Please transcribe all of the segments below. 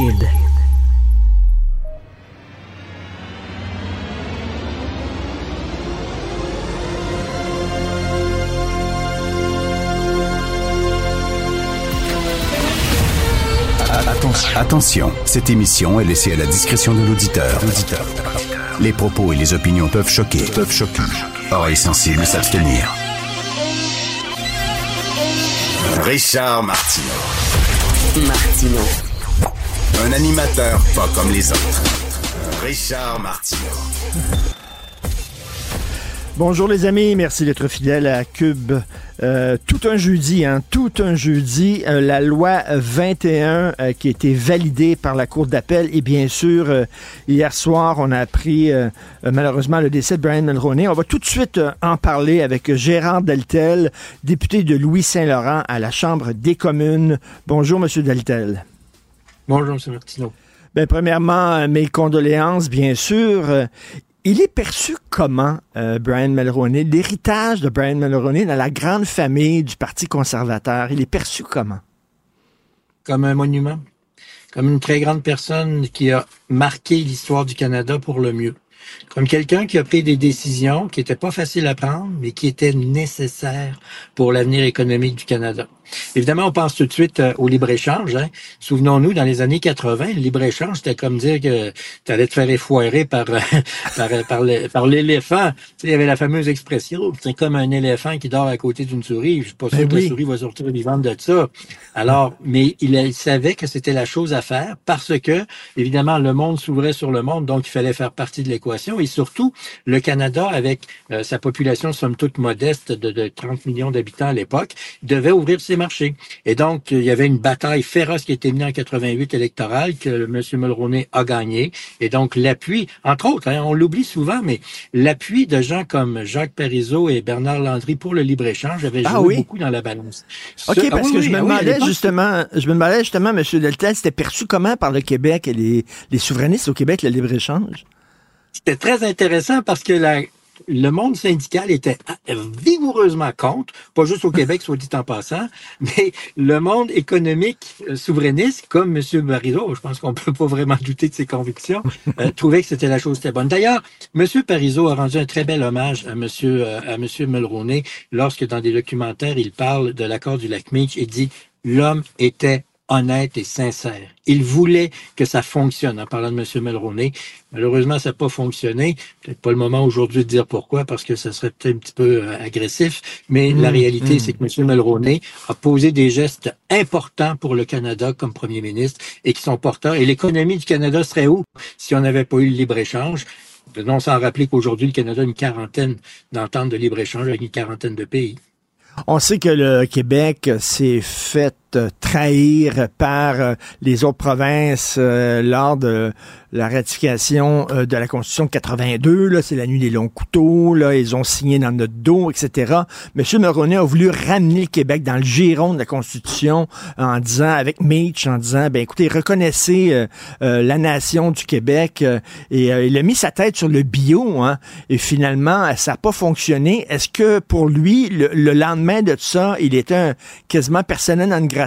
hybride. Attention, cette émission est laissée à la discrétion de l'auditeur. Les propos et les opinions peuvent choquer. Oreilles sensibles s'abstenir. Richard Martineau. Un animateur pas comme les autres. Richard Martineau. Bonjour les amis, merci d'être fidèles à Cube. Tout un jeudi, la loi 21 qui a été validée par la Cour d'appel et bien sûr, hier soir, on a appris malheureusement le décès de Brian Mulroney. On va tout de suite en parler avec Gérard Deltel, député de Louis-Saint-Laurent à la Chambre des communes. Bonjour, Monsieur Deltel. Bonjour, M. Martineau. Premièrement, mes condoléances, bien sûr. Il est perçu comment, Brian Mulroney, l'héritage de Brian Mulroney dans la grande famille du Parti conservateur? Il est perçu comment? Comme un monument, comme une très grande personne qui a marqué l'histoire du Canada pour le mieux. Comme quelqu'un qui a pris des décisions qui n'étaient pas faciles à prendre, mais qui étaient nécessaires pour l'avenir économique du Canada. Évidemment, on pense tout de suite au libre-échange. Hein. Souvenons-nous, dans les années 80, le libre-échange, c'était comme dire que tu allais te faire effoirer par l'éléphant. Tu sais, il y avait la fameuse expression, c'est comme un éléphant qui dort à côté d'une souris. Je suis pas sûr que la souris va sortir vivante de ça. Alors, mais il savait que c'était la chose à faire parce que, évidemment, le monde s'ouvrait sur le monde, donc il fallait faire partie de l'équation. Et surtout, le Canada, avec sa population somme toute modeste de 30 millions d'habitants à l'époque, devait ouvrir ses marché. Et donc, il y avait une bataille féroce qui a été menée en 88 électorale que M. Mulroney a gagné. Et donc, l'appui, entre autres, hein, on l'oublie souvent, mais l'appui de gens comme Jacques Parizeau et Bernard Landry pour le libre-échange avait joué beaucoup dans la balance. OK, parce que je me demandais justement, M. Deltel, c'était perçu comment par le Québec et les souverainistes au Québec, le libre-échange? C'était très intéressant parce que le monde syndical était vigoureusement contre, pas juste au Québec, soit dit en passant, mais le monde économique souverainiste, comme M. Parizeau, je pense qu'on peut pas vraiment douter de ses convictions, trouvait que c'était la chose très bonne. D'ailleurs, M. Parizeau a rendu un très bel hommage à M. Mulroney lorsque, dans des documentaires, il parle de l'accord du Lac-Meech et dit « L'homme était honnête et sincère. Il voulait que ça fonctionne, en parlant de M. Mulroney. Malheureusement, ça n'a pas fonctionné. Peut-être pas le moment aujourd'hui de dire pourquoi, parce que ça serait peut-être un petit peu agressif, mais la réalité, c'est que M. Mulroney a posé des gestes importants pour le Canada comme premier ministre et qui sont porteurs. Et l'économie du Canada serait où si on n'avait pas eu le libre-échange? Venons s'en rappeler qu'aujourd'hui, le Canada a une quarantaine d'ententes de libre-échange avec une quarantaine de pays. On sait que le Québec s'est fait trahir par les autres provinces lors de la ratification de la Constitution de 82. Là, c'est la nuit des longs couteaux. Là, ils ont signé dans notre dos, etc. M. Mulroney a voulu ramener le Québec dans le giron de la Constitution en disant, avec Meech, en disant, écoutez, reconnaissez la nation du Québec. Et il a mis sa tête sur le bio. Hein, et finalement, ça n'a pas fonctionné. Est-ce que pour lui, le lendemain de tout ça, il était quasiment persona non grata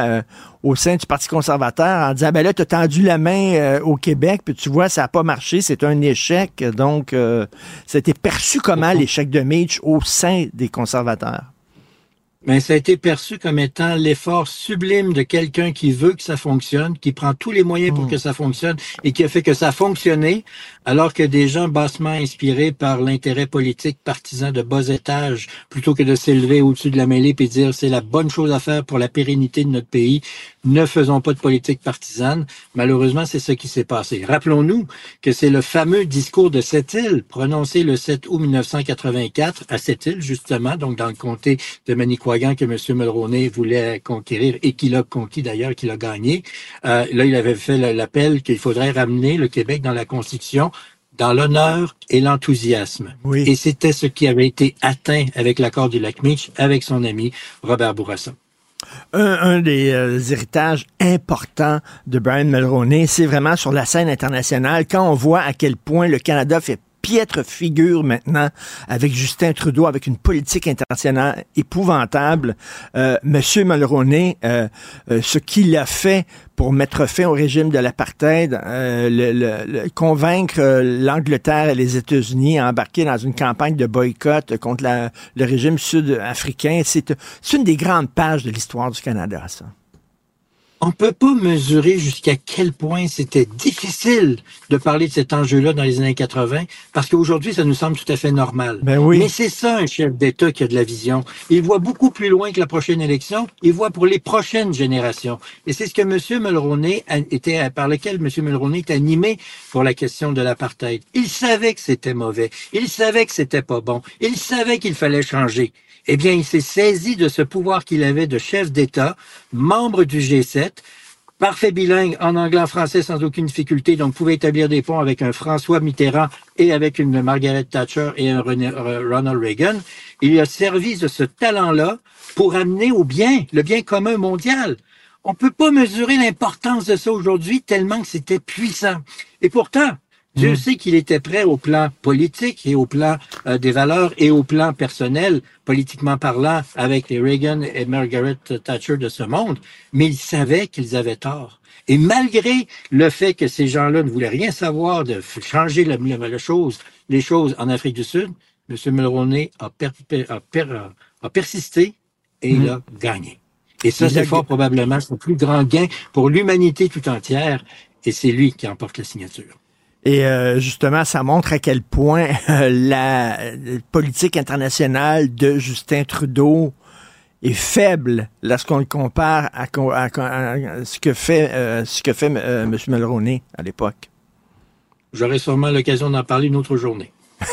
au sein du Parti conservateur en disant, là, tu as tendu la main au Québec, puis tu vois, ça n'a pas marché, c'est un échec. Donc, ça a été perçu comment, l'échec de Meech au sein des conservateurs? Mais ça a été perçu comme étant l'effort sublime de quelqu'un qui veut que ça fonctionne, qui prend tous les moyens pour que ça fonctionne et qui a fait que ça a fonctionné, alors que des gens bassement inspirés par l'intérêt politique partisan de bas étage, plutôt que de s'élever au-dessus de la mêlée et dire c'est la bonne chose à faire pour la pérennité de notre pays, ne faisons pas de politique partisane. Malheureusement, c'est ce qui s'est passé. Rappelons-nous que c'est le fameux discours de Sept-Îles, prononcé le 7 août 1984 à Sept-Îles, justement, donc dans le comté de Manicouagan, que M. Mulroney voulait conquérir et qu'il a conquis d'ailleurs, qu'il a gagné. Là, il avait fait l'appel qu'il faudrait ramener le Québec dans la Constitution dans l'honneur et l'enthousiasme. Oui. Et c'était ce qui avait été atteint avec l'accord du Lac-Meech avec son ami Robert Bourassa. Un des héritages importants de Brian Mulroney, c'est vraiment sur la scène internationale, quand on voit à quel point le Canada fait piètre figure maintenant avec Justin Trudeau, avec une politique internationale épouvantable. Monsieur Mulroney, ce qu'il a fait pour mettre fin au régime de l'apartheid, convaincre l'Angleterre et les États-Unis à embarquer dans une campagne de boycott contre le régime sud-africain, c'est une des grandes pages de l'histoire du Canada, ça. On peut pas mesurer jusqu'à quel point c'était difficile de parler de cet enjeu-là dans les années 80, parce qu'aujourd'hui, ça nous semble tout à fait normal. Ben oui. Mais c'est ça, un chef d'État qui a de la vision. Il voit beaucoup plus loin que la prochaine élection. Il voit pour les prochaines générations. Et c'est ce que M. Mulroney par lequel M. Mulroney est animé pour la question de l'apartheid. Il savait que c'était mauvais. Il savait que c'était pas bon. Il savait qu'il fallait changer. Eh bien, il s'est saisi de ce pouvoir qu'il avait de chef d'État, membre du G7, parfait bilingue en anglais, en français sans aucune difficulté, donc pouvait établir des ponts avec un François Mitterrand et avec une Margaret Thatcher et un Ronald Reagan. Il a servi de ce talent-là pour amener le bien commun mondial. On peut pas mesurer l'importance de ça aujourd'hui tellement que c'était puissant. Et pourtant, Dieu sait qu'il était prêt au plan politique et au plan des valeurs et au plan personnel, politiquement parlant, avec les Reagan et Margaret Thatcher de ce monde, mais il savait qu'ils avaient tort. Et malgré le fait que ces gens-là ne voulaient rien savoir de changer les choses en Afrique du Sud, M. Mulroney a persisté et il a gagné. Et ça, c'est fort probablement son plus grand gain pour l'humanité tout entière, et c'est lui qui emporte la signature. Et justement, ça montre à quel point la politique internationale de Justin Trudeau est faible lorsqu'on le compare à ce que fait M. Mulroney à l'époque. J'aurai sûrement l'occasion d'en parler une autre journée.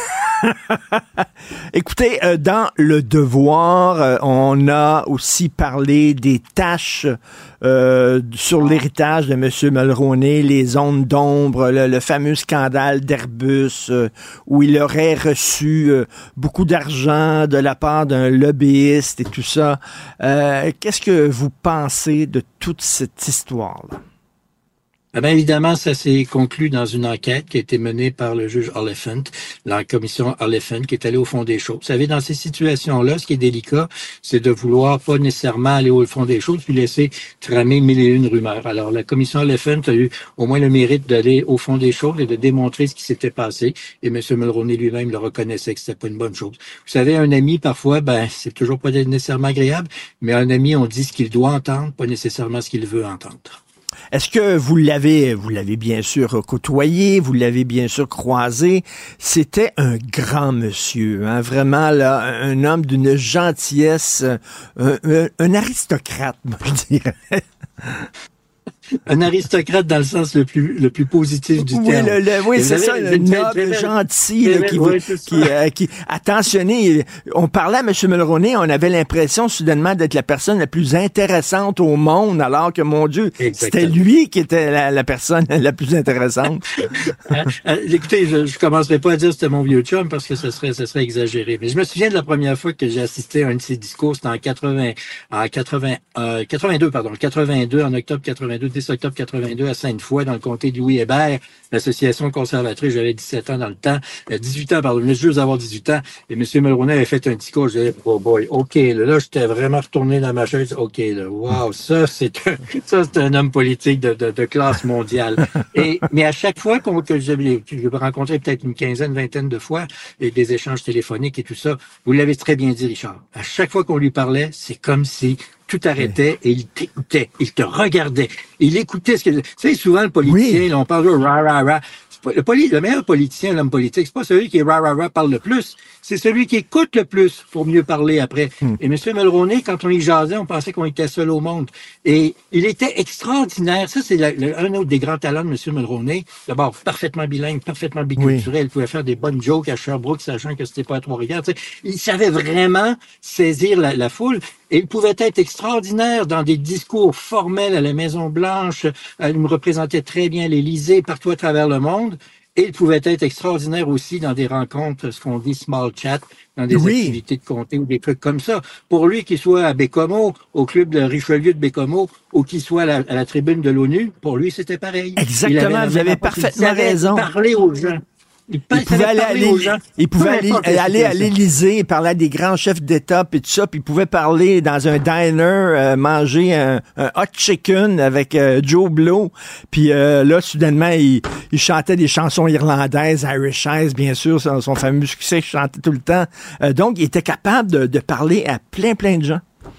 Écoutez, dans Le Devoir, on a aussi parlé des tâches sur l'héritage de M. Mulroney, les zones d'ombre, le fameux scandale d'Airbus, où il aurait reçu beaucoup d'argent de la part d'un lobbyiste et tout ça. Qu'est-ce que vous pensez de toute cette histoire-là? Eh bien, évidemment, ça s'est conclu dans une enquête qui a été menée par le juge Oliphant, la commission Oliphant, qui est allée au fond des choses. Vous savez, dans ces situations-là, ce qui est délicat, c'est de vouloir pas nécessairement aller au fond des choses, puis laisser tramer mille et une rumeurs. Alors, la commission Oliphant a eu au moins le mérite d'aller au fond des choses et de démontrer ce qui s'était passé. Et M. Mulroney lui-même le reconnaissait que c'était pas une bonne chose. Vous savez, un ami, parfois, c'est toujours pas nécessairement agréable, mais un ami, on dit ce qu'il doit entendre, pas nécessairement ce qu'il veut entendre. Est-ce que vous l'avez bien sûr côtoyé, vous l'avez bien sûr croisé? C'était un grand monsieur, hein, vraiment là, un homme d'une gentillesse, un aristocrate, moi je dirais. Un aristocrate dans le sens le plus positif du terme. Oui, c'est ça, un noble, gentil, qui attentionné. On parlait à M. Mulroney, on avait l'impression soudainement d'être la personne la plus intéressante au monde, alors que, mon Dieu, c'était lui qui était la personne la plus intéressante. Écoutez, je commencerai pas à dire que c'était mon vieux chum parce que ce serait exagéré. Mais je me souviens de la première fois que j'ai assisté à un de ses discours, c'était en 82, en octobre 82, 10 octobre 82 à Sainte-Foy, dans le comté de Louis-Hébert, l'association conservatrice. J'avais 17 ans dans le temps, 18 ans, pardon, je juste d'avoir 18 ans. Et M. Mulroney avait fait un discours. Je disais, oh boy, OK, là, j'étais vraiment retourné dans ma chaise. OK, là, wow, ça, c'est un homme politique de classe mondiale. Mais à chaque fois que je l'ai rencontré peut-être une quinzaine, vingtaine de fois, et des échanges téléphoniques et tout ça, vous l'avez très bien dit, Richard. À chaque fois qu'on lui parlait, c'est comme si tout arrêtait et il t'écoutait, il te regardait, il écoutait ce que... Tu sais, souvent, le politicien, là, on parle de rah. Le meilleur politicien, l'homme politique, c'est pas celui qui rah parle le plus, c'est celui qui écoute le plus pour mieux parler après. Et M. Mulroney, quand on y jasait, on pensait qu'on était seul au monde. Et il était extraordinaire. Ça, c'est un autre des grands talents de M. Mulroney. D'abord, parfaitement bilingue, parfaitement biculturel. Il pouvait faire des bonnes jokes à Sherbrooke, sachant que c'était pas à Trois-Rivières. Tu sais, il savait vraiment saisir la foule. Et il pouvait être extraordinaire dans des discours formels à la Maison-Blanche. Il me représentait très bien l'Élysée, partout à travers le monde. Et il pouvait être extraordinaire aussi dans des rencontres, ce qu'on dit small chat, dans des activités de comté ou des trucs comme ça. Pour lui, qu'il soit à Bécomo, au club de Richelieu de Bécomo, ou qu'il soit à la tribune de l'ONU, pour lui, c'était pareil. Exactement, vous avez parfaitement raison. Parler aux gens. Il pouvait aller à l'Élysée, il parlait à des grands chefs d'État, puis tout ça, puis il pouvait parler dans un diner, manger un hot chicken avec Joe Blow, puis là, soudainement, il chantait des chansons irlandaises, Irish Eyes, bien sûr, son fameux succès qu'il chantait tout le temps. Donc, il était capable de parler à plein de gens.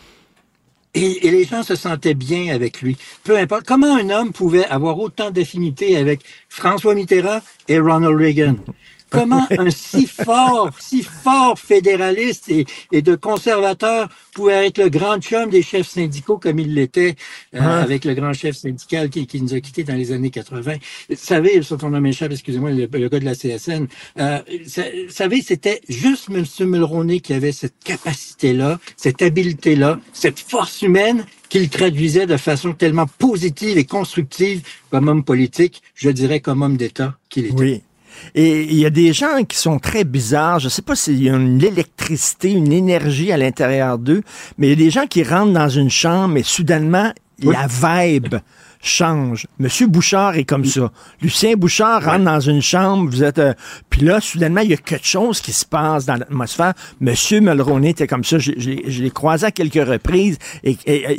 Et les gens se sentaient bien avec lui. Peu importe. Comment un homme pouvait avoir autant d'affinité avec François Mitterrand et Ronald Reagan? Comment un si fort fédéraliste et de conservateur pouvait être le grand chum des chefs syndicaux comme il l'était avec le grand chef syndical qui nous a quittés dans les années 80. Vous savez, sur ton nom m'échappe, excusez-moi, le gars de la CSN. Vous savez, c'était juste M. Mulroney qui avait cette capacité-là, cette habileté-là, cette force humaine qu'il traduisait de façon tellement positive et constructive comme homme politique, je dirais comme homme d'État qu'il était. Oui. Et il y a des gens qui sont très bizarres. Je ne sais pas s'il y a une électricité, une énergie à l'intérieur d'eux, mais il y a des gens qui rentrent dans une chambre et soudainement, la vibe change. Monsieur Bouchard est comme ça. Lucien Bouchard rentre dans une chambre, vous êtes... puis là, soudainement, il y a quelque chose qui se passe dans l'atmosphère. Monsieur Mulroney était comme ça. Je l'ai croisé à quelques reprises et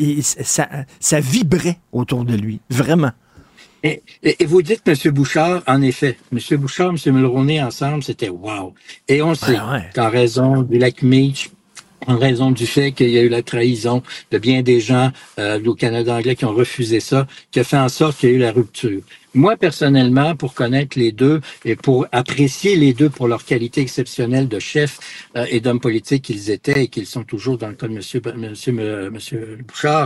ça vibrait autour de lui. Vraiment. Et vous dites M. Bouchard, en effet, M. Bouchard, M. Mulroney ensemble, c'était wow. Et on sait qu'en raison du lac Meech, en raison du fait qu'il y a eu la trahison de bien des gens au Canada anglais qui ont refusé ça, qui a fait en sorte qu'il y a eu la rupture. Moi, personnellement, pour connaître les deux et pour apprécier les deux pour leur qualité exceptionnelle de chef et d'hommes politiques qu'ils étaient et qu'ils sont toujours dans le cas de Monsieur Bouchard,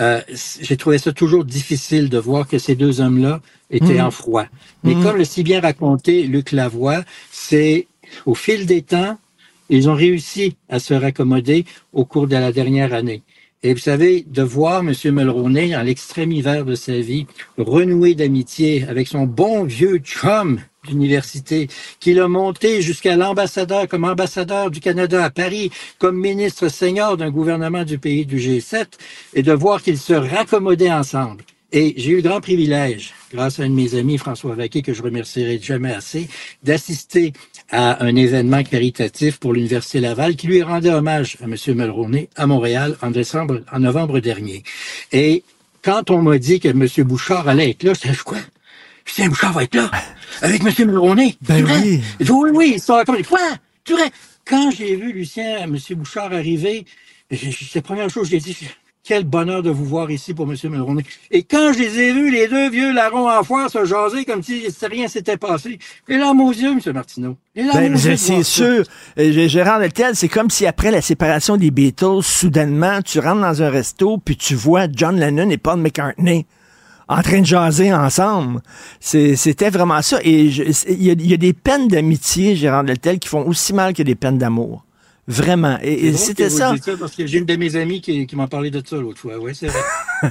j'ai trouvé ça toujours difficile de voir que ces deux hommes-là étaient en froid. Mais comme le si bien raconté Luc Lavoie, c'est au fil des temps, ils ont réussi à se raccommoder au cours de la dernière année. Et vous savez, de voir M. Mulroney, dans l'extrême hiver de sa vie, renouer d'amitié avec son bon vieux chum d'université, qui l'a monté jusqu'à l'ambassadeur, comme ambassadeur du Canada à Paris, comme ministre senior d'un gouvernement du pays du G7, et de voir qu'ils se raccommodaient ensemble. Et j'ai eu le grand privilège, grâce à un de mes amis, François Vaquet, que je remercierai jamais assez, d'assister à un événement caritatif pour l'Université Laval qui lui rendait hommage à M. Mulroney à Montréal en novembre dernier. Et quand on m'a dit que M. Bouchard allait être là, je disais, quoi? Lucien Bouchard va être là? Avec M. Mulroney? Ben oui. Oui, ils sont racontés. Quoi? Tu vrai? Quand j'ai vu M. Bouchard arriver, c'est la première chose que j'ai dit, quel bonheur de vous voir ici pour M. Mulroney. Et quand je les ai vus, les deux vieux larrons en foire se jaser comme si rien s'était passé, les larmes aux yeux, M. Martineau. C'est sûr. Gérard Deltel, c'est comme si après la séparation des Beatles, soudainement, tu rentres dans un resto puis tu vois John Lennon et Paul McCartney en train de jaser ensemble. C'était vraiment ça. Et il y a des peines d'amitié, Gérard Deltel, qui font aussi mal que des peines d'amour. Vraiment. Et c'était ça. Parce que j'ai une de mes amies qui m'a parlé de ça l'autre fois. Oui, c'est vrai.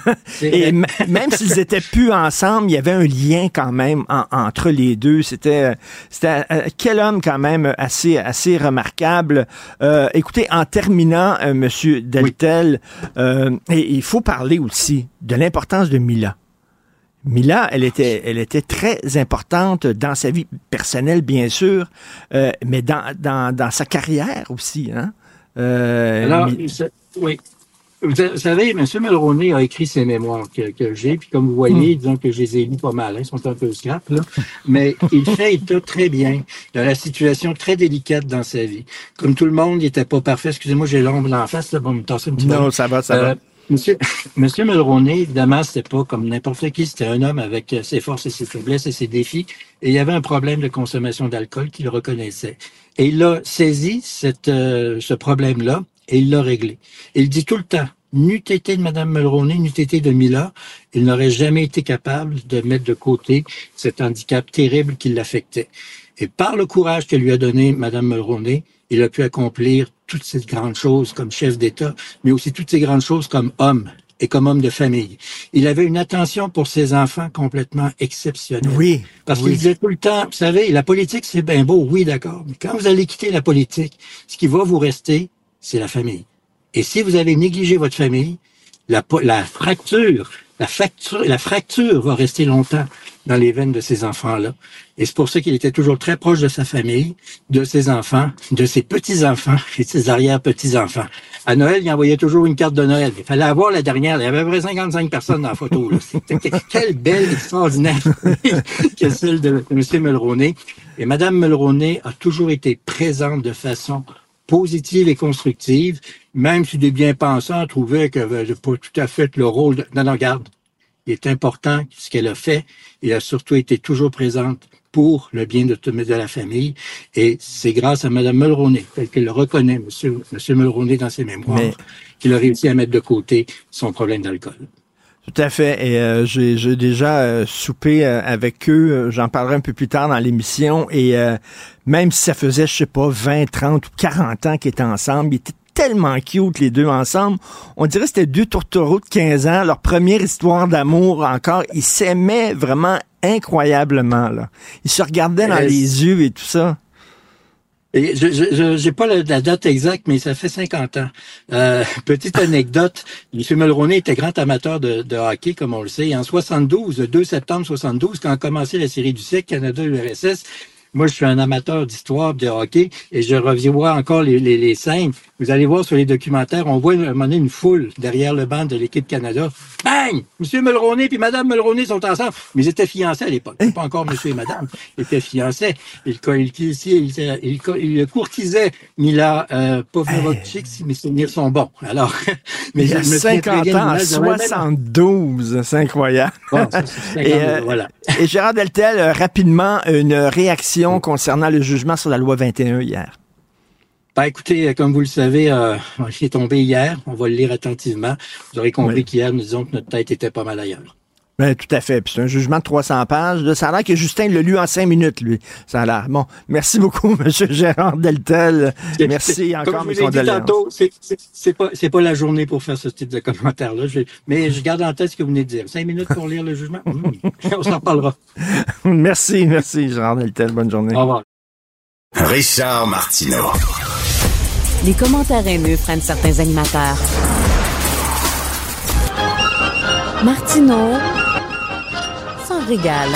Et même s'ils étaient plus ensemble, il y avait un lien quand même entre les deux. C'était quel homme quand même assez remarquable. Écoutez, en terminant, Monsieur Deltel, et il faut parler aussi de l'importance de Mila. Mila, elle était très importante dans sa vie personnelle, bien sûr, mais dans sa carrière aussi. Hein? Oui. Vous savez, M. Mulroney a écrit ses mémoires que j'ai, puis comme vous voyez, disons que je les ai lus pas mal, ils sont un peu scrap, là, mais il fait état très bien de la situation très délicate dans sa vie. Comme tout le monde, il était pas parfait. Excusez-moi, j'ai l'ombre en face, là, bon, me tasser un petit peu. Non, ça va. Monsieur Mulroney, évidemment, c'était pas comme n'importe qui, c'était un homme avec ses forces et ses faiblesses et ses défis, et il y avait un problème de consommation d'alcool qu'il reconnaissait. Et il a saisi ce problème-là, et il l'a réglé. Et il dit tout le temps, n'eût été de Mme Mulroney, n'eût été de Mila, il n'aurait jamais été capable de mettre de côté cet handicap terrible qui l'affectait. Et par le courage que lui a donné Mme Mulroney, il a pu accomplir toutes ces grandes choses comme chef d'État, mais aussi toutes ces grandes choses comme homme et comme homme de famille. Il avait une attention pour ses enfants complètement exceptionnelle. Oui. Parce qu'il disait tout le temps, vous savez, la politique, c'est bien beau, oui, d'accord, mais quand vous allez quitter la politique, ce qui va vous rester, c'est la famille. Et si vous avez négligé votre famille, la fracture la fracture va rester longtemps dans les veines de ces enfants-là. Et c'est pour ça qu'il était toujours très proche de sa famille, de ses enfants, de ses petits-enfants et de ses arrière-petits-enfants. À Noël, il envoyait toujours une carte de Noël. Il fallait avoir la dernière. Il y avait à peu près 55 personnes dans la photo. C'était quelle belle, extraordinaire que celle de M. Mulroney. Et Mme Mulroney a toujours été présente de façon positive et constructive, même si des bien-pensants trouvaient qu'elle n'avait pas tout à fait le rôle de... Non, regarde, il est important ce qu'elle a fait. Elle a surtout été toujours présente pour le bien de la famille. Et c'est grâce à Mme Mulroney, telle qu'elle le reconnaît, M. Mulroney, dans ses mémoires, qu'il a réussi à mettre de côté son problème d'alcool. Tout à fait. Et j'ai déjà soupé avec eux. J'en parlerai un peu plus tard dans l'émission. Et même si ça faisait, je sais pas, 20, 30 ou 40 ans qu'ils étaient ensemble, ils étaient tellement cute, les deux ensemble. On dirait que c'était deux tourtereaux de 15 ans. Leur première histoire d'amour encore. Ils s'aimaient vraiment incroyablement, là. Ils se regardaient dans les yeux et tout ça. Et j'ai pas la date exacte, mais ça fait 50 ans. Petite anecdote, M. Mulroney était grand amateur de hockey, comme on le sait. Et en 72, le 2 septembre 72, quand a commencé la série du siècle Canada-URSS, moi, je suis un amateur d'histoire de hockey et je revois encore les scènes. Vous allez voir sur les documentaires, on voit à un moment donné une foule derrière le banc de l'équipe Canada. Bang! M. Mulroney puis Mme Mulroney sont ensemble. Mais ils étaient fiancés à l'époque. Pas encore monsieur et madame. Ils étaient fiancés. Ils courtisaient Mila Pavlovitch, si mes souvenirs sont bons. Alors, mais il y a 50 ans, 72. C'est incroyable. Bon, voilà. Et Gérard Deltel, rapidement, une réaction concernant le jugement sur la loi 21 hier. Ben, écoutez, comme vous le savez, il est tombé hier. On va le lire attentivement. Vous aurez compris qu'hier, nous disons que notre tête était pas mal ailleurs. Ben, tout à fait. Puis c'est un jugement de 300 pages. Ça a l'air que Justin l'a lu en 5 minutes, lui. Ça a l'air. Bon, merci beaucoup, M. Gérard Deltel. Merci encore, M. tantôt, c'est pas la journée pour faire ce type de commentaire-là. Mais je garde en tête ce que vous venez de dire. 5 minutes pour lire le jugement? On s'en parlera. Merci, Gérard Deltel. Bonne journée. Au revoir. Richard Martineau. Les commentaires haineux prennent certains animateurs. Martineau s'en régale.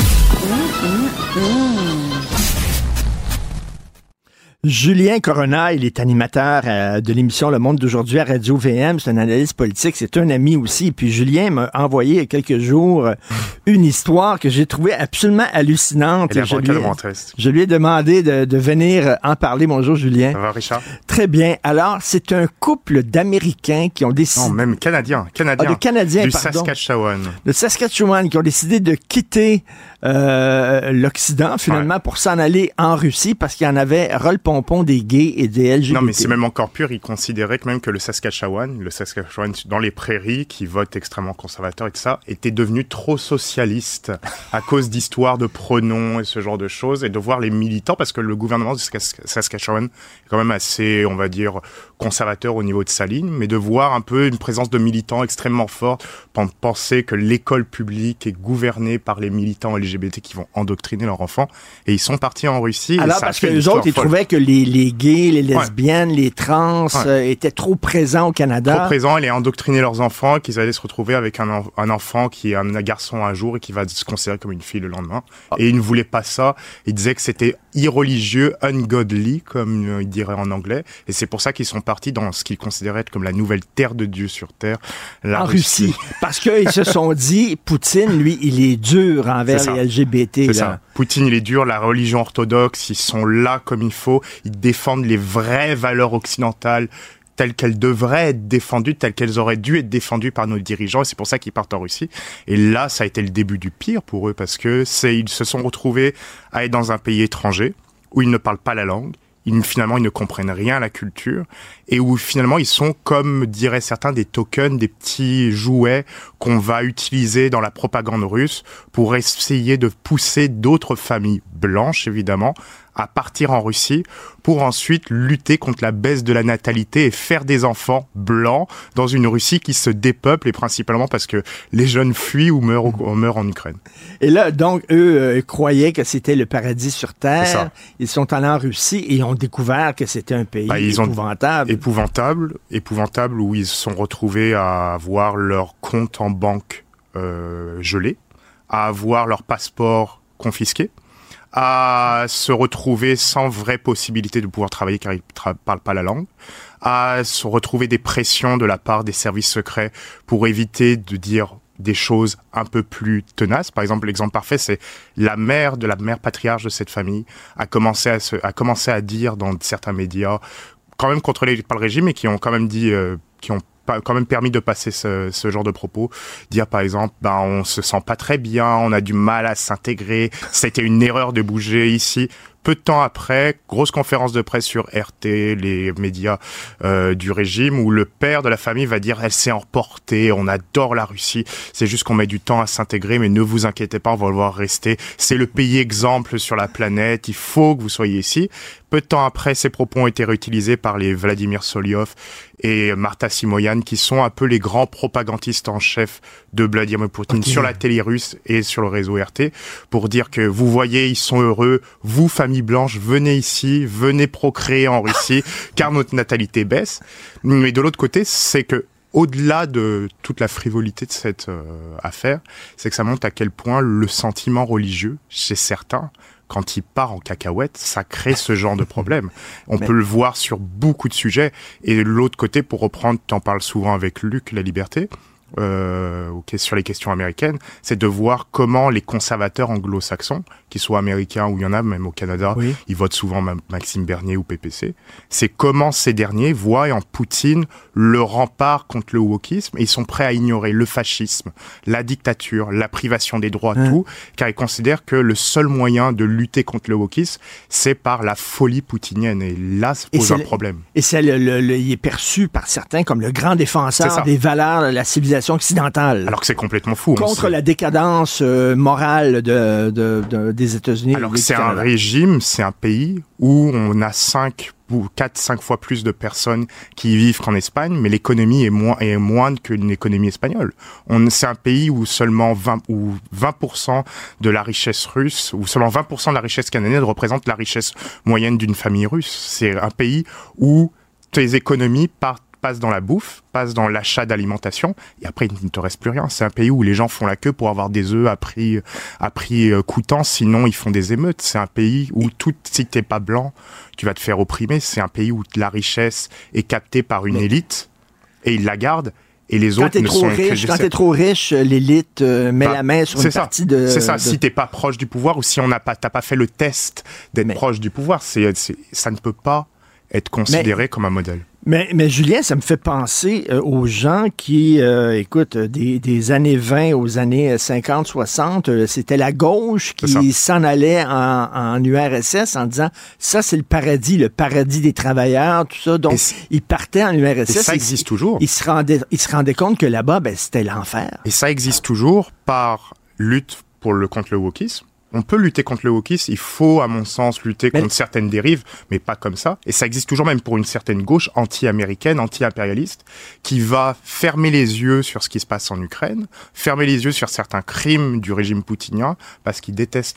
Julien Corona, il est animateur de l'émission Le Monde d'aujourd'hui à Radio-VM. C'est un analyste politique, c'est un ami aussi. Puis Julien m'a envoyé il y a quelques jours une histoire que j'ai trouvée absolument hallucinante. Je lui ai demandé de venir en parler. Bonjour Julien. Ça va Richard? Très bien. Alors, c'est un couple d'Américains qui ont décidé... Non, même Canadiens. De Canadiens, du pardon. Saskatchewan. De Saskatchewan, qui ont décidé de quitter l'Occident, finalement, pour s'en aller en Russie, parce qu'il y en avait ras-le-pompon des gays et des LGBT. Non, mais c'est même encore pire. Ils considéraient que même que le Saskatchewan, dans les prairies, qui vote extrêmement conservateur et tout ça, était devenu trop socialiste à cause d'histoires de pronoms et ce genre de choses, et de voir les militants, parce que le gouvernement du Saskatchewan est quand même assez, on va dire, conservateur au niveau de sa ligne, mais de voir un peu une présence de militants extrêmement forte, penser que l'école publique est gouvernée par les militants LGBT qui vont endoctriner leurs enfants, et ils sont partis en Russie. Alors, parce que les autres, ils trouvaient que les gays, les lesbiennes, les trans étaient trop présents au Canada. Trop présents, et endoctriner leurs enfants, qu'ils allaient se retrouver avec un enfant qui est un garçon un jour et qui va se considérer comme une fille le lendemain. Et ils ne voulaient pas ça. Ils disaient que c'était irreligieux, ungodly, comme ils diraient en anglais. Et c'est pour ça qu'ils sont partis dans ce qu'ils considéraient être comme la nouvelle terre de Dieu sur terre, la Russie. Parce qu'ils se sont dit, Poutine, lui, il est dur envers les LGBT. C'est ça. Poutine, il est dur, la religion orthodoxe, ils sont là comme il faut, ils défendent les vraies valeurs occidentales telles qu'elles devraient être défendues, telles qu'elles auraient dû être défendues par nos dirigeants, et c'est pour ça qu'ils partent en Russie. Et là, ça a été le début du pire pour eux, parce que ils se sont retrouvés à être dans un pays étranger, où ils ne parlent pas la langue, finalement, ils ne comprennent rien à la culture, et où finalement, ils sont, comme diraient certains, des tokens, des petits jouets qu'on va utiliser dans la propagande russe pour essayer de pousser d'autres familles blanches, évidemment, à partir en Russie pour ensuite lutter contre la baisse de la natalité et faire des enfants blancs dans une Russie qui se dépeuple, et principalement parce que les jeunes fuient ou meurent en Ukraine. Et là, donc, eux croyaient que c'était le paradis sur Terre. Ils sont allés en Russie et ont découvert que c'était un pays épouvantable. Épouvantable, où ils se sont retrouvés à avoir leur compte en banque gelés, à avoir leur passeport confisqué, à se retrouver sans vraie possibilité de pouvoir travailler car ils parlent pas la langue, à se retrouver des pressions de la part des services secrets pour éviter de dire des choses un peu plus tenaces. Par exemple, l'exemple parfait, c'est la mère patriarche de cette famille a commencé à dire dans certains médias, quand même contrôlés par le régime, et qui ont quand même dit, qui ont quand même permis de passer ce genre de propos, dire par exemple, on se sent pas très bien, on a du mal à s'intégrer, c'était une erreur de bouger ici. Peu de temps après, grosse conférence de presse sur RT, les médias du régime, où le père de la famille va dire « Elle s'est emportée, on adore la Russie, c'est juste qu'on met du temps à s'intégrer, mais ne vous inquiétez pas, on va le voir rester. C'est le pays exemple sur la planète, il faut que vous soyez ici. » Peu de temps après, ces propos ont été réutilisés par les Vladimir Soliov et Marta Simoyan, qui sont un peu les grands propagandistes en chef de Vladimir Poutine sur la télé russe et sur le réseau RT, pour dire que vous voyez, ils sont heureux, vous, famille blanche, venez ici, venez procréer en Russie, car notre natalité baisse. Mais de l'autre côté, c'est que au-delà de toute la frivolité de cette affaire, c'est que ça montre à quel point le sentiment religieux, chez certains, quand il part en cacahuète, ça crée ce genre de problème. On peut le voir sur beaucoup de sujets. Et de l'autre côté, pour reprendre, t'en parles souvent avec Luc, La Liberté, sur les questions américaines, c'est de voir comment les conservateurs anglo-saxons, qu'ils soient américains ou il y en a même au Canada, ils votent souvent Maxime Bernier ou PPC, c'est comment ces derniers voient en Poutine le rempart contre le wokisme, et ils sont prêts à ignorer le fascisme, la dictature, la privation des droits, tout, car ils considèrent que le seul moyen de lutter contre le wokisme, c'est par la folie poutinienne, et là, ça pose un problème. Et c'est il est perçu par certains comme le grand défenseur des valeurs de la civilisation occidentale. Alors que c'est complètement fou. Contre la décadence morale des États-Unis. Alors que c'est un régime, c'est un pays où on a 4-5 fois plus de personnes qui y vivent qu'en Espagne, mais l'économie est moindre qu'une économie espagnole. C'est un pays où seulement 20% de la richesse russe, ou seulement 20% de la richesse canadienne représente la richesse moyenne d'une famille russe. C'est un pays où tes économies passe dans la bouffe, passe dans l'achat d'alimentation, et après, il ne te reste plus rien. C'est un pays où les gens font la queue pour avoir des œufs à prix coûtant, sinon ils font des émeutes. C'est un pays où si t'es pas blanc, tu vas te faire opprimer. C'est un pays où la richesse est captée par une élite, et ils la gardent, et les autres ne sont que... Quand t'es trop riche, l'élite met la main sur une partie de... C'est ça, si t'es pas proche du pouvoir, ou si t'as pas fait le test d'être proche du pouvoir, ça ne peut pas être considéré comme un modèle. Mais Julien, ça me fait penser aux gens qui, écoute, des années 20 aux années 50, 60, c'était la gauche qui s'en allait en URSS en disant ça, c'est le paradis des travailleurs, tout ça. Donc, ils partaient en URSS. Et ça existe toujours. Ils se rendaient compte que là-bas, c'était l'enfer. Et ça existe toujours par lutte contre le wokisme. On peut lutter contre le wokisme, il faut, à mon sens, lutter contre certaines dérives, mais pas comme ça. Et ça existe toujours même pour une certaine gauche anti-américaine, anti-impérialiste, qui va fermer les yeux sur ce qui se passe en Ukraine, fermer les yeux sur certains crimes du régime poutinien, parce qu'ils détestent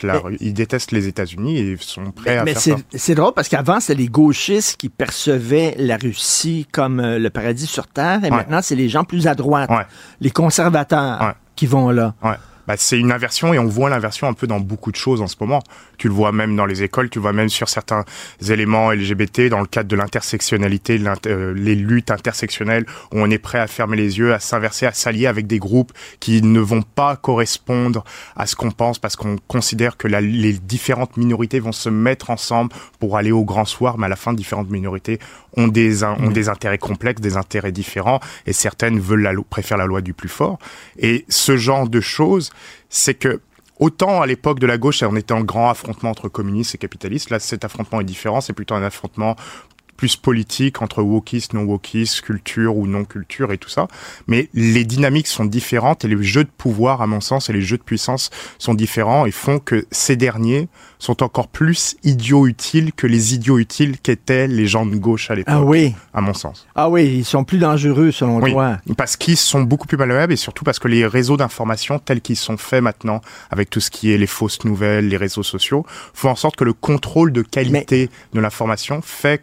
les États-Unis et sont prêts à faire ça. C'est drôle, parce qu'avant, c'était les gauchistes qui percevaient la Russie comme le paradis sur Terre, et maintenant, c'est les gens plus à droite, les conservateurs qui vont là. C'est une inversion, et on voit l'inversion un peu dans beaucoup de choses en ce moment. Tu le vois même dans les écoles, tu le vois même sur certains éléments LGBT, dans le cadre de l'intersectionnalité, les luttes intersectionnelles, où on est prêt à fermer les yeux, à s'inverser, à s'allier avec des groupes qui ne vont pas correspondre à ce qu'on pense, parce qu'on considère que les différentes minorités vont se mettre ensemble pour aller au grand soir, mais à la fin, différentes minorités ont des intérêts complexes, des intérêts différents, et certaines préfèrent la loi du plus fort. Et ce genre de choses, c'est que autant à l'époque de la gauche, on était en grand affrontement entre communistes et capitalistes. Là, cet affrontement est différent. C'est plutôt un affrontement plus politique entre wokistes, non-wokistes, culture ou non-culture et tout ça. Mais les dynamiques sont différentes, et les jeux de pouvoir, à mon sens, et les jeux de puissance sont différents, et font que ces derniers sont encore plus idiots utiles que les idiots utiles qu'étaient les gens de gauche à l'époque, à mon sens. Ah oui, ils sont plus dangereux selon toi. Parce qu'ils sont beaucoup plus malléables, et surtout parce que les réseaux d'information tels qu'ils sont faits maintenant, avec tout ce qui est les fausses nouvelles, les réseaux sociaux, font en sorte que le contrôle de qualité de l'information fait que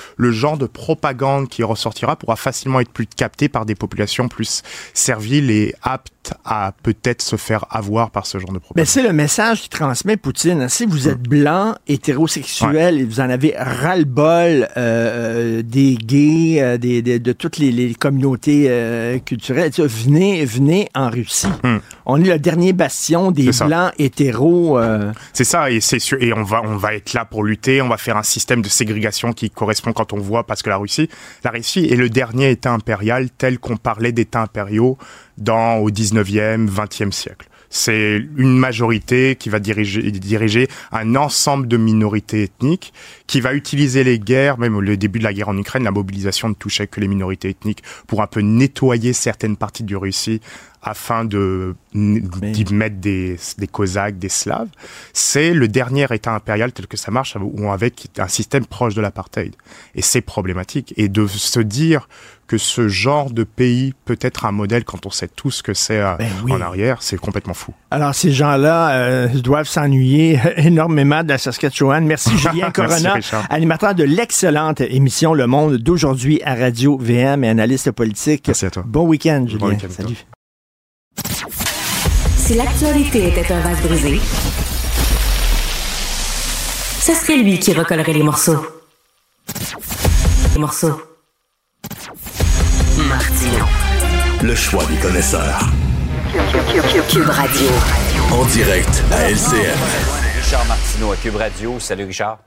le genre de propagande qui ressortira pourra facilement être plus capté par des populations plus serviles et aptes à peut-être se faire avoir par ce genre de propagande. Mais c'est le message qui transmet Poutine. Si vous êtes blanc, hétérosexuel, et vous en avez ras-le-bol des gays, de toutes les communautés culturelles, venez en Russie. On est le dernier bastion des blancs hétéros. C'est ça, et c'est sûr. Et on va être là pour lutter. On va faire un système de ségrégation qui correspond quand on voit, parce que la Russie est le dernier État impérial tel qu'on parlait d'États impériaux au 19e, 20e siècle. C'est une majorité qui va diriger un ensemble de minorités ethniques, qui va utiliser les guerres, même le début de la guerre en Ukraine, la mobilisation ne touchait que les minorités ethniques, pour un peu nettoyer certaines parties de Russie afin d'y mettre des Cosaques, des Slaves. C'est le dernier État impérial tel que ça marche, avec un système proche de l'apartheid. Et c'est problématique. Et de se dire que ce genre de pays peut être un modèle quand on sait tout ce que c'est en arrière, c'est complètement fou. Alors, ces gens-là doivent s'ennuyer énormément de la Saskatchewan. Merci Julien Corona, Merci, animateur de l'excellente émission Le Monde d'aujourd'hui à Radio-VM et analyste politique. Merci à toi. Bon week-end, Julien. Bon week-end. Salut. Si l'actualité était un vase brisé, ce serait lui qui recollerait les morceaux. Martino. Le choix des connaisseurs. Cube Radio. En direct à LCN. Richard Martineau à Cube Radio. Salut Richard.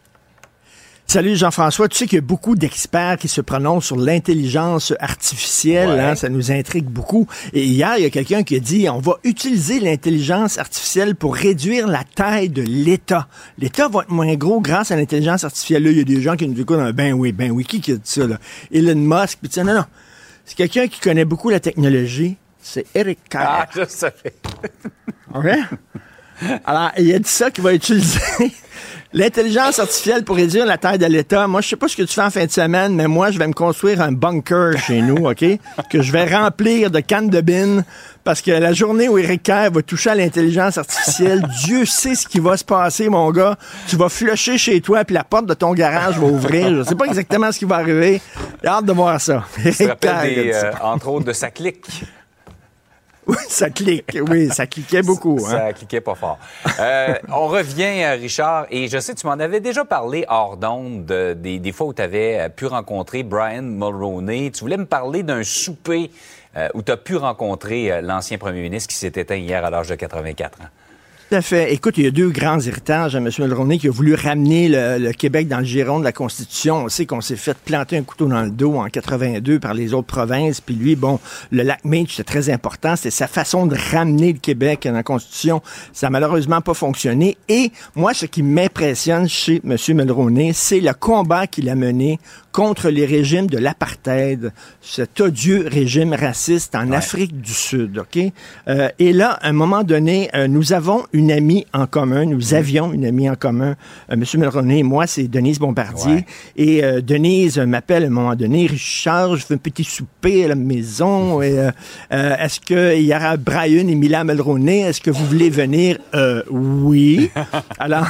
Salut Jean-François. Tu sais qu'il y a beaucoup d'experts qui se prononcent sur l'intelligence artificielle. Ouais. Hein, ça nous intrigue beaucoup. Et hier, il y a quelqu'un qui a dit on va utiliser l'intelligence artificielle pour réduire la taille de l'État. L'État va être moins gros grâce à l'intelligence artificielle. Là, il y a des gens qui nous écoutent. Ben oui, qui a dit ça? Là? Elon Musk. Puis non. C'est quelqu'un qui connaît beaucoup la technologie. C'est Eric Kerr. Ah, je savais. OK? Alors, il a dit ça qu'il va utiliser l'intelligence artificielle pour réduire la taille de l'État. Moi, je sais pas ce que tu fais en fin de semaine, mais moi, je vais me construire un bunker chez nous, OK? Que je vais remplir de cannes de bine parce que la journée où Eric Kerr va toucher à l'intelligence artificielle, Dieu sait ce qui va se passer, mon gars. Tu vas flusher chez toi puis la porte de ton garage va ouvrir. Je sais pas exactement ce qui va arriver. J'ai hâte de voir ça. Tu te rappelles entre autres de sa clique. Oui, ça clique. Oui, ça cliquait beaucoup. Ça cliquait pas fort. On revient, Richard, et je sais, tu m'en avais déjà parlé hors d'onde des fois où tu avais pu rencontrer Brian Mulroney. Tu voulais me parler d'un souper où tu as pu rencontrer l'ancien premier ministre qui s'est éteint hier à l'âge de 84 ans. Tout à fait. Écoute, il y a deux grands héritages à M. Mulroney qui a voulu ramener le Québec dans le giron de la Constitution. On sait qu'on s'est fait planter un couteau dans le dos en 82 par les autres provinces. Puis lui, le lac Meech, c'était très important. C'était sa façon de ramener le Québec dans la Constitution. Ça n'a malheureusement pas fonctionné. Et moi, ce qui m'impressionne chez M. Mulroney, c'est le combat qu'il a mené contre les régimes de l'apartheid, cet odieux régime raciste en Afrique du Sud, OK? Et là, à un moment donné, nous avons une amie en commun, nous avions une amie en commun, M. Mulroney et moi, c'est Denise Bombardier. Ouais. Et Denise m'appelle à un moment donné, Richard, je fais un petit souper à la maison, et est-ce qu'il y aura Brian et Mila Mulroney, est-ce que vous voulez venir? Oui. Alors,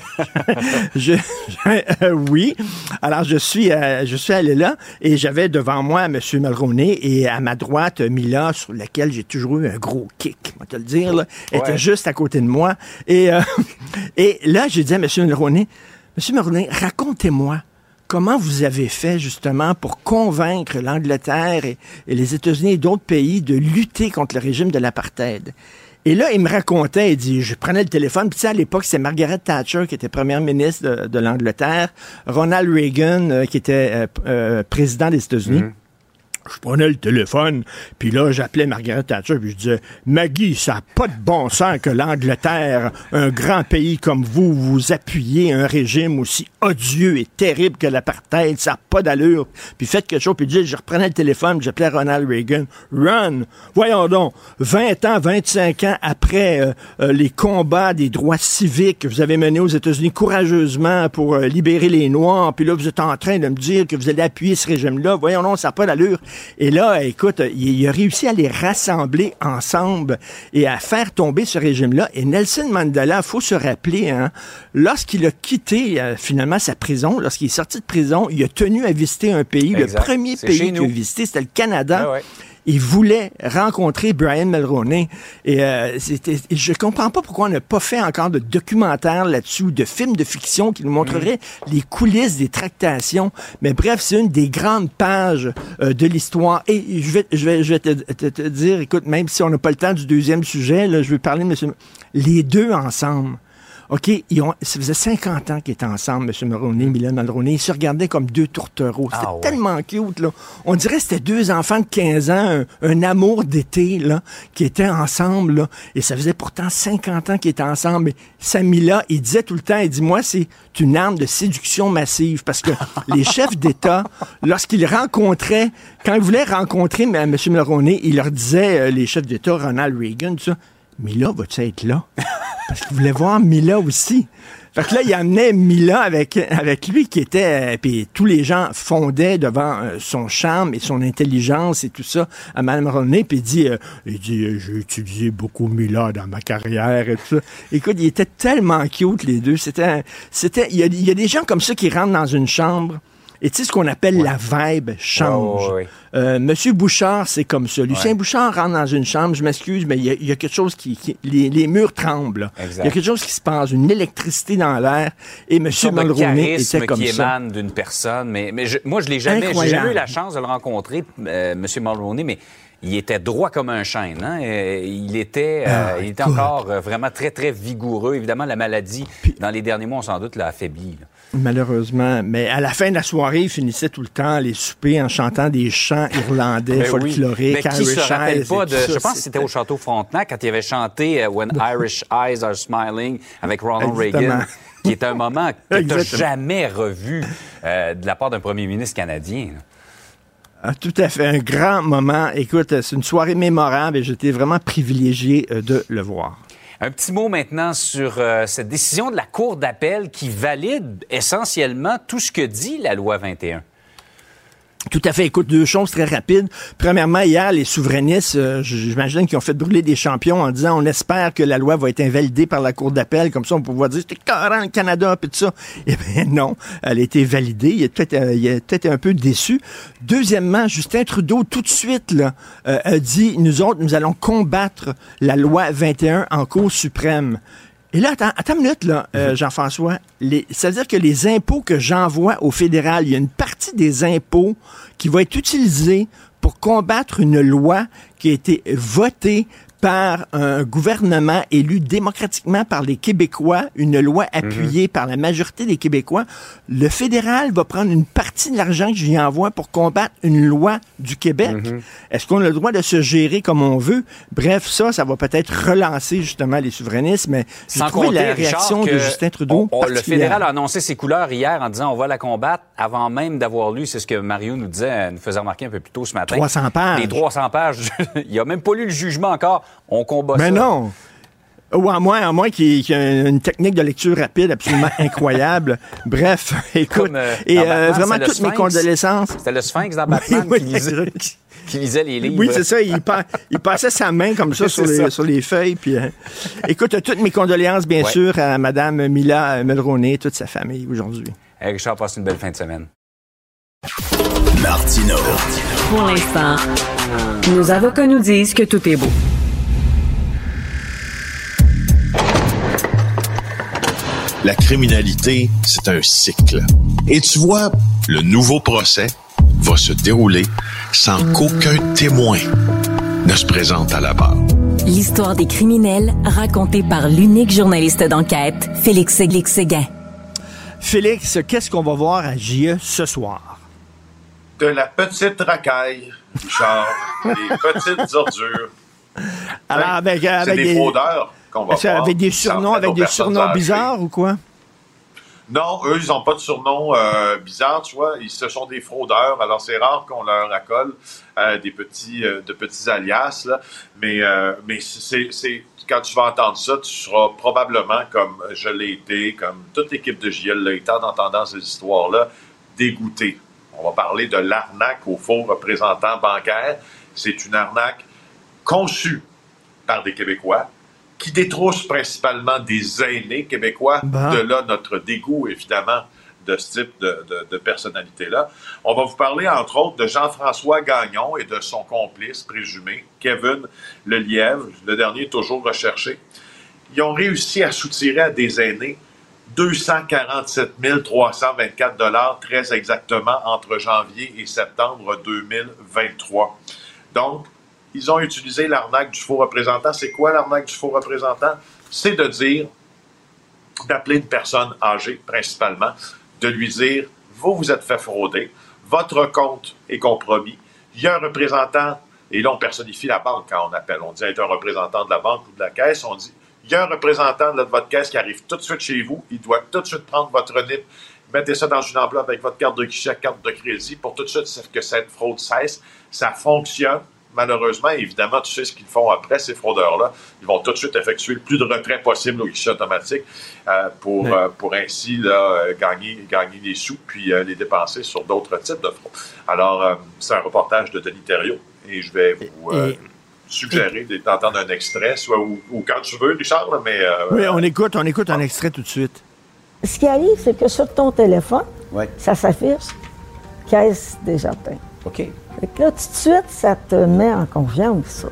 oui. Alors, je suis allé là et j'avais devant moi M. Mulroney et à ma droite, Mila, sur laquelle j'ai toujours eu un gros kick, on va te le dire, là, était juste à côté de moi. Et là, j'ai dit à M. Mulroney, M. Mulroney, racontez-moi comment vous avez fait justement pour convaincre l'Angleterre et les États-Unis et d'autres pays de lutter contre le régime de l'apartheid. Et là, il me racontait, il dit, je prenais le téléphone, puis tu sais, à l'époque, c'est Margaret Thatcher qui était première ministre de l'Angleterre, Ronald Reagan qui était président des États-Unis. Mm-hmm. Je prenais le téléphone, puis là, j'appelais Margaret Thatcher, puis je disais, Maggie, ça n'a pas de bon sens que l'Angleterre, un grand pays comme vous appuyez un régime aussi odieux et terrible que l'apartheid, ça n'a pas d'allure. Puis faites quelque chose, puis je reprenais le téléphone, puis j'appelais Ronald Reagan. Ron, voyons donc, 20 ans, 25 ans après les combats des droits civiques que vous avez menés aux États-Unis courageusement pour libérer les Noirs, puis là, vous êtes en train de me dire que vous allez appuyer ce régime-là. Voyons donc, ça n'a pas d'allure. Et là, écoute, il a réussi à les rassembler ensemble et à faire tomber ce régime-là. Et Nelson Mandela, il faut se rappeler, hein, lorsqu'il a quitté finalement sa prison, lorsqu'il est sorti de prison, il a tenu à visiter un pays. Exact. Le premier pays qu'il a visité, c'était le Canada. Ah ouais. Il voulait rencontrer Brian Mulroney. Et je comprends pas pourquoi on n'a pas fait encore de documentaire là-dessus ou de films de fiction qui nous montrerait les coulisses des tractations. Mais bref, c'est une des grandes pages de l'histoire. Et je vais te dire, écoute, même si on n'a pas le temps du deuxième sujet, là, je veux parler de monsieur... Les deux ensemble. OK, ça faisait 50 ans qu'ils étaient ensemble, M. Mulroney, Mylène Mulroney. Ils se regardaient comme deux tourtereaux. C'était tellement cute, là. On dirait que c'était deux enfants de 15 ans, un amour d'été, là, qui étaient ensemble, là. Et ça faisait pourtant 50 ans qu'ils étaient ensemble. Et Samila, il disait tout le temps, il dit, moi, c'est une arme de séduction massive. Parce que les chefs d'État, lorsqu'ils rencontraient, quand ils voulaient rencontrer M. Mulroney, ils leur disaient, les chefs d'État, Ronald Reagan, tout ça, Mila, vas-tu être là? Parce qu'il voulait voir Mila aussi. Fait que là, il amenait Mila avec lui qui était... puis tous les gens fondaient devant son charme et son intelligence et tout ça à Mme Mulroney. Puis il dit, j'ai utilisé beaucoup Mila dans ma carrière et tout ça. Écoute, ils étaient tellement cute, les deux. Il y a des gens comme ça qui rentrent dans une chambre. Et tu sais, ce qu'on appelle la vibe change. Monsieur Bouchard, c'est comme ça. Lucien Bouchard rentre dans une chambre, je m'excuse, mais il y a quelque chose les murs tremblent. Il y a quelque chose qui se passe, une électricité dans l'air. Et monsieur Mulroney était comme ça. Qui émane d'une personne. Mais moi, je l'ai jamais eu la chance de le rencontrer, monsieur Mulroney, mais il était droit comme un chêne. Hein? Il était encore vraiment très, très vigoureux. Évidemment, la maladie, dans les derniers mois, on sans doute l'a affaibli. Là. Malheureusement. Mais à la fin de la soirée, il finissait tout le temps les soupers en chantant des chants irlandais, folkloriques, Irish qui se rappelle pas de... Je pense que c'était au Château Frontenac quand il avait chanté « When Irish Eyes Are Smiling » avec Ronald Reagan, qui est un moment que tu n'as jamais revu de la part d'un premier ministre canadien. Ah, tout à fait. Un grand moment. Écoute, c'est une soirée mémorable et j'étais vraiment privilégié de le voir. Un petit mot maintenant sur cette décision de la Cour d'appel qui valide essentiellement tout ce que dit la loi 21. Tout à fait. Écoute, deux choses très rapides. Premièrement, hier, les souverainistes, j'imagine qu'ils ont fait brûler des champions en disant on espère que la loi va être invalidée par la Cour d'appel. Comme ça, on va pouvoir dire c'était carrément le Canada, puis tout ça. Eh bien, non. Elle a été validée. Il est peut-être un peu déçu. Deuxièmement, Justin Trudeau, tout de suite, là, a dit nous autres, nous allons combattre la loi 21 en Cour suprême. Et là, attends une minute, là, Jean-François. Ça veut dire que les impôts que j'envoie au fédéral, il y a une partie des impôts qui va être utilisée pour combattre une loi qui a été votée par un gouvernement élu démocratiquement par les Québécois, une loi appuyée par la majorité des Québécois. Le fédéral va prendre une partie de l'argent que je lui envoie pour combattre une loi du Québec. Est-ce qu'on a le droit de se gérer comme on veut? Bref, ça va peut-être relancer justement les souverainistes, mais j'ai trouvé la réaction de Justin Trudeau le fédéral a annoncé ses couleurs hier en disant on va la combattre avant même d'avoir lu, c'est ce que Mario nous disait, nous faisait remarquer un peu plus tôt ce matin. 300 pages. Les 300 pages. Il n'a même pas lu le jugement encore. On combat ça. Mais non! Ou à moins qu'il y ait une technique de lecture rapide absolument incroyable. Bref, écoute, vraiment toutes mes condoléances. C'était le Sphinx dans Batman qui lisait les livres. Oui, c'est ça. Il passait sa main comme ça sur les feuilles. Puis, écoute, toutes mes condoléances, bien sûr, à Mme Mila Mulroney et toute sa famille aujourd'hui. Hey, Richard, passe une belle fin de semaine. Martino. Pour l'instant, nos avocats nous disent que tout est beau. La criminalité, c'est un cycle. Et tu vois, le nouveau procès va se dérouler sans qu'aucun témoin ne se présente à la barre. L'histoire des criminels racontée par l'unique journaliste d'enquête, Félix Séguin. Félix, qu'est-ce qu'on va voir à JE ce soir? De la petite racaille, genre des petites ordures. Alors, c'est des fraudeurs qu'on va voir. Avec des surnoms, bizarres ou quoi? Non, eux, ils n'ont pas de surnom bizarre, tu vois. Ce sont des fraudeurs. Alors, c'est rare qu'on leur accole de petits alias, là. Mais c'est quand tu vas entendre ça, tu seras probablement, comme je l'ai été, comme toute l'équipe de JL l'a été en entendant ces histoires-là, dégoûté. On va parler de l'arnaque aux faux représentants bancaires. C'est une arnaque conçue par des Québécois qui détrousse principalement des aînés québécois. De là notre dégoût, évidemment, de ce type de personnalité-là. On va vous parler, entre autres, de Jean-François Gagnon et de son complice présumé, Kevin Lelièvre, le dernier toujours recherché. Ils ont réussi à soutirer à des aînés 247 324 $, très exactement, entre janvier et septembre 2023. Donc, ils ont utilisé l'arnaque du faux représentant. C'est quoi l'arnaque du faux représentant? C'est de dire, d'appeler une personne âgée principalement, de lui dire, vous êtes fait frauder, votre compte est compromis, il y a un représentant, et là on personnifie la banque quand on appelle, on dit être un représentant de la banque ou de la caisse, on dit, il y a un représentant de votre caisse qui arrive tout de suite chez vous, il doit tout de suite prendre votre NIP, mettez ça dans une enveloppe avec votre carte de guichet, carte de crédit, pour tout de suite que cette fraude cesse. Ça fonctionne. Malheureusement, évidemment, tu sais ce qu'ils font après, ces fraudeurs-là. Ils vont tout de suite effectuer le plus de retraits possible au guichet automatique pour ainsi là, gagner des sous puis les dépenser sur d'autres types de fraudes. Alors, c'est un reportage de Denis Thériault et je vais vous suggérer d'entendre un extrait, soit ou quand tu veux, Richard. Là, mais, oui, on écoute un extrait tout de suite. Ce qui arrive, c'est que sur ton téléphone, ça s'affiche Caisse Desjardins. OK. Fait que là, tout de suite, ça te met en confiance, ça.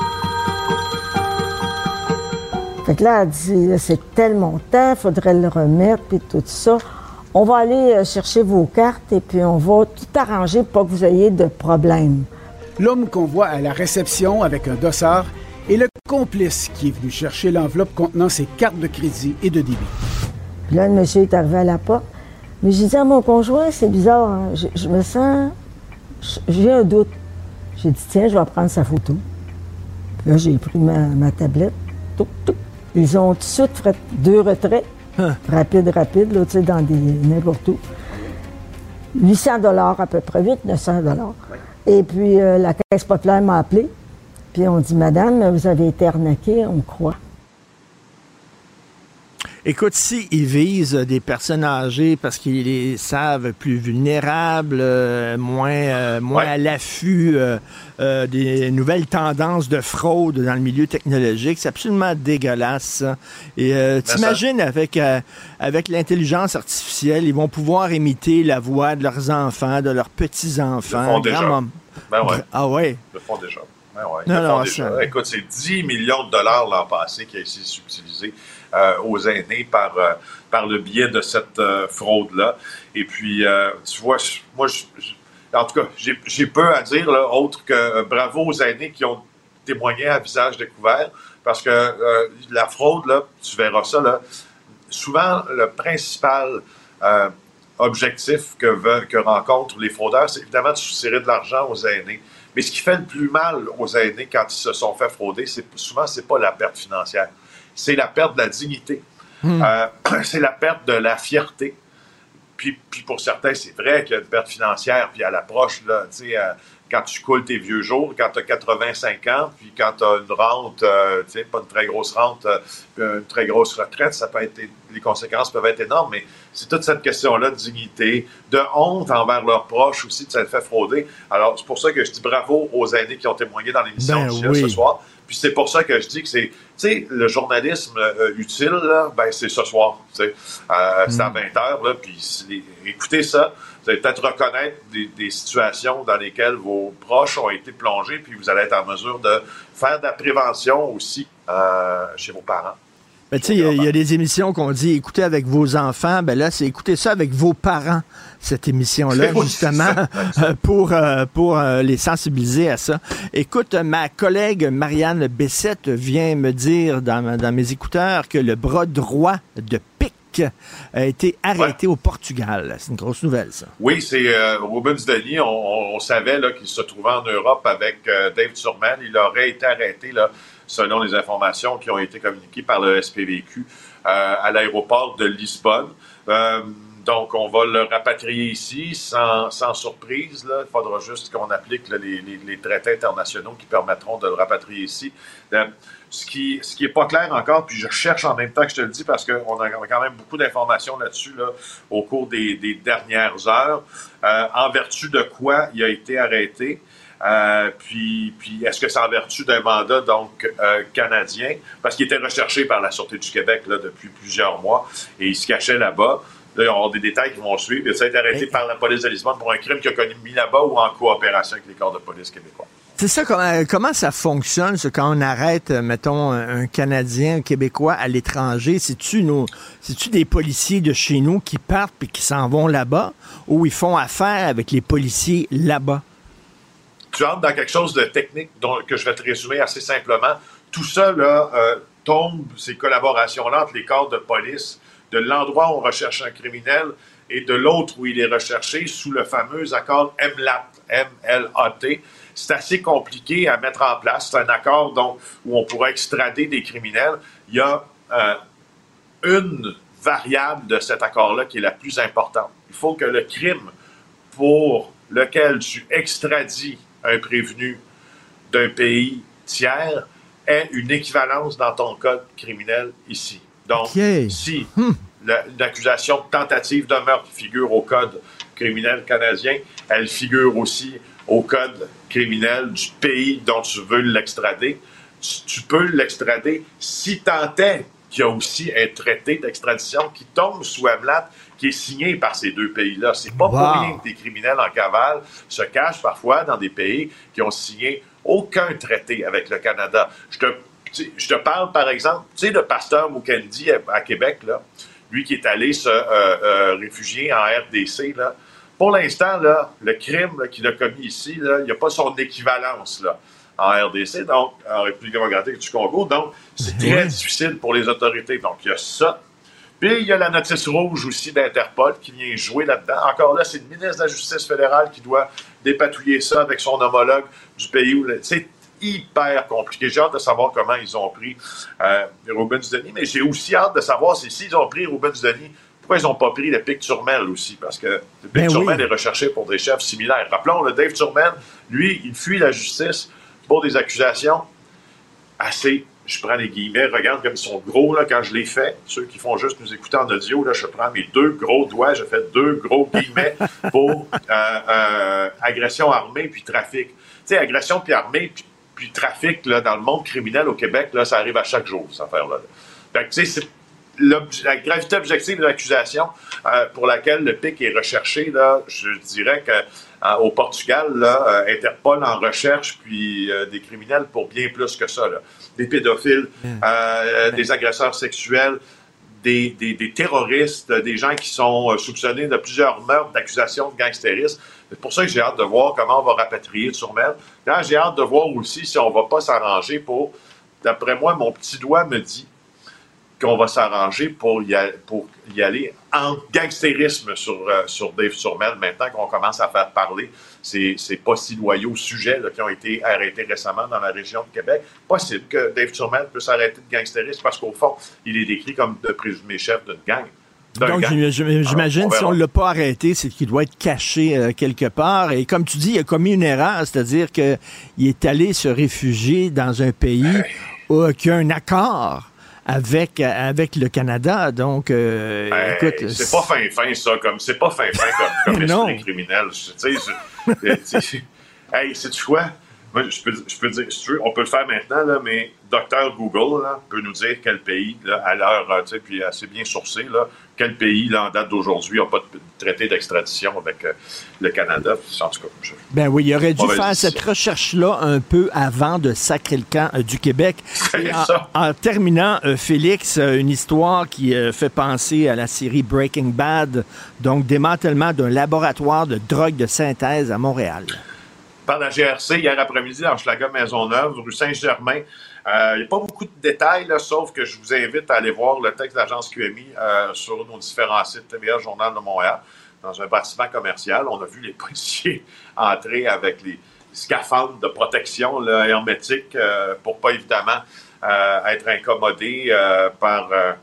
Fait que là, elle dit, c'est tel montant, il faudrait le remettre, puis tout ça. On va aller chercher vos cartes et puis on va tout arranger pour pas que vous ayez de problème. L'homme qu'on voit à la réception avec un dossard est le complice qui est venu chercher l'enveloppe contenant ses cartes de crédit et de débit. Puis là, le monsieur est arrivé à la porte. Mais j'ai dit à mon conjoint, c'est bizarre, hein? Je me sens... J'ai un doute. J'ai dit, tiens, je vais prendre sa photo. Puis là, j'ai pris ma tablette. Touc, touc. Ils ont tout de suite fait 2 retraits. Rapide, là, tu sais, dans n'importe où. 800 $ à peu près, 900 $. Et puis, la Caisse populaire m'a appelé. Puis on dit, madame, vous avez été arnaquée, on croit. Écoute, s'ils visent des personnes âgées parce qu'ils les savent plus vulnérables, moins à l'affût des nouvelles tendances de fraude dans le milieu technologique, c'est absolument dégueulasse, ça. Et t'imagines, avec l'intelligence artificielle, ils vont pouvoir imiter la voix de leurs enfants, de leurs petits-enfants. Ils le font déjà. Ben ouais. Ah ouais? Ils le font déjà. Ben ouais, non, déjà. Écoute, c'est 10 millions de $ l'an passé qui a été subtilisé aux aînés par le biais de cette fraude-là. Et puis, tu vois, moi, en tout cas, j'ai peu à dire, là, autre que bravo aux aînés qui ont témoigné à visage découvert, parce que la fraude, là, tu verras ça, là, souvent, le principal objectif que rencontrent les fraudeurs, c'est évidemment de soutirer de l'argent aux aînés. Mais ce qui fait le plus mal aux aînés quand ils se sont fait frauder, souvent, c'est pas la perte financière. C'est la perte de la dignité. C'est la perte de la fierté. Puis pour certains, c'est vrai qu'il y a une perte financière. Puis à l'approche, là, tu sais, quand tu coules tes vieux jours, quand tu as 85 ans, puis quand tu as une rente, tu sais, pas une très grosse rente, une très grosse retraite, ça peut être, les conséquences peuvent être énormes, mais c'est toute cette question-là de dignité, de honte envers leurs proches aussi, de s'être fait frauder. Alors, c'est pour ça que je dis bravo aux aînés qui ont témoigné dans l'émission ce soir. Puis c'est pour ça que je dis que c'est, tu sais, le journalisme utile, là, ben c'est ce soir, tu sais. C'est à 20h, là, puis écoutez ça. Vous allez peut-être reconnaître des situations dans lesquelles vos proches ont été plongés, puis vous allez être en mesure de faire de la prévention aussi chez vos parents. Ben, tu sais, il y a des émissions qu'on dit écoutez avec vos enfants. Ben là, c'est écoutez ça avec vos parents, cette émission-là, justement, pour les sensibiliser à ça. Écoute, ma collègue Marianne Bessette vient me dire dans mes écouteurs que le bras droit de Pic a été arrêté au Portugal. C'est une grosse nouvelle, ça. Oui, c'est Rubens Denis. On savait là, qu'il se trouvait en Europe avec Dave Turman. Il aurait été arrêté, là, selon les informations qui ont été communiquées par le SPVQ à l'aéroport de Lisbonne. Donc, on va le rapatrier ici sans surprise. Là. Il faudra juste qu'on applique là, les traités internationaux qui permettront de le rapatrier ici. Ce qui est pas clair encore, puis je cherche en même temps que je te le dis parce qu'on a quand même beaucoup d'informations là-dessus là, au cours des dernières heures. En vertu de quoi il a été arrêté? Puis est-ce que c'est en vertu d'un mandat donc canadien? Parce qu'il était recherché par la Sûreté du Québec là, depuis plusieurs mois et il se cachait là-bas. Là, il va y avoir des détails qui vont suivre. Ça a été arrêté par la police de Lisbonne pour un crime qu'il a commis là-bas ou en coopération avec les corps de police québécois. C'est ça, comment ça fonctionne, ça, quand on arrête, mettons, un Canadien, un Québécois à l'étranger? C'est-tu des policiers de chez nous qui partent et qui s'en vont là-bas ou ils font affaire avec les policiers là-bas? Tu entres dans quelque chose de technique que je vais te résumer assez simplement. Tout ça, là, tombe, ces collaborations-là entre les corps de police, de l'endroit où on recherche un criminel et de l'autre où il est recherché sous le fameux accord MLAT, M-L-A-T. C'est assez compliqué à mettre en place. C'est un accord donc, où on pourra extrader des criminels. Il y a une variable de cet accord-là qui est la plus importante. Il faut que le crime pour lequel tu extradis un prévenu d'un pays tiers ait une équivalence dans ton code criminel ici. Donc, si l'accusation de tentative de meurtre figure au code criminel canadien, elle figure aussi au code criminel du pays dont tu veux l'extrader. Tu peux l'extrader si tant est qu'il y a aussi un traité d'extradition qui tombe sous MLAT, qui est signé par ces deux pays-là. C'est pas pour rien que des criminels en cavale se cachent parfois dans des pays qui ont signé aucun traité avec le Canada. Je te parle, par exemple, tu sais, le pasteur Mukendi à Québec, là, lui qui est allé se réfugier en RDC, là. Pour l'instant, là, le crime là, qu'il a commis ici, là, il n'y a pas son équivalence là, en RDC, donc en République démocratique du Congo. Donc, c'est très difficile pour les autorités. Donc, il y a ça. Puis, il y a la notice rouge aussi d'Interpol qui vient jouer là-dedans. Encore là, c'est le ministre de la Justice fédérale qui doit dépatouiller ça avec son homologue du pays où... C'est hyper compliqué. J'ai hâte de savoir comment ils ont pris Rubens Denis, mais j'ai aussi hâte de savoir s'ils ont pris Rubens Denis, pourquoi ils n'ont pas pris le Pic Turmel aussi? Parce que le Pic Turmel est recherché pour des chefs similaires. Rappelons, le Dave Turmel, lui, il fuit la justice pour des accusations assez, je prends les guillemets, regarde comme ils sont gros là, quand je les fais. Ceux qui font juste nous écouter en audio, là, je prends mes deux gros doigts, je fais deux gros guillemets pour agression armée puis trafic. Tu sais, agression puis armée puis trafic là, dans le monde criminel au Québec, là, ça arrive à chaque jour, cette affaire-là. Fait que, tu sais, c'est la gravité objective de l'accusation pour laquelle le PIC est recherché, là, je dirais qu'au Portugal, là, Interpol en recherche puis des criminels pour bien plus que ça. Là. Des pédophiles, des agresseurs sexuels, des terroristes, des gens qui sont soupçonnés de plusieurs meurtres, d'accusations de gangstérisme. C'est pour ça que j'ai hâte de voir comment on va rapatrier Turmel. Là, j'ai hâte de voir aussi si on ne va pas s'arranger pour... D'après moi, mon petit doigt me dit qu'on va s'arranger pour y aller en gangstérisme sur Dave Turmel maintenant qu'on commence à faire parler ces pas si loyaux sujets là, qui ont été arrêtés récemment dans la région de Québec. Possible que Dave Turmel puisse arrêter de gangstérisme parce qu'au fond, il est décrit comme le présumé chef d'une gang. Donc, j'imagine, si on ne l'a pas arrêté, c'est qu'il doit être caché quelque part. Et comme tu dis, il a commis une erreur, c'est-à-dire qu'il est allé se réfugier dans un pays qui a un accord avec le Canada. Donc, écoute... C'est pas fin, ça. C'est pas fin comme esprit criminel. Tu sais, hey, sais-tu quoi? Moi, je peux dire, si tu veux, on peut le faire maintenant, là, mais Dr Google là, peut nous dire quel pays, là, à l'heure, tu sais, puis assez bien sourcé, là, quel pays, là, en date d'aujourd'hui, n'a pas de traité d'extradition avec le Canada. En tout cas, ben oui, il aurait dû faire cette recherche-là un peu avant de sacrer le camp du Québec. Et en terminant, Félix, une histoire qui fait penser à la série Breaking Bad, donc démantèlement d'un laboratoire de drogue de synthèse à Montréal. Par la GRC, hier après-midi, dans Hochelaga Maisonneuve, rue Saint-Germain. Il n'y a pas beaucoup de détails, là, sauf que je vous invite à aller voir le texte de l'agence QMI sur nos différents sites, TVA, Journal de Montréal, dans un bâtiment commercial. On a vu les policiers entrer avec les scaphandres de protection là, hermétiques pour pas évidemment être incommodés par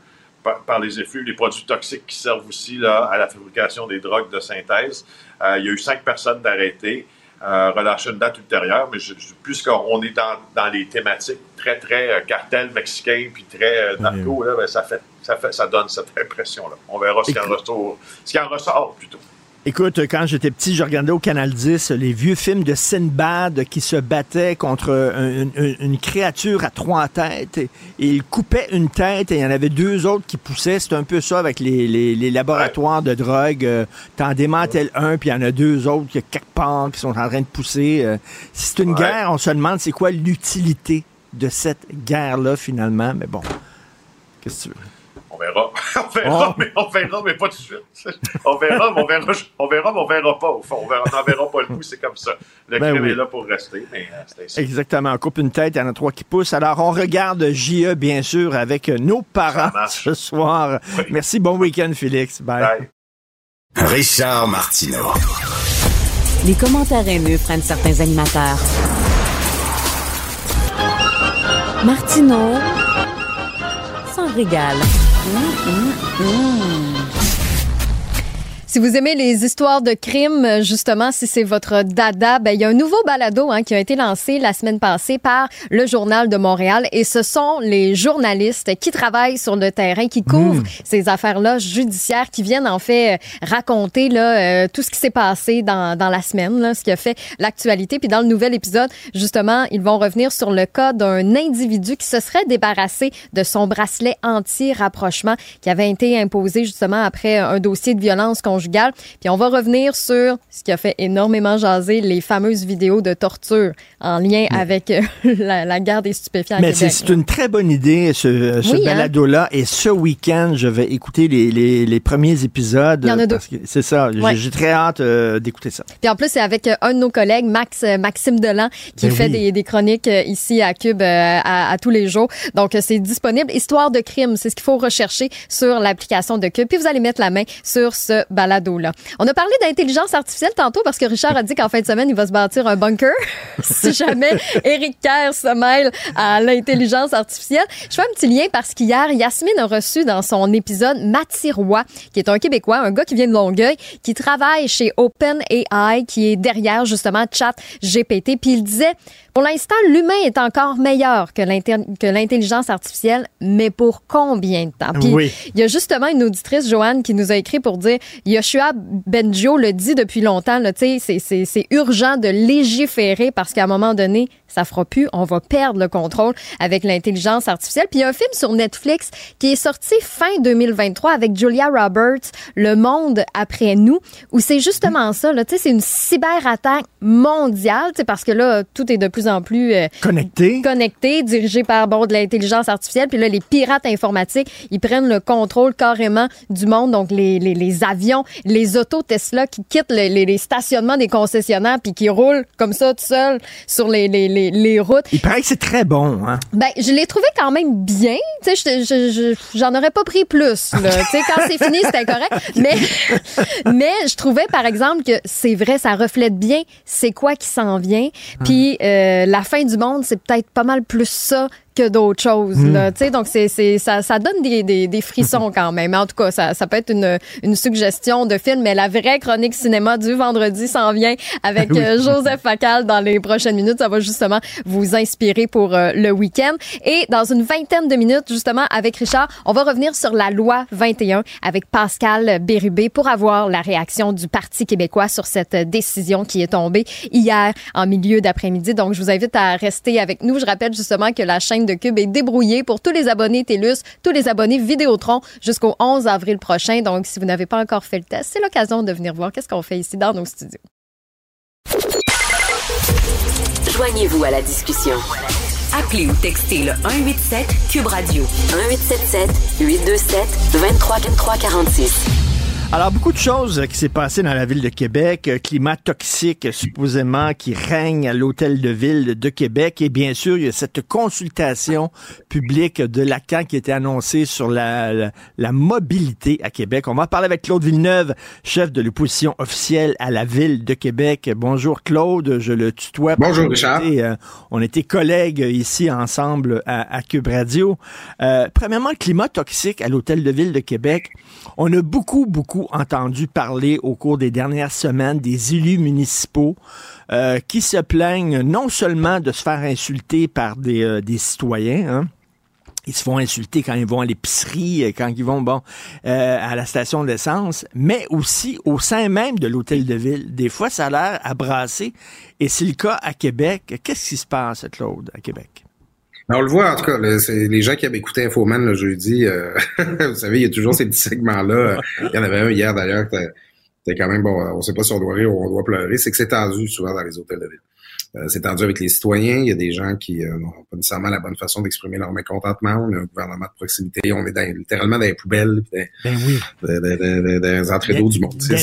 par les effluves, les produits toxiques qui servent aussi là, à la fabrication des drogues de synthèse. Il y a eu 5 personnes d'arrêtées. Relâcher une date ultérieure, mais puisqu'on est dans les thématiques très, très cartel mexicain puis très narco, là, ben, ça donne cette impression-là. On verra ce qui en ressort plutôt. Écoute, quand j'étais petit, je regardais au Canal 10 les vieux films de Sinbad qui se battaient contre une créature à 3 têtes et il coupait une tête et il y en avait 2 autres qui poussaient. C'est un peu ça avec les laboratoires de drogue. T'en démantèles un, puis il y en a 2 autres qui, quelque part, qui sont en train de pousser. Si c'est une guerre, on se demande c'est quoi l'utilité de cette guerre-là, finalement. Mais bon, qu'est-ce que tu veux? On verra, mais pas tout de suite. On verra, mais on verra pas, au fond. On n'en verra pas le bout, c'est comme ça. Le crime est là pour rester, mais c'est ainsi. Exactement. On coupe une tête, il y en a 3 qui poussent. Alors, on regarde J.E., bien sûr, avec nos parents ce soir. Oui. Merci, bon week-end, Félix. Bye. Richard Martineau. Les commentaires haineux prennent certains animateurs. Martineau s'en régale. Si vous aimez les histoires de crimes, justement, si c'est votre dada, ben il y a un nouveau balado qui a été lancé la semaine passée par le Journal de Montréal et ce sont les journalistes qui travaillent sur le terrain, qui couvrent ces affaires-là judiciaires, qui viennent en fait raconter là tout ce qui s'est passé dans la semaine, là, ce qui a fait l'actualité. Puis dans le nouvel épisode, justement, ils vont revenir sur le cas d'un individu qui se serait débarrassé de son bracelet anti-rapprochement qui avait été imposé justement après un dossier de violence conjugale. Puis on va revenir sur ce qui a fait énormément jaser, les fameuses vidéos de torture en lien avec la guerre des stupéfiants à Québec. Mais c'est une très bonne idée, ce balado-là. Et ce week-end, je vais écouter les premiers épisodes. Il y en a 2. C'est ça. Ouais. J'ai très hâte d'écouter ça. Puis en plus, c'est avec un de nos collègues, Maxime Delan, qui fait des chroniques ici à Cube à tous les jours. Donc, c'est disponible. Histoire de crime, c'est ce qu'il faut rechercher sur l'application de Cube. Puis vous allez mettre la main sur ce balado-là. On a parlé d'intelligence artificielle tantôt parce que Richard a dit qu'en fin de semaine, il va se bâtir un bunker si jamais Éric Kerr se mêle à l'intelligence artificielle. Je fais un petit lien parce qu'hier, Yasmine a reçu dans son épisode Mathieu Roy, qui est un Québécois, un gars qui vient de Longueuil, qui travaille chez OpenAI, qui est derrière justement ChatGPT. Puis il disait, pour l'instant, l'humain est encore meilleur que l'intelligence artificielle, mais pour combien de temps? Puis il y a justement une auditrice, Joanne, qui nous a écrit pour dire, Yoshua Bengio le dit depuis longtemps, là, c'est urgent de légiférer parce qu'à un moment donné, ça fera plus, on va perdre le contrôle avec l'intelligence artificielle. Puis il y a un film sur Netflix qui est sorti fin 2023 avec Julia Roberts, Le monde après nous, où c'est justement ça, là, c'est une cyberattaque mondiale, parce que là, tout est de plus en plus connecté, dirigé par de l'intelligence artificielle. Puis là, les pirates informatiques, ils prennent le contrôle carrément du monde. Donc, les avions, les autos Tesla qui quittent les stationnements des concessionnaires puis qui roulent comme ça tout seul sur les routes. Il paraît que c'est très bon, hein? Ben, je l'ai trouvé quand même bien. Tu sais, j'en aurais pas pris plus, là. Tu sais, quand c'est fini, c'était correct. Mais je trouvais, par exemple, que c'est vrai, ça reflète bien c'est quoi qui s'en vient. Puis, la fin du monde, c'est peut-être pas mal plus ça que d'autres choses, là. Tu sais, donc ça donne des frissons quand même. En tout cas, ça peut être une suggestion de film, mais la vraie chronique cinéma du vendredi s'en vient avec Joseph Facal dans les prochaines minutes. Ça va justement vous inspirer pour le week-end. Et dans une vingtaine de minutes, justement, avec Richard, on va revenir sur la loi 21 avec Pascal Bérubé pour avoir la réaction du Parti québécois sur cette décision qui est tombée hier en milieu d'après-midi. Donc, je vous invite à rester avec nous. Je rappelle justement que la chaîne de Cube est débrouillée pour tous les abonnés TELUS, tous les abonnés Vidéotron jusqu'au 11 avril prochain. Donc, si vous n'avez pas encore fait le test, c'est l'occasion de venir voir qu'est-ce qu'on fait ici dans nos studios. Joignez-vous à la discussion. Appelez ou textez le 187 Cube Radio. 1877 827 2346. Alors, beaucoup de choses qui s'est passé dans la ville de Québec. Climat toxique, supposément, qui règne à l'hôtel de ville de Québec. Et bien sûr, il y a cette consultation publique de la CAQ qui a été annoncée sur la mobilité à Québec. On va parler avec Claude Villeneuve, chef de l'opposition officielle à la ville de Québec. Bonjour Claude, je le tutoie. Bonjour Richard. On était collègues ici ensemble à Cube Radio. Premièrement, le climat toxique à l'hôtel de ville de Québec. On a beaucoup entendu parler au cours des dernières semaines des élus municipaux qui se plaignent non seulement de se faire insulter par des citoyens, hein. Ils se font insulter quand ils vont à l'épicerie, quand ils vont à la station d'essence, mais aussi au sein même de l'hôtel de ville. Des fois, ça a l'air à brasser, et c'est le cas à Québec. Qu'est-ce qui se passe, Claude, à Québec? On le voit, en tout cas, c'est les gens qui avaient écouté Infoman le jeudi, vous savez, il y a toujours ces petits segments-là. Il y en avait un hier, d'ailleurs, c'était quand même, bon, on sait pas si on doit rire ou on doit pleurer, c'est que c'est tendu souvent dans les hôtels de ville. C'est tendu avec les citoyens, il y a des gens qui n'ont pas nécessairement la bonne façon d'exprimer leur mécontentement. On a un gouvernement de proximité, on est littéralement dans les poubelles, dans les entrées d'eau du monde. Les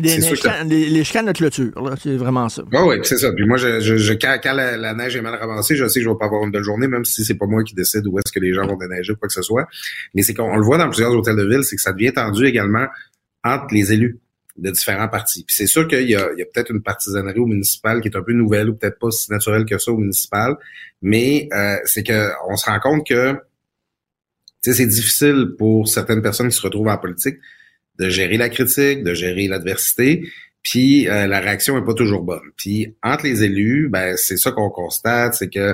chicanes de clôture, là, c'est vraiment ça. Oui, c'est ça. Puis moi, quand la neige est mal ramassée, je sais que je vais pas avoir une belle journée, même si c'est pas moi qui décide où est-ce que les gens vont déneiger ou quoi que ce soit. Mais c'est qu'on le voit dans plusieurs hôtels de ville, c'est que ça devient tendu également entre les élus de différents partis. Puis c'est sûr qu'il y a peut-être une partisanerie au municipal qui est un peu nouvelle ou peut-être pas si naturelle que ça au municipal, mais c'est que on se rend compte que c'est difficile pour certaines personnes qui se retrouvent en politique de gérer la critique, de gérer l'adversité, puis la réaction est pas toujours bonne. Puis entre les élus, c'est ça qu'on constate, c'est que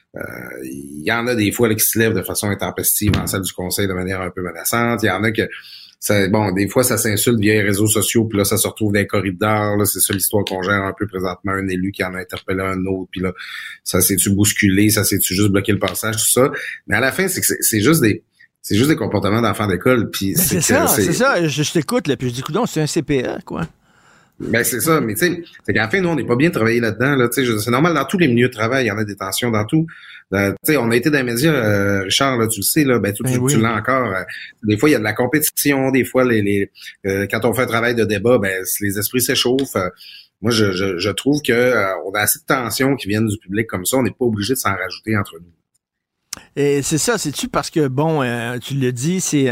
il y en a des fois là, qui se lèvent de façon intempestive en salle du conseil de manière un peu menaçante, il y en a que des fois, ça s'insulte via les réseaux sociaux, puis là, ça se retrouve dans les corridors. Là, c'est ça l'histoire qu'on gère un peu présentement. Un élu qui en a interpellé un autre, puis là, ça s'est-tu bousculé, ça s'est-tu juste bloqué le passage, tout ça. Mais à la fin, c'est juste des comportements d'enfants d'école. Puis c'est ça. Je t'écoute, là, puis je dis, coudonc, c'est un CPE, quoi. C'est ça, mais tu sais, c'est qu'à la fin, nous, on n'est pas bien travaillé là-dedans, là, tu sais, c'est normal dans tous les milieux de travail, il y en a des tensions dans tout. Tu sais, on a été dans les médias, Richard, là, tu le sais, là, tu l'as encore. Des fois, il y a de la compétition, des fois, quand on fait un travail de débat, les esprits s'échauffent. Moi, je trouve que on a assez de tensions qui viennent du public comme ça, on n'est pas obligé de s'en rajouter entre nous. Et c'est ça, c'est-tu parce que, tu le dis, c'est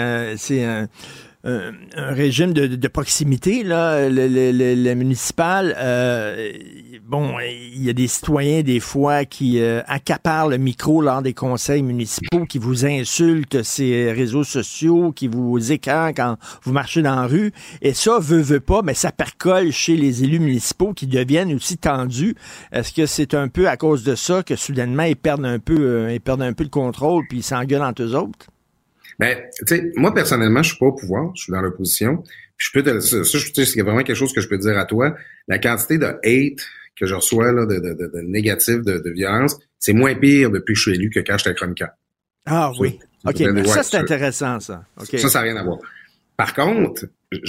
un régime de proximité, là, le municipal. Il y a des citoyens, des fois, qui accaparent le micro lors des conseils municipaux, qui vous insultent ces réseaux sociaux, qui vous écœurent quand vous marchez dans la rue. Et ça, veut pas, mais ça percole chez les élus municipaux qui deviennent aussi tendus. Est-ce que c'est un peu à cause de ça que, soudainement, ils perdent un peu le contrôle puis ils s'engueulent entre eux autres? Tu sais, moi, personnellement, je suis pas au pouvoir, je suis dans l'opposition. Puis c'est vraiment quelque chose que je peux te dire à toi. La quantité de hate que je reçois, là, de négatif, de violence, c'est moins pire depuis que je suis élu que quand j'étais chroniqueur. Ah oui. OK, mais ça, c'est intéressant, ça. Okay. Ça n'a rien à voir. Par contre,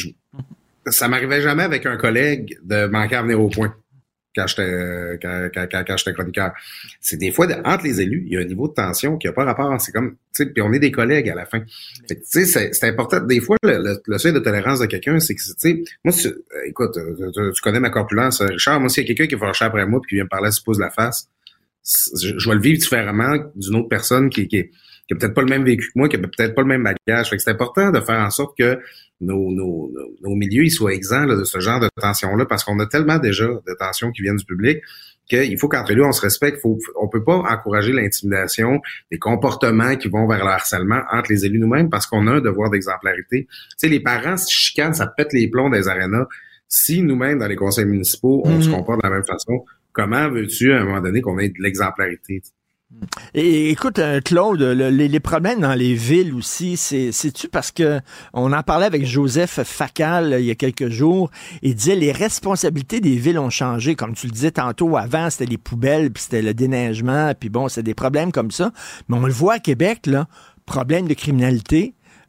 ça m'arrivait jamais avec un collègue de manquer à venir au point. Quand j'étais chroniqueur. C'est des fois, entre les élus, il y a un niveau de tension qui n'a pas rapport. C'est comme, tu sais, puis on est des collègues à la fin. Fait que, tu sais, c'est important. Des fois, le seuil de tolérance de quelqu'un, c'est que, tu sais, moi, écoute, tu connais ma corpulence, Richard. Moi, s'il y a quelqu'un qui va fâcher après moi puis qui vient me parler à 6 pouces de la face, je vais le vivre différemment d'une autre personne qui a peut-être pas le même vécu que moi, qui a peut-être pas le même bagage. Fait que c'est important de faire en sorte que nos milieux ils soient exempts là, de ce genre de tension-là, parce qu'on a tellement déjà de tensions qui viennent du public qu'il faut qu'entre nous, on se respecte. On peut pas encourager l'intimidation, les comportements qui vont vers le harcèlement entre les élus nous-mêmes, parce qu'on a un devoir d'exemplarité. Tu sais, les parents, si chicanent, ça pète les plombs des arénas. Si nous-mêmes, dans les conseils municipaux, on se comporte de la même façon, comment veux-tu, à un moment donné, qu'on ait de l'exemplarité? Et écoute, Claude, les problèmes dans les villes aussi, c'est-tu parce que on en parlait avec Joseph Facal il y a quelques jours, il disait les responsabilités des villes ont changé, comme tu le disais tantôt, avant c'était les poubelles, puis c'était le déneigement, puis bon, c'est des problèmes comme ça, mais on le voit à Québec, là, problème de criminalité,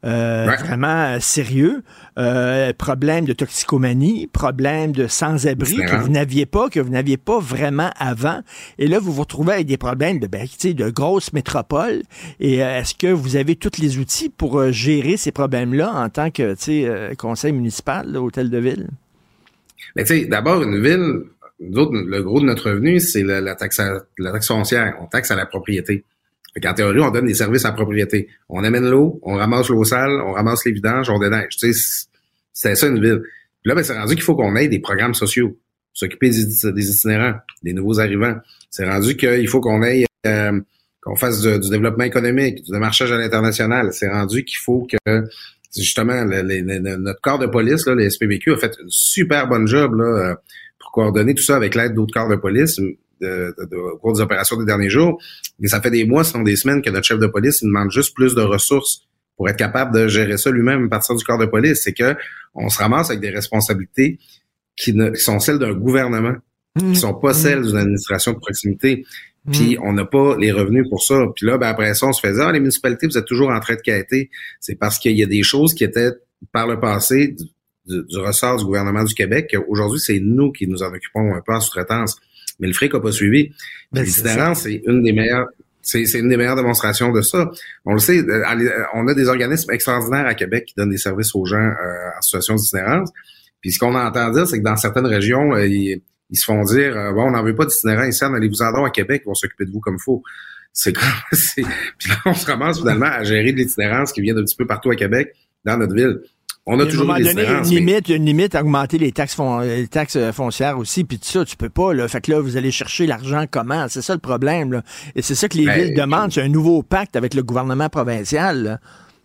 vraiment sérieux, problème de toxicomanie, problème de sans-abri que vous n'aviez pas vraiment avant. Et là, vous vous retrouvez avec des problèmes de grosses métropoles. Et est-ce que vous avez tous les outils pour gérer ces problèmes-là en tant que conseil municipal, là, hôtel de ville? Mais tu sais, d'abord, une ville, nous autres, le gros de notre revenu, c'est la taxe foncière. On taxe à la propriété. Fait qu'en théorie, on donne des services à la propriété. On amène l'eau, on ramasse l'eau sale, on ramasse les vidanges, on déneige. Tu sais, c'est ça une ville. Puis là, c'est rendu qu'il faut qu'on ait des programmes sociaux, s'occuper des itinérants, des nouveaux arrivants. C'est rendu qu'il faut qu'on ait qu'on fasse du développement économique, du démarchage à l'international. C'est rendu qu'il faut que justement notre corps de police, là, le SPVQ, a fait une super bonne job là, pour coordonner tout ça avec l'aide d'autres corps de police au cours des opérations des derniers jours. Et ça fait des mois, sinon des semaines, que notre chef de police il demande juste plus de ressources pour être capable de gérer ça lui-même à partir du corps de police. C'est que on se ramasse avec des responsabilités qui sont celles d'un gouvernement, qui sont pas celles d'une administration de proximité. Puis on n'a pas les revenus pour ça. Puis là, après ça, on se faisait les municipalités, vous êtes toujours en train de quêter. C'est parce qu'il y a des choses qui étaient par le passé du ressort du gouvernement du Québec. Aujourd'hui, c'est nous qui nous en occupons un peu en sous-traitance. Mais le fric n'a pas suivi. L'itinérance, c'est une des meilleures. C'est une des meilleures démonstrations de ça. On le sait, on a des organismes extraordinaires à Québec qui donnent des services aux gens en situation d'itinérance. Puis ce qu'on entend dire, c'est que dans certaines régions, ils se font dire bon, on n'en veut pas d'itinérants ici, allez-vous-en donc à Québec, ils vont s'occuper de vous comme il faut. Puis là, on se ramasse finalement à gérer de l'itinérance qui vient d'un petit peu partout à Québec, dans notre ville. On a toujours des itinérance. Une limite à augmenter les taxes foncières aussi, puis tout ça, tu peux pas, là. Fait que là, vous allez chercher l'argent comment? C'est ça le problème, là. Et c'est ça que les villes demandent, c'est un nouveau pacte avec le gouvernement provincial, là.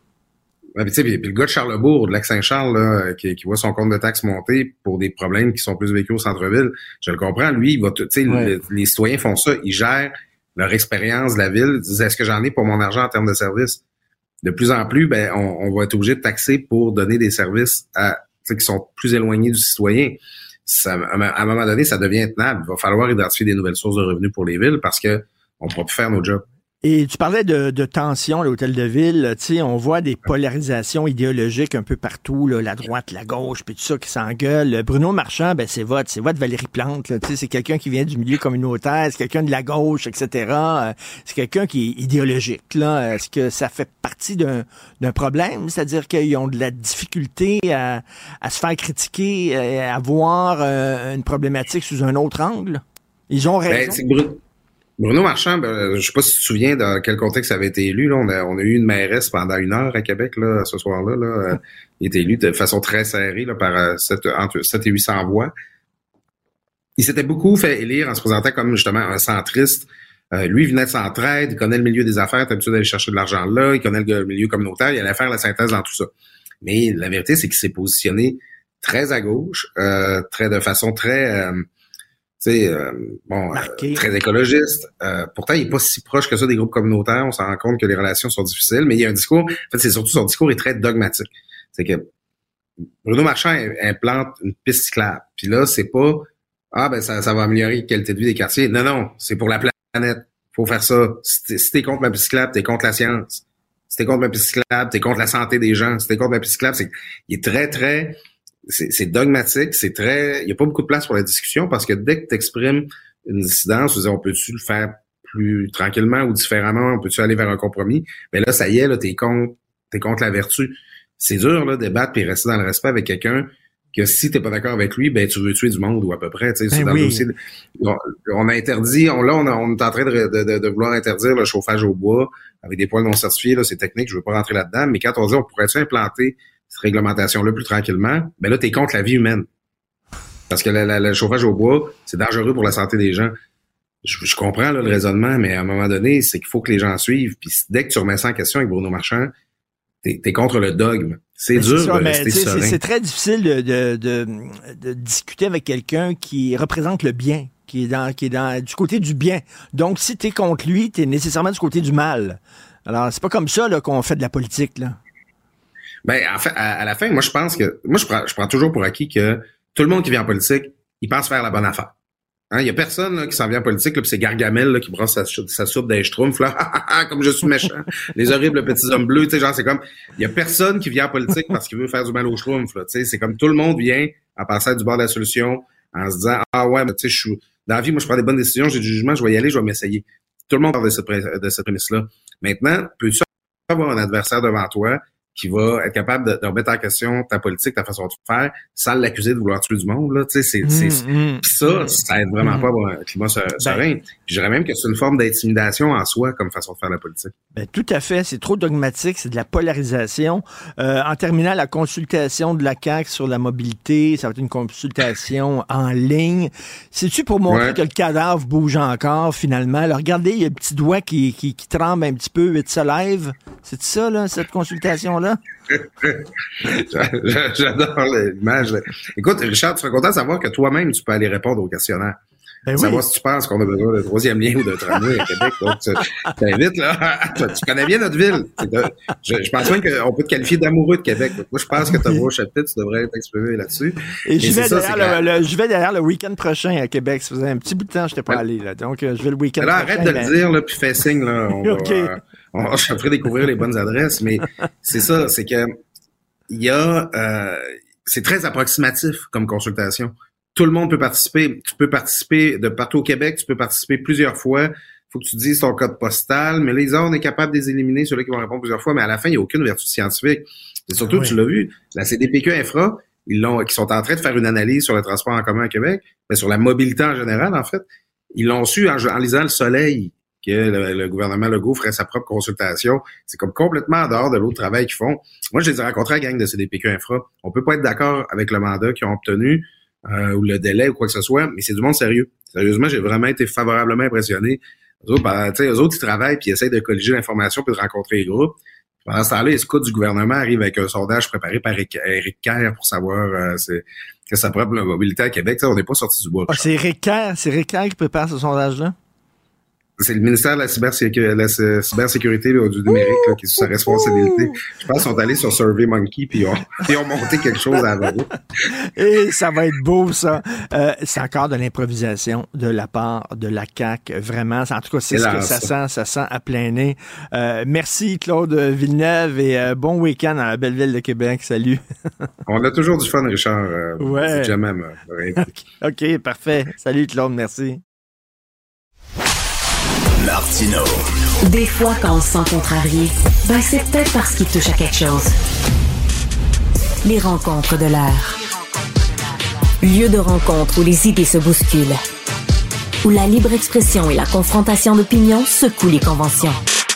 Puis le gars de Charlebourg, de Lac-Saint-Charles, là, qui voit son compte de taxes monter pour des problèmes qui sont plus vécus au centre-ville, je le comprends, lui, il va les citoyens font ça, ils gèrent leur expérience de la ville, ils disent est-ce que j'en ai pour mon argent en termes de services? De plus en plus, on va être obligé de taxer pour donner des services qui sont plus éloignés du citoyen. Ça, à un moment donné, ça devient intenable. Il va falloir identifier des nouvelles sources de revenus pour les villes parce que on ne pourra plus faire nos jobs. Et tu parlais de tension à l'hôtel de ville. On voit des polarisations idéologiques un peu partout, là, la droite, la gauche, puis tout ça qui s'engueule. Bruno Marchand, c'est votre Valérie Plante. Là, c'est quelqu'un qui vient du milieu communautaire, c'est quelqu'un de la gauche, etc. C'est quelqu'un qui est idéologique. Là. Est-ce que ça fait partie d'un problème? C'est-à-dire qu'ils ont de la difficulté à se faire critiquer, à voir une problématique sous un autre angle? Ils ont raison. Bruno Marchand, je sais pas si tu te souviens dans quel contexte ça avait été élu. Là, on a eu une mairesse pendant 1 heure à Québec là, ce soir-là. Là, il a été élu de façon très serrée là, par entre 7 et 800 voix. Il s'était beaucoup fait élire en se présentant comme justement un centriste. Lui, il venait de Centraide, il connaît le milieu des affaires, il est habitué d'aller chercher de l'argent là, il connaît le milieu communautaire, il allait faire la synthèse dans tout ça. Mais la vérité, c'est qu'il s'est positionné très à gauche, de façon très... très écologiste. Pourtant, il est pas si proche que ça des groupes communautaires. On s'en rend compte que les relations sont difficiles, mais il y a un discours. En fait, c'est surtout son discours est très dogmatique. C'est que Bruno Marchand implante une piste cyclable. Puis là, c'est pas ça va améliorer la qualité de vie des quartiers. Non, c'est pour la planète. Faut faire ça. Si t'es contre la piste cyclable, t'es contre la science. Si t'es contre la piste cyclable, t'es contre la santé des gens. Si t'es contre la piste cyclable, il est très, très c'est dogmatique, il y a pas beaucoup de place pour la discussion parce que dès que tu exprimes une dissidence, on peut-tu le faire plus tranquillement ou différemment, on peut-tu aller vers un compromis? Mais là, ça y est, là, t'es contre la vertu. C'est dur, là, débattre puis rester dans le respect avec quelqu'un que si t'es pas d'accord avec lui, tu veux tuer du monde ou à peu près, tu sais. Dans le dossier, on a interdit, on est en train de vouloir interdire le chauffage au bois avec des poêles non certifiés, là, c'est technique, je veux pas rentrer là-dedans, mais quand on dit on pourrait-tu implanter cette réglementation-là plus tranquillement, là, t'es contre la vie humaine. Parce que le chauffage au bois, c'est dangereux pour la santé des gens. Je comprends là, le raisonnement, mais à un moment donné, c'est qu'il faut que les gens suivent. Puis dès que tu remets ça en question avec Bruno Marchand, t'es contre le dogme. C'est dur de rester serein. C'est très difficile de discuter avec quelqu'un qui représente le bien, qui est du côté du bien. Donc, si t'es contre lui, t'es nécessairement du côté du mal. Alors, c'est pas comme ça là, qu'on fait de la politique, là. En fait, à la fin, moi, je pense que, je prends toujours pour acquis que tout le monde qui vient en politique, il pense faire la bonne affaire. Il y a personne là, qui s'en vient en politique, là, puis c'est Gargamel là, qui brosse sa soupe d'un schtroumpf, là, comme je suis méchant. Les horribles petits hommes bleus, tu sais, genre, c'est comme, il y a personne qui vient en politique parce qu'il veut faire du mal au schtroumpf, là, tu sais, c'est comme tout le monde vient en passant du bord de la solution, en se disant, ah ouais, mais tu sais, je suis, dans la vie, moi, je prends des bonnes décisions, j'ai du jugement, je vais y aller, je vais m'essayer. Tout le monde parle de cette prémisse-là. Maintenant, peux-tu avoir un adversaire devant toi qui va être capable de remettre en question ta politique, ta façon de faire, sans l'accuser de vouloir tuer du monde, là, tu sais, Pis ça aide vraiment pas à avoir un climat serein. Puis je dirais même que c'est une forme d'intimidation en soi comme façon de faire la politique. Ben, tout à fait, c'est trop dogmatique, c'est de la polarisation. En terminant, la consultation de la CAQ sur la mobilité, ça va être une consultation en ligne. C'est-tu pour montrer que le cadavre bouge encore, finalement? Alors, regardez, il y a le petit doigt qui tremble un petit peu, it's alive. C'est ça, là, cette consultation-là? J'adore l'image. Écoute, Richard, tu serais content de savoir que toi-même, tu peux aller répondre au questionnaire. Ben savoir si tu penses qu'on a besoin d'un troisième lien ou d'un tramway à Québec. Donc, tu t'invites, là. Tu connais bien notre ville. Je pense même qu'on peut te qualifier d'amoureux de Québec. Donc, moi, je pense que ta voix au chapitre, tu devrais t'exprimer là-dessus. Et je vais d'ailleurs le week-end prochain à Québec. Ça faisait un petit bout de temps que je n'étais pas allé, là. Donc, je vais le week-end prochain. Arrête de le dire, là, puis fais signe, là. Je te ferai découvrir les bonnes adresses, mais c'est ça, c'est que il y a c'est très approximatif comme consultation. Tout le monde peut participer. Tu peux participer de partout au Québec, tu peux participer plusieurs fois. Faut que tu dises ton code postal, mais les autres, on est capable de les éliminer, ceux-là qui vont répondre plusieurs fois, mais à la fin, il n'y a aucune vertu scientifique. Et surtout, tu l'as vu, la CDPQ Infra, qui sont en train de faire une analyse sur le transport en commun à Québec, mais sur la mobilité en général, en fait. Ils l'ont su en lisant Le Soleil, que le gouvernement Legault ferait sa propre consultation. C'est comme complètement en dehors de l'autre travail qu'ils font. Moi, je les ai rencontrés à la gang de CDPQ Infra. On peut pas être d'accord avec le mandat qu'ils ont obtenu ou le délai ou quoi que ce soit, mais c'est du monde sérieux. Sérieusement, j'ai vraiment été favorablement impressionné. Eux autres, ils travaillent puis ils essayent de colliger l'information puis de rencontrer les groupes. Pendant ce temps-là, les scouts du gouvernement arrivent avec un sondage préparé par Éric Kerr pour savoir que sa propre mobilité à Québec. On n'est pas sorti du bois. C'est Éric Kerr qui prépare ce sondage-là? C'est le ministère de la cybersécurité et du numérique là, qui est sous sa responsabilité. Je pense qu'ils sont allés sur SurveyMonkey puis ils ont monté quelque chose à la Et ça va être beau, ça. C'est encore de l'improvisation de la part de la CAQ. Vraiment, en tout cas, c'est ce que ça sent à plein nez. Merci, Claude Villeneuve, et bon week-end à la belle ville de Québec. Salut. On a toujours du fun, Richard. Ouais. Jamais. OK, parfait. Salut, Claude. Merci. Martino. Des fois, quand on se sent contrarié, c'est peut-être parce qu'il touche à quelque chose. Les rencontres de l'air. Lieu de rencontre où les idées se bousculent. Où la libre expression et la confrontation d'opinions secouent les conventions.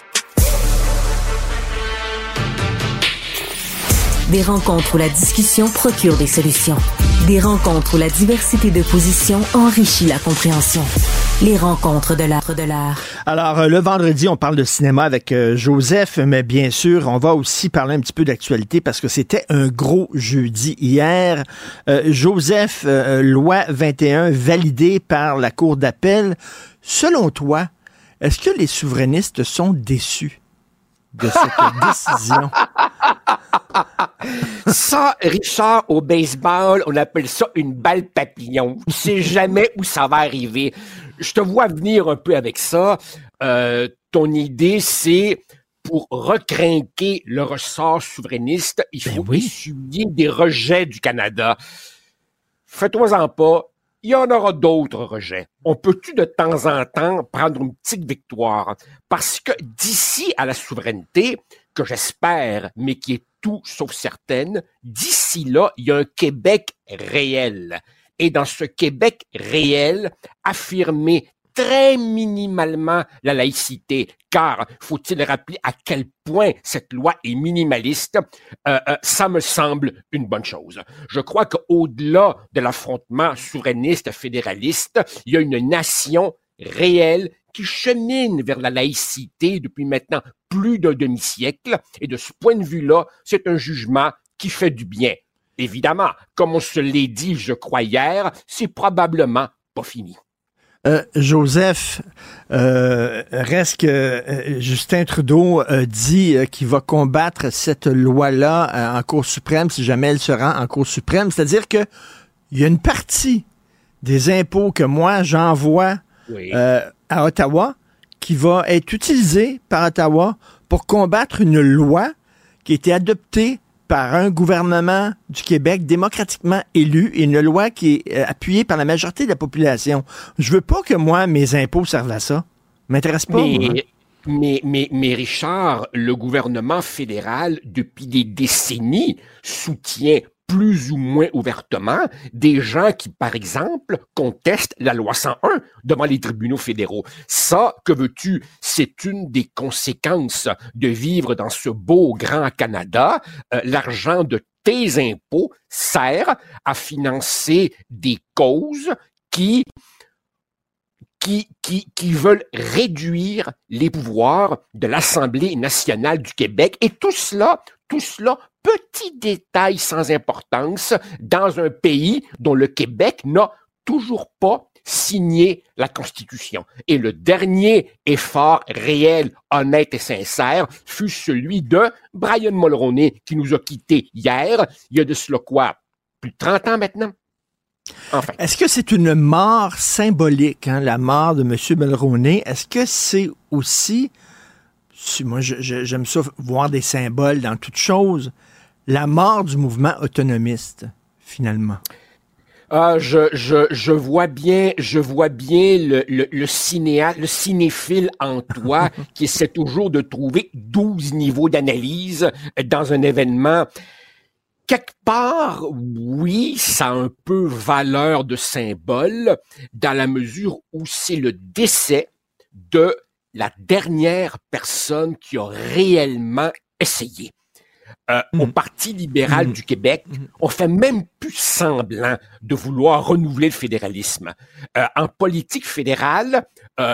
Des rencontres où la discussion procure des solutions. Des rencontres où la diversité de positions enrichit la compréhension. Les rencontres de l'art. Alors, le vendredi, on parle de cinéma avec Joseph, mais bien sûr, on va aussi parler un petit peu d'actualité parce que c'était un gros jeudi hier. Joseph, loi 21 validée par la Cour d'appel. Selon toi, est-ce que les souverainistes sont déçus de cette décision? Ça, Richard, au baseball, on appelle ça une balle papillon. Tu sais jamais où ça va arriver. Je te vois venir un peu avec ça. Ton idée, c'est pour recrinquer le ressort souverainiste, il faut essuyer des rejets du Canada. Fais-toi-en pas, il y en aura d'autres rejets. On peut-tu de temps en temps prendre une petite victoire? Parce que d'ici à la souveraineté, que j'espère, mais qui est tout sauf certaine, d'ici là, il y a un Québec réel. Et dans ce Québec réel, affirmer très minimalement la laïcité, car faut-il rappeler à quel point cette loi est minimaliste, ça me semble une bonne chose. Je crois qu'au-delà de l'affrontement souverainiste fédéraliste, il y a une nation réelle qui chemine vers la laïcité depuis maintenant plus d'un demi-siècle, et de ce point de vue-là, c'est un jugement qui fait du bien. Évidemment, comme on se l'est dit, je crois hier, c'est probablement pas fini. Joseph, reste que Justin Trudeau dit qu'il va combattre cette loi-là en Cour suprême si jamais elle se rend en Cour suprême. C'est-à-dire que il y a une partie des impôts que moi, j'envoie à Ottawa, qui va être utilisé par Ottawa pour combattre une loi qui a été adoptée par un gouvernement du Québec démocratiquement élu et une loi qui est appuyée par la majorité de la population. Je veux pas que, moi, mes impôts servent à ça. M'intéresse pas. Mais Richard, le gouvernement fédéral, depuis des décennies, soutient plus ou moins ouvertement des gens qui, par exemple, contestent la loi 101 devant les tribunaux fédéraux. Ça, que veux-tu, c'est une des conséquences de vivre dans ce beau grand Canada. L'argent de tes impôts sert à financer des causes qui veulent réduire les pouvoirs de l'Assemblée nationale du Québec. Et tout cela, petit détail sans importance, dans un pays dont le Québec n'a toujours pas signé la Constitution. Et le dernier effort réel, honnête et sincère fut celui de Brian Mulroney, qui nous a quittés hier. Il y a de cela quoi? Plus de 30 ans maintenant? Enfin. Est-ce que c'est une mort symbolique, la mort de M. Mulroney? Est-ce que c'est aussi, moi j'aime ça voir des symboles dans toute chose, la mort du mouvement autonomiste, finalement? Je vois bien le cinéphile en toi qui essaie toujours de trouver 12 niveaux d'analyse dans un événement. Quelque part, oui, ça a un peu valeur de symbole dans la mesure où c'est le décès de la dernière personne qui a réellement essayé. Au Parti libéral du Québec, on fait même plus semblant de vouloir renouveler le fédéralisme. En politique fédérale,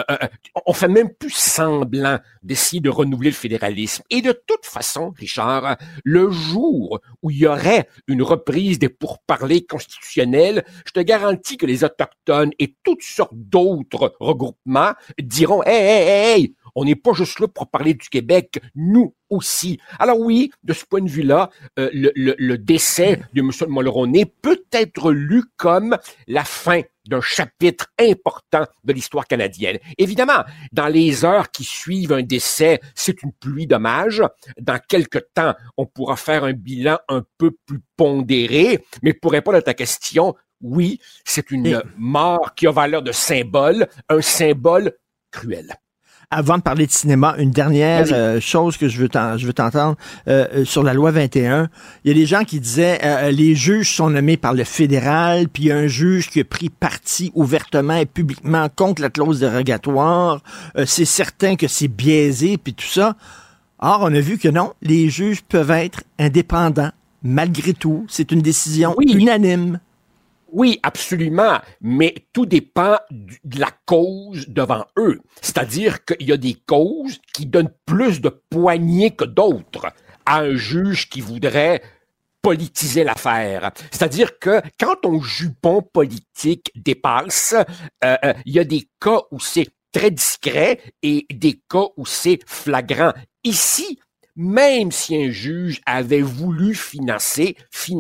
on fait même plus semblant d'essayer de renouveler le fédéralisme. Et de toute façon, Richard, le jour où il y aurait une reprise des pourparlers constitutionnels, je te garantis que les Autochtones et toutes sortes d'autres regroupements diront « Hey, on n'est pas juste là pour parler du Québec, nous aussi. » Alors oui, de ce point de vue-là, le décès de M. Mulroney peut être lu comme la fin d'un chapitre important de l'histoire canadienne. Évidemment, dans les heures qui suivent un décès, c'est une pluie d'hommages. Dans quelque temps, on pourra faire un bilan un peu plus pondéré, mais pour répondre à ta question, oui, c'est une mort qui a valeur de symbole, un symbole cruel. Avant de parler de cinéma, une dernière chose que je veux t'entendre sur la loi 21. Il y a des gens qui disaient les juges sont nommés par le fédéral, puis il y a un juge qui a pris parti ouvertement et publiquement contre la clause dérogatoire. C'est certain que c'est biaisé, puis tout ça. Or, on a vu que non, les juges peuvent être indépendants, malgré tout. C'est une décision unanime. Oui, absolument, mais tout dépend de la cause devant eux. C'est-à-dire qu'il y a des causes qui donnent plus de poignées que d'autres à un juge qui voudrait politiser l'affaire. C'est-à-dire que quand ton jupon politique dépasse, il y a des cas où c'est très discret et des cas où c'est flagrant. Ici, même si un juge avait voulu financer,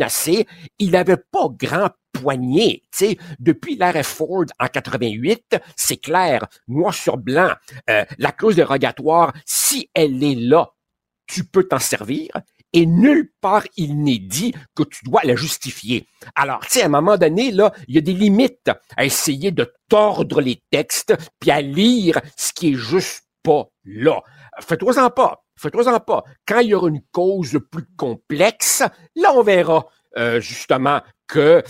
il n'avait pas grand poignée. Tu sais, depuis l'arrêt Ford en 88, c'est clair, noir sur blanc, la clause dérogatoire, si elle est là, tu peux t'en servir. Et nulle part il n'est dit que tu dois la justifier. Alors, tu sais, à un moment donné, là, il y a des limites à essayer de tordre les textes puis à lire ce qui est juste pas là. Fais-toi-en pas. Quand il y aura une cause plus complexe, là, on verra justement que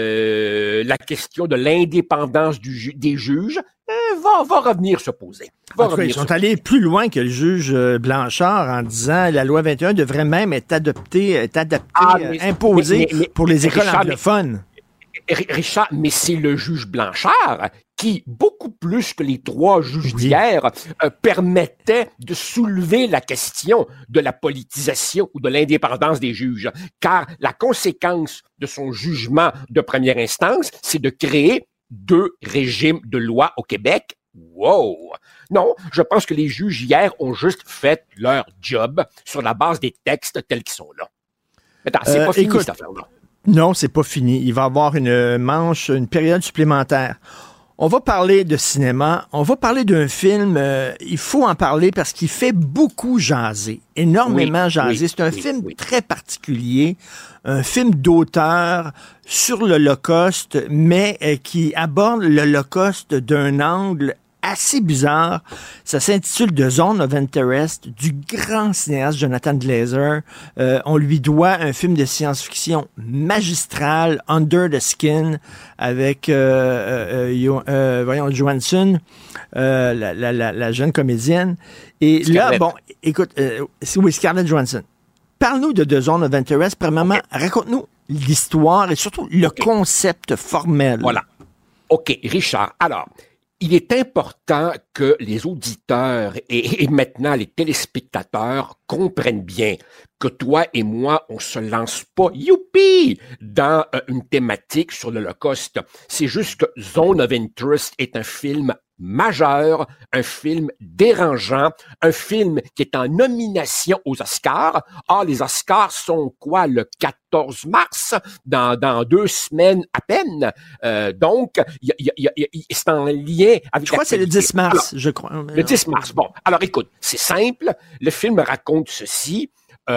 la question de l'indépendance des juges va revenir se poser. Ils sont allés plus loin que le juge Blanchard en disant la loi 21 devrait même être adoptée, imposée pour les écoles anglophones. Richard, mais c'est le juge Blanchard qui, beaucoup plus que les 3 juges d'hier, permettait de soulever la question de la politisation ou de l'indépendance des juges. Car la conséquence de son jugement de première instance, c'est de créer 2 régimes de loi au Québec. Wow! Non, je pense que les juges hier ont juste fait leur job sur la base des textes tels qu'ils sont là. Attends, c'est pas fini cette affaire-là. Non, c'est pas fini. Il va y avoir une période supplémentaire. On va parler de cinéma, on va parler d'un film, il faut en parler parce qu'il fait beaucoup jaser, énormément jaser. C'est un film très particulier, un film d'auteur sur l'Holocauste, mais qui aborde l'Holocauste d'un angle assez bizarre. Ça s'intitule The Zone of Interest du grand cinéaste Jonathan Glazer. On lui doit un film de science-fiction magistral, Under the Skin, avec Johansson, la jeune comédienne. Et Scarlett. Là, bon, écoute, oui, Scarlett Johansson. Parle-nous de The Zone of Interest. Premièrement, raconte-nous l'histoire et surtout le concept formel. Voilà. OK, Richard. Alors, il est important que les auditeurs et maintenant les téléspectateurs comprennent bien que toi et moi, on se lance pas, youpi, dans une thématique sur l'Holocauste. C'est juste que Zone of Interest est un film majeur, un film dérangeant, un film qui est en nomination aux Oscars. Ah, les Oscars sont quoi, le 14 mars, dans 2 semaines à peine. Donc, c'est en lien avec... Je crois que c'est le 10 mars, alors, je crois. Le 10 mars, bon. Alors, écoute, c'est simple. Le film raconte ceci.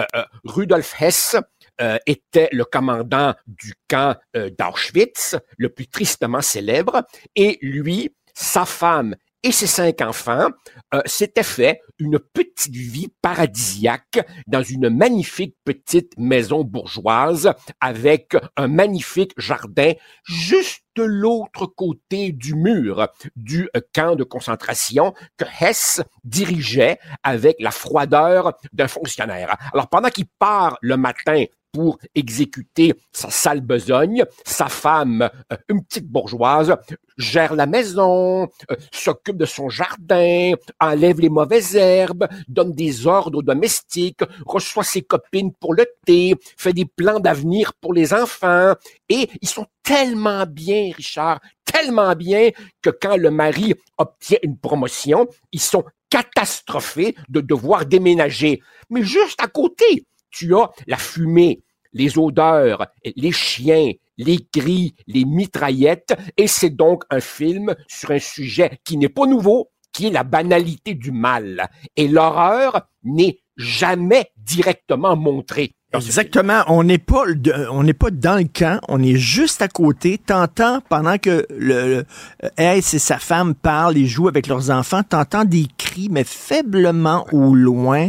Rudolf Hess était le commandant du camp d'Auschwitz, le plus tristement célèbre, et lui, sa femme et ses 5 enfants s'étaient fait une petite vie paradisiaque dans une magnifique petite maison bourgeoise avec un magnifique jardin juste de l'autre côté du mur du camp de concentration que Hess dirigeait avec la froideur d'un fonctionnaire. Alors pendant qu'il part le matin pour exécuter sa sale besogne, sa femme, une petite bourgeoise, gère la maison, s'occupe de son jardin, enlève les mauvaises herbes, donne des ordres aux domestiques, reçoit ses copines pour le thé, fait des plans d'avenir pour les enfants. Et ils sont tellement bien, Richard, tellement bien que quand le mari obtient une promotion, ils sont catastrophés de devoir déménager. Mais juste à côté, tu as la fumée, les odeurs, les chiens, les cris, les mitraillettes, et c'est donc un film sur un sujet qui n'est pas nouveau, qui est la banalité du mal. Et l'horreur n'est jamais directement montrée. Exactement. On n'est pas dans le camp, on est juste à côté. T'entends pendant que Hess et sa femme parlent et jouent avec leurs enfants, t'entends des cris, mais faiblement au loin.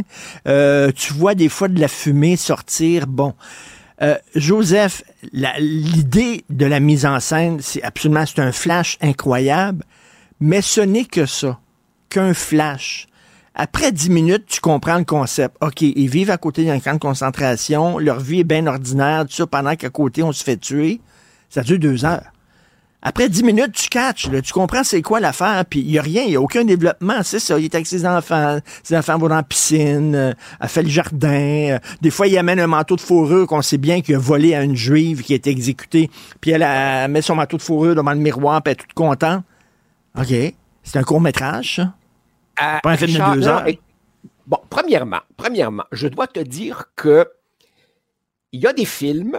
Tu vois des fois de la fumée sortir. Bon. Joseph, l'idée de la mise en scène, c'est un flash incroyable, mais ce n'est que ça, qu'un flash. Après 10 minutes, tu comprends le concept. OK, ils vivent à côté d'un camp de concentration, leur vie est bien ordinaire, tout ça, pendant qu'à côté, on se fait tuer. Ça dure 2 heures. Après 10 minutes, tu catches, là, tu comprends c'est quoi l'affaire, puis il n'y a rien, il n'y a aucun développement, c'est ça. Il est avec ses enfants vont dans la piscine, elle fait le jardin, des fois il amène un manteau de fourrure qu'on sait bien qu'il a volé à une juive qui a été exécutée, puis elle met son manteau de fourrure devant le miroir, puis elle est toute contente. OK, c'est un court-métrage, ça? Pas un film de 2 heures. Bon, premièrement, je dois te dire que il y a des films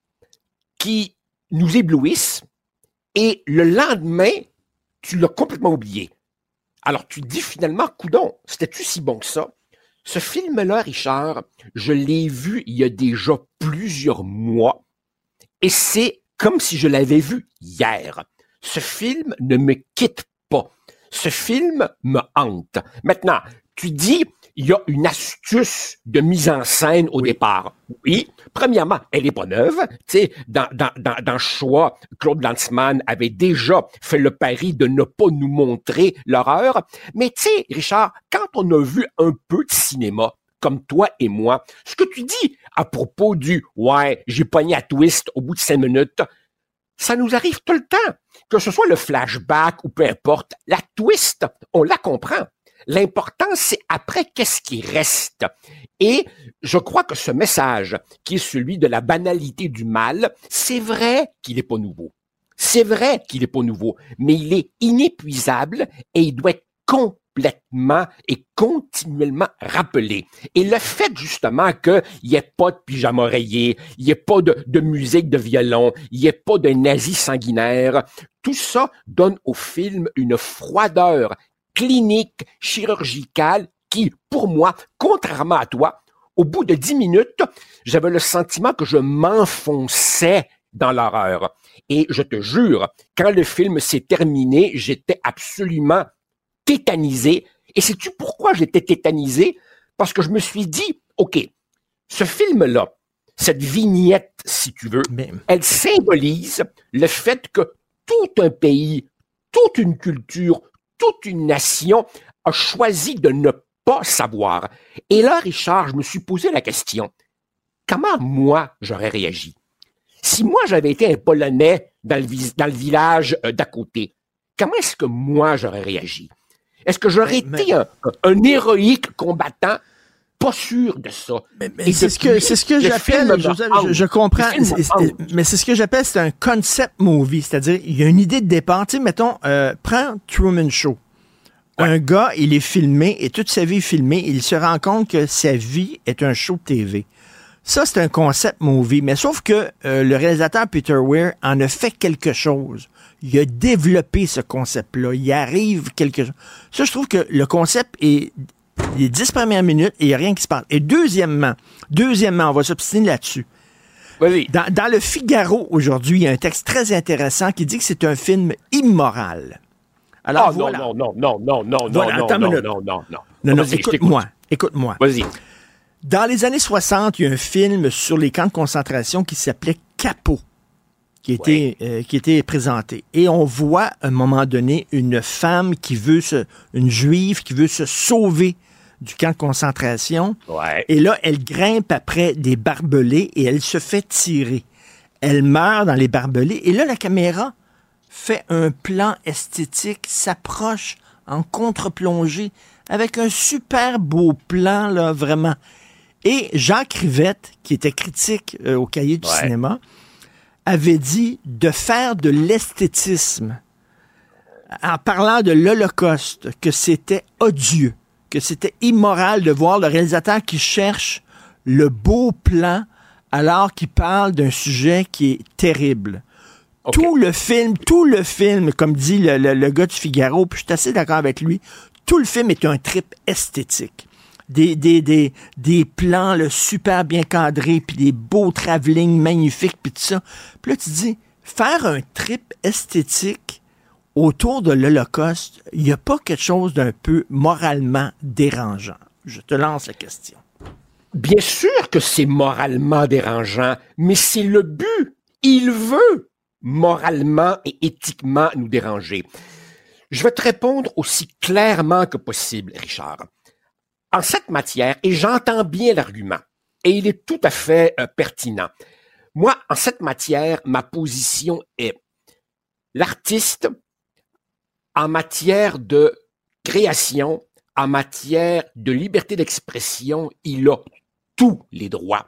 qui nous éblouissent et le lendemain, tu l'as complètement oublié. Alors, tu te dis finalement, coudonc, c'était-tu si bon que ça? Ce film-là, Richard, je l'ai vu il y a déjà plusieurs mois et c'est comme si je l'avais vu hier. Ce film ne me quitte pas. Ce film me hante. Maintenant, tu dis, il y a une astuce de mise en scène au départ. Oui, premièrement, elle est pas neuve. Tu sais, dans Choix, Claude Lanzmann avait déjà fait le pari de ne pas nous montrer l'horreur. Mais tu sais, Richard, quand on a vu un peu de cinéma, comme toi et moi, ce que tu dis à propos du « ouais, j'ai pogné à twist au bout de 5 minutes », ça nous arrive tout le temps. Que ce soit le flashback ou peu importe, la twist, on la comprend. L'important, c'est après qu'est-ce qui reste. Et je crois que ce message, qui est celui de la banalité du mal, c'est vrai qu'il n'est pas nouveau. C'est vrai qu'il n'est pas nouveau, mais il est inépuisable et il doit être complètement et continuellement rappelé. Et le fait, justement, qu'il n'y ait pas de pyjama rayé, il n'y ait pas de musique de violon, il n'y ait pas de nazis sanguinaires, tout ça donne au film une froideur clinique, chirurgicale, qui, pour moi, contrairement à toi, au bout de 10 minutes, j'avais le sentiment que je m'enfonçais dans l'horreur. Et je te jure, quand le film s'est terminé, j'étais absolument tétanisé. Et sais-tu pourquoi j'étais tétanisé? Parce que je me suis dit, OK, ce film-là, cette vignette, si tu veux, elle symbolise le fait que tout un pays, toute une culture, toute une nation a choisi de ne pas savoir. Et là, Richard, je me suis posé la question, comment moi j'aurais réagi? Si moi j'avais été un Polonais dans le village d'à côté, comment est-ce que moi j'aurais réagi? Est-ce que j'aurais été un héroïque combattant? Pas sûr de ça. Mais c'est ce que j'appelle, Joseph, je comprends, mais c'est ce que j'appelle, c'est un concept movie, c'est-à-dire, il y a une idée de départ. Tu sais, mettons, prends Truman Show. Ouais. Un gars, il est filmé, et toute sa vie est filmée, et il se rend compte que sa vie est un show de TV. Ça, c'est un concept movie, mais sauf que le réalisateur Peter Weir en a fait quelque chose. Il a développé ce concept-là. Il arrive quelque chose. Ça, je trouve que le concept est les 10 premières minutes et il n'y a rien qui se passe. Et deuxièmement, on va s'obstiner là-dessus. Vas-y. Dans le Figaro, aujourd'hui, il y a un texte très intéressant qui dit que c'est un film immoral. Alors, voilà. Non, écoute-moi. Vas-y. Dans les années 60, il y a un film sur les camps de concentration qui s'appelait Capot, qui était présenté. Et on voit, à un moment donné, une femme une juive qui veut se sauver du camp de concentration. Ouais. Et là, elle grimpe après des barbelés et elle se fait tirer. Elle meurt dans les barbelés. Et là, la caméra fait un plan esthétique, s'approche en contre-plongée avec un super beau plan, là, vraiment. Et Jacques Rivette, qui était critique au Cahier du cinéma, avait dit de faire de l'esthétisme en parlant de l'Holocauste, que c'était odieux, que c'était immoral de voir le réalisateur qui cherche le beau plan alors qu'il parle d'un sujet qui est terrible. Okay. Tout le film, comme dit le gars du Figaro, puis je suis assez d'accord avec lui, tout le film est un trip esthétique. Des plans là, super bien cadrés, puis des beaux travelling magnifiques, puis tout ça. Puis là, tu dis, faire un trip esthétique autour de l'Holocauste, il n'y a pas quelque chose d'un peu moralement dérangeant? Je te lance la question. Bien sûr que c'est moralement dérangeant, mais c'est le but. Il veut moralement et éthiquement nous déranger. Je vais te répondre aussi clairement que possible, Richard. En cette matière, et j'entends bien l'argument, et il est tout à fait pertinent. Moi, en cette matière, ma position est l'artiste, en matière de création, en matière de liberté d'expression, il a tous les droits,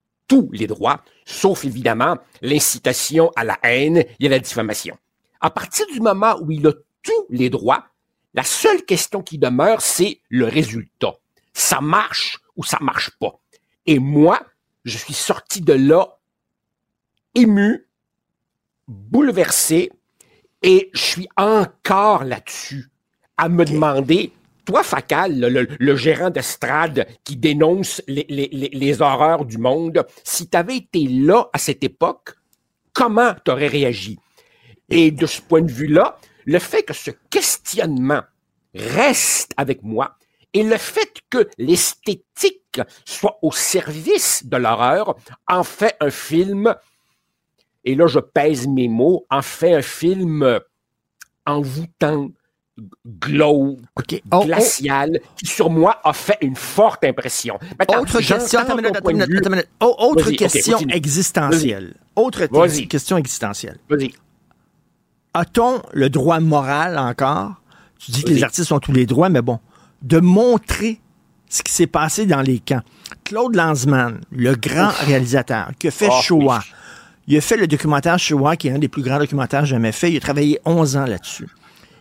sauf évidemment l'incitation à la haine et à la diffamation. À partir du moment où il a tous les droits, la seule question qui demeure, c'est le résultat. Ça marche ou ça marche pas. Et moi, je suis sorti de là ému, bouleversé, et je suis encore là-dessus à me demander, toi, Facal, le gérant d'estrade qui dénonce les horreurs du monde, si tu avais été là à cette époque, comment tu aurais réagi? Et de ce point de vue-là, le fait que ce questionnement reste avec moi et le fait que l'esthétique soit au service de l'horreur en fait un film, et là je pèse mes mots, en fait un film envoûtant, glauque, glacial, qui sur moi a fait une forte impression. Maintenant, autre question, attends une minute. Autre question existentielle. Autre question existentielle. Vas-y. A-t-on le droit moral encore? Tu dis que les artistes ont tous les droits, mais bon, de montrer ce qui s'est passé dans les camps. Claude Lanzmann, le grand réalisateur, qui a fait Shoah. Il a fait le documentaire Shoah, qui est un des plus grands documentaires jamais faits. Il a travaillé 11 ans là-dessus.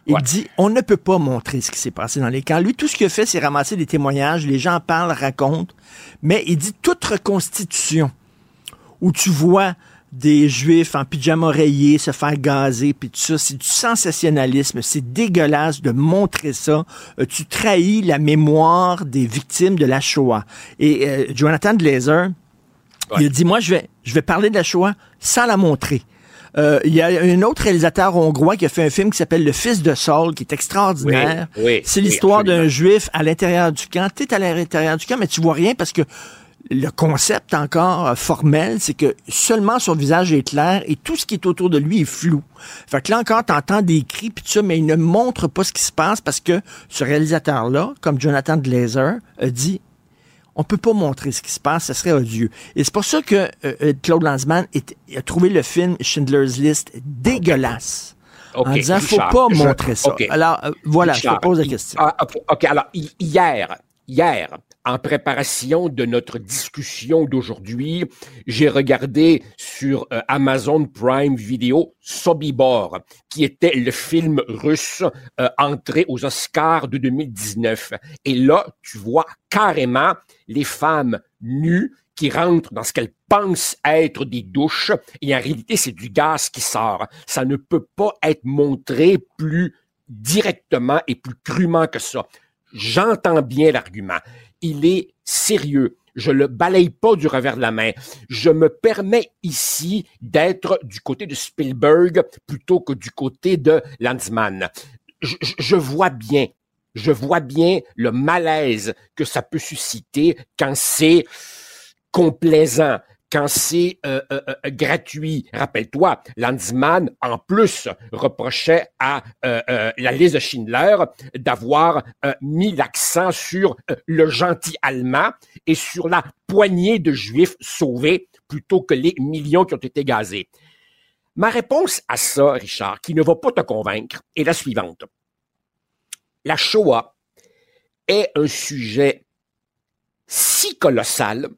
Il dit, on ne peut pas montrer ce qui s'est passé dans les camps. Lui, tout ce qu'il a fait, c'est ramasser des témoignages, les gens parlent, racontent, mais il dit toute reconstitution où tu vois des Juifs en pyjama rayé se faire gazer, puis tout ça, c'est du sensationnalisme, c'est dégueulasse de montrer ça. Tu trahis la mémoire des victimes de la Shoah. Et Jonathan Glazer, il a dit, moi, je vais parler de la Shoah sans la montrer. Il y a un autre réalisateur hongrois qui a fait un film qui s'appelle Le Fils de Saul, qui est extraordinaire. C'est l'histoire d'un Juif à l'intérieur du camp. Tu es à l'intérieur du camp, mais tu vois rien parce que le concept encore formel, c'est que seulement son visage est clair et tout ce qui est autour de lui est flou. Fait que là encore, t'entends des cris pis tout ça, mais il ne montre pas ce qui se passe parce que ce réalisateur-là, comme Jonathan Glazer, a dit on peut pas montrer ce qui se passe, ça serait odieux. Et c'est pour ça que Claude Lanzmann a trouvé le film Schindler's List dégueulasse. En disant, faut pas montrer ça. Alors, voilà, Richard, je te pose la question. OK, alors, hier, en préparation de notre discussion d'aujourd'hui, j'ai regardé sur Amazon Prime Video Sobibor, qui était le film russe entré aux Oscars de 2019. Et là, tu vois carrément les femmes nues qui rentrent dans ce qu'elles pensent être des douches, et en réalité, c'est du gaz qui sort. Ça ne peut pas être montré plus directement et plus crûment que ça. J'entends bien l'argument. Il est sérieux. Je le balaye pas du revers de la main. Je me permets ici d'être du côté de Spielberg plutôt que du côté de Lanzmann. Je vois bien le malaise que ça peut susciter quand c'est complaisant, quand c'est gratuit. Rappelle-toi, Lanzmann, en plus, reprochait à la liste de Schindler d'avoir mis l'accent sur le gentil allemand et sur la poignée de Juifs sauvés plutôt que les millions qui ont été gazés. Ma réponse à ça, Richard, qui ne va pas te convaincre, est la suivante. La Shoah est un sujet si colossal,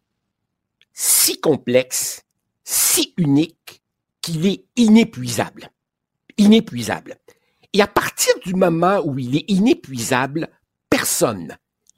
si complexe, si unique, qu'il est inépuisable. Inépuisable. Et à partir du moment où il est inépuisable, personne,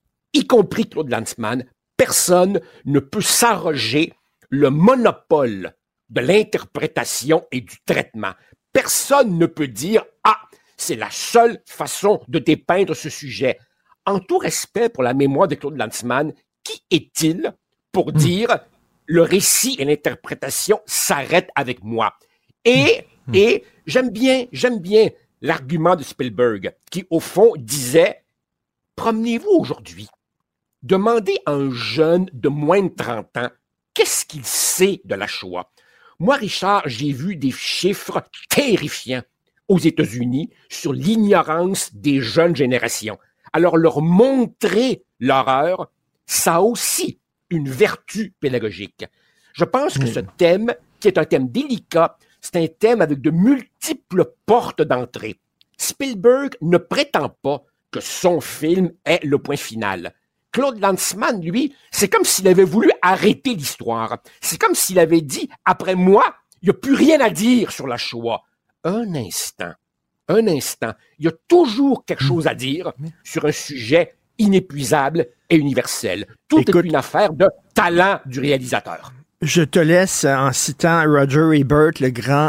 y compris Claude Lanzmann, personne ne peut s'arroger le monopole de l'interprétation et du traitement. Personne ne peut dire « Ah, c'est la seule façon de dépeindre ce sujet ». En tout respect pour la mémoire de Claude Lanzmann, qui est-il pour dire le récit et l'interprétation s'arrêtent avec moi? Et j'aime bien l'argument de Spielberg, qui au fond disait, promenez-vous aujourd'hui, demandez à un jeune de moins de 30 ans, qu'est-ce qu'il sait de la Shoah? Moi, Richard, j'ai vu des chiffres terrifiants aux États-Unis sur l'ignorance des jeunes générations. Alors, leur montrer l'horreur, ça a aussi une vertu pédagogique. Je pense que ce thème, qui est un thème délicat, c'est un thème avec de multiples portes d'entrée. Spielberg ne prétend pas que son film est le point final. Claude Lanzmann, lui, c'est comme s'il avait voulu arrêter l'histoire. C'est comme s'il avait dit, après moi, il n'y a plus rien à dire sur la Shoah. Un instant. Il y a toujours quelque chose à dire sur un sujet inépuisable et universel. Tout est une affaire de talent du réalisateur. Je te laisse en citant Roger Ebert, le grand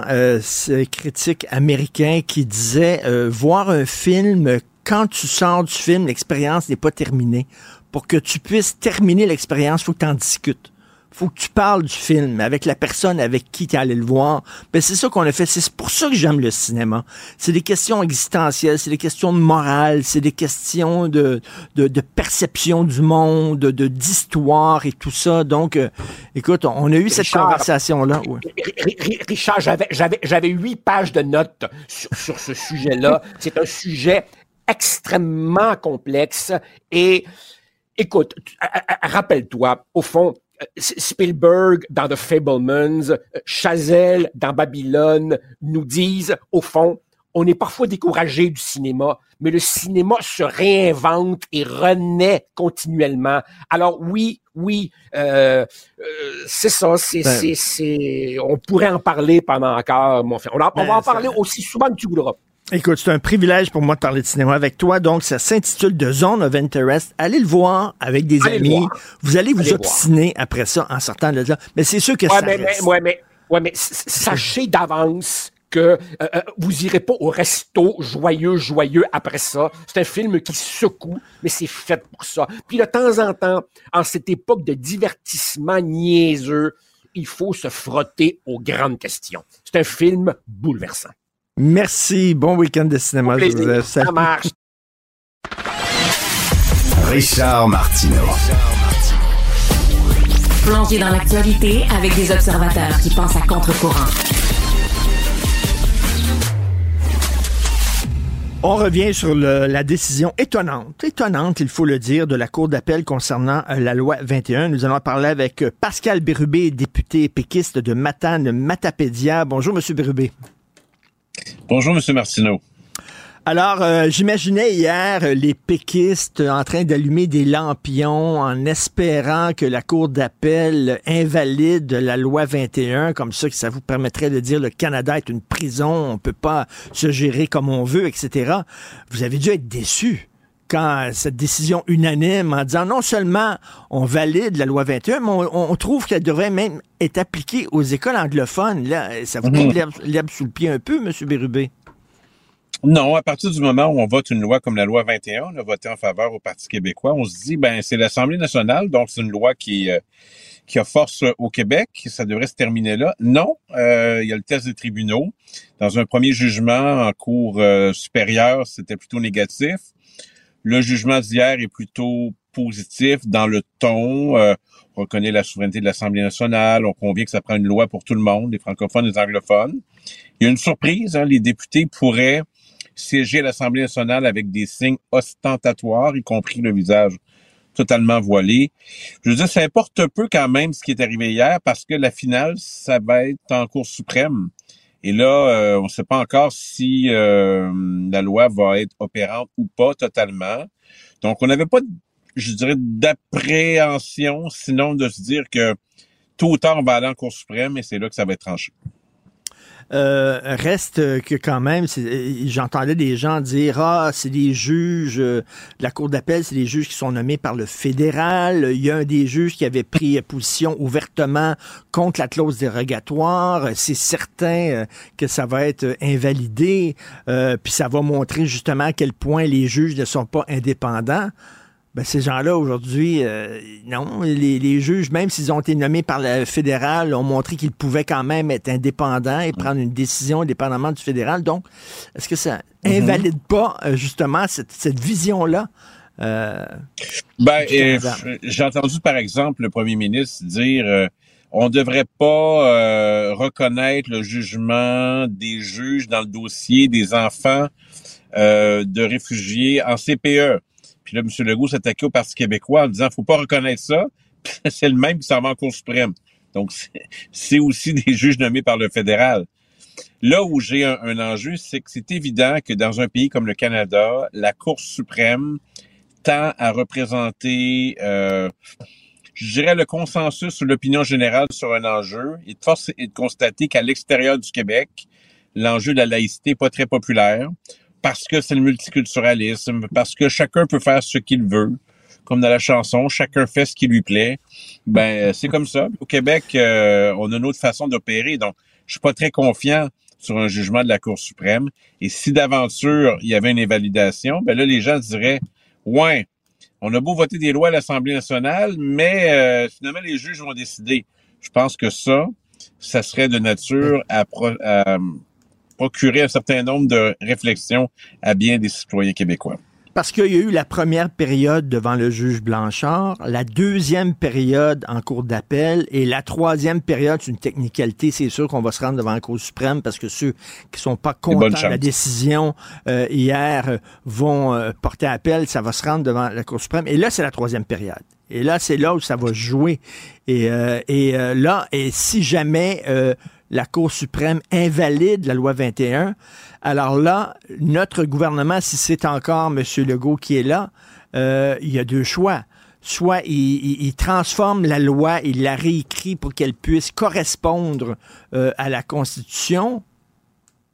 critique américain, qui disait voir un film, quand tu sors du film, l'expérience n'est pas terminée. Pour que tu puisses terminer l'expérience, il faut que tu en discutes. Faut que tu parles du film avec la personne avec qui tu es allé le voir. Ben, c'est ça qu'on a fait. C'est pour ça que j'aime le cinéma. C'est des questions existentielles, c'est des questions de morale, c'est des questions de perception du monde, d'histoire et tout ça. Donc, écoute, on a eu cette conversation-là. Ouais. Richard, j'avais 8 pages de notes sur ce sujet-là. C'est un sujet extrêmement complexe et écoute, rappelle-toi, au fond, Spielberg dans The Fabelmans, Chazelle dans Babylone nous disent, au fond, on est parfois découragé du cinéma, mais le cinéma se réinvente et renaît continuellement. Alors oui, c'est ça, on pourrait en parler pendant encore, mon frère. On va en parler aussi souvent que tu voudras. Écoute, c'est un privilège pour moi de parler de cinéma avec toi. Donc, ça s'intitule The Zone of Interest. Allez le voir avec des amis. Vous allez vous obstiner après ça en sortant de là. Mais c'est sûr que ça reste. Mais sachez d'avance que vous irez pas au resto joyeux après ça. C'est un film qui secoue, mais c'est fait pour ça. Puis de temps en temps, en cette époque de divertissement niaiseux, il faut se frotter aux grandes questions. C'est un film bouleversant. Merci. Bon week-end de cinéma. Ça marche. Richard Martineau. Plongé dans l'actualité avec des observateurs qui pensent à contre-courant. On revient sur la décision étonnante, il faut le dire, de la Cour d'appel concernant la loi 21. Nous allons parler avec Pascal Bérubé, député péquiste de Matane-Matapédia. Bonjour, M. Bérubé. Bonjour, M. Martineau. Alors, j'imaginais hier les péquistes en train d'allumer des lampions en espérant que la Cour d'appel invalide la loi 21, comme ça vous permettrait de dire le Canada est une prison, on peut pas se gérer comme on veut, etc. Vous avez dû être déçus quand cette décision unanime en disant non seulement on valide la loi 21, mais on trouve qu'elle devrait même être appliquée aux écoles anglophones. Là, ça vous coupe l'herbe sous le pied un peu, M. Bérubé? Non, à partir du moment où on vote une loi comme la loi 21, on a voté en faveur au Parti québécois, on se dit, c'est l'Assemblée nationale, donc c'est une loi qui a force au Québec, ça devrait se terminer là. Non, il y a le test des tribunaux. Dans un premier jugement en cour supérieure, c'était plutôt négatif. Le jugement d'hier est plutôt positif dans le ton. On reconnaît la souveraineté de l'Assemblée nationale. On convient que ça prend une loi pour tout le monde, les francophones et les anglophones. Il y a une surprise, les députés pourraient siéger à l'Assemblée nationale avec des signes ostentatoires, y compris le visage totalement voilé. Je veux dire, ça importe peu quand même ce qui est arrivé hier, parce que la finale, ça va être en Cour suprême. Et là, on ne sait pas encore si la loi va être opérante ou pas totalement. Donc, on n'avait pas, je dirais, d'appréhension, sinon de se dire que tôt ou tard, on va aller en Cour suprême et c'est là que ça va être tranché. Reste que quand même, j'entendais des gens dire c'est des juges de la Cour d'appel, c'est des juges qui sont nommés par le fédéral. Il y a un des juges qui avait pris position ouvertement contre la clause dérogatoire. C'est certain que ça va être invalidé, puis ça va montrer justement à quel point les juges ne sont pas indépendants. Ces gens-là, aujourd'hui, non. Les juges, même s'ils ont été nommés par le fédéral, ont montré qu'ils pouvaient quand même être indépendants et prendre une décision indépendamment du fédéral. Donc, est-ce que ça invalide pas, justement, cette vision-là? J'ai entendu, par exemple, le premier ministre dire on ne devrait pas reconnaître le jugement des juges dans le dossier des enfants de réfugiés en CPE. Puis là, M. Legault s'attaquait au Parti québécois en disant faut pas reconnaître ça. C'est le même qui s'en va en Cour suprême. Donc, c'est aussi des juges nommés par le fédéral. Là où j'ai un enjeu, c'est que c'est évident que dans un pays comme le Canada, la Cour suprême tend à représenter, je dirais, le consensus sur l'opinion générale sur un enjeu. Et de force est de constater qu'à l'extérieur du Québec, l'enjeu de la laïcité n'est pas très populaire. Parce que c'est le multiculturalisme, parce que chacun peut faire ce qu'il veut, comme dans la chanson, chacun fait ce qui lui plaît. C'est comme ça. Au Québec, on a une autre façon d'opérer, donc je suis pas très confiant sur un jugement de la Cour suprême. Et si d'aventure il y avait une invalidation, là les gens diraient ouais, on a beau voter des lois à l'Assemblée nationale, mais finalement les juges vont décider. Je pense que ça serait de nature à procurer un certain nombre de réflexions à bien des citoyens québécois. Parce qu'il y a eu la première période devant le juge Blanchard, la deuxième période en cour d'appel et la troisième période, c'est une technicalité, c'est sûr qu'on va se rendre devant la Cour suprême parce que ceux qui sont pas contents de la décision hier vont porter appel, ça va se rendre devant la Cour suprême. Et là, c'est la troisième période. Et là, c'est là où ça va jouer. Et si jamais la Cour suprême invalide la loi 21, alors là, notre gouvernement, si c'est encore M. Legault qui est là, il y a deux choix. Soit il transforme la loi, il la réécrit pour qu'elle puisse correspondre à la Constitution,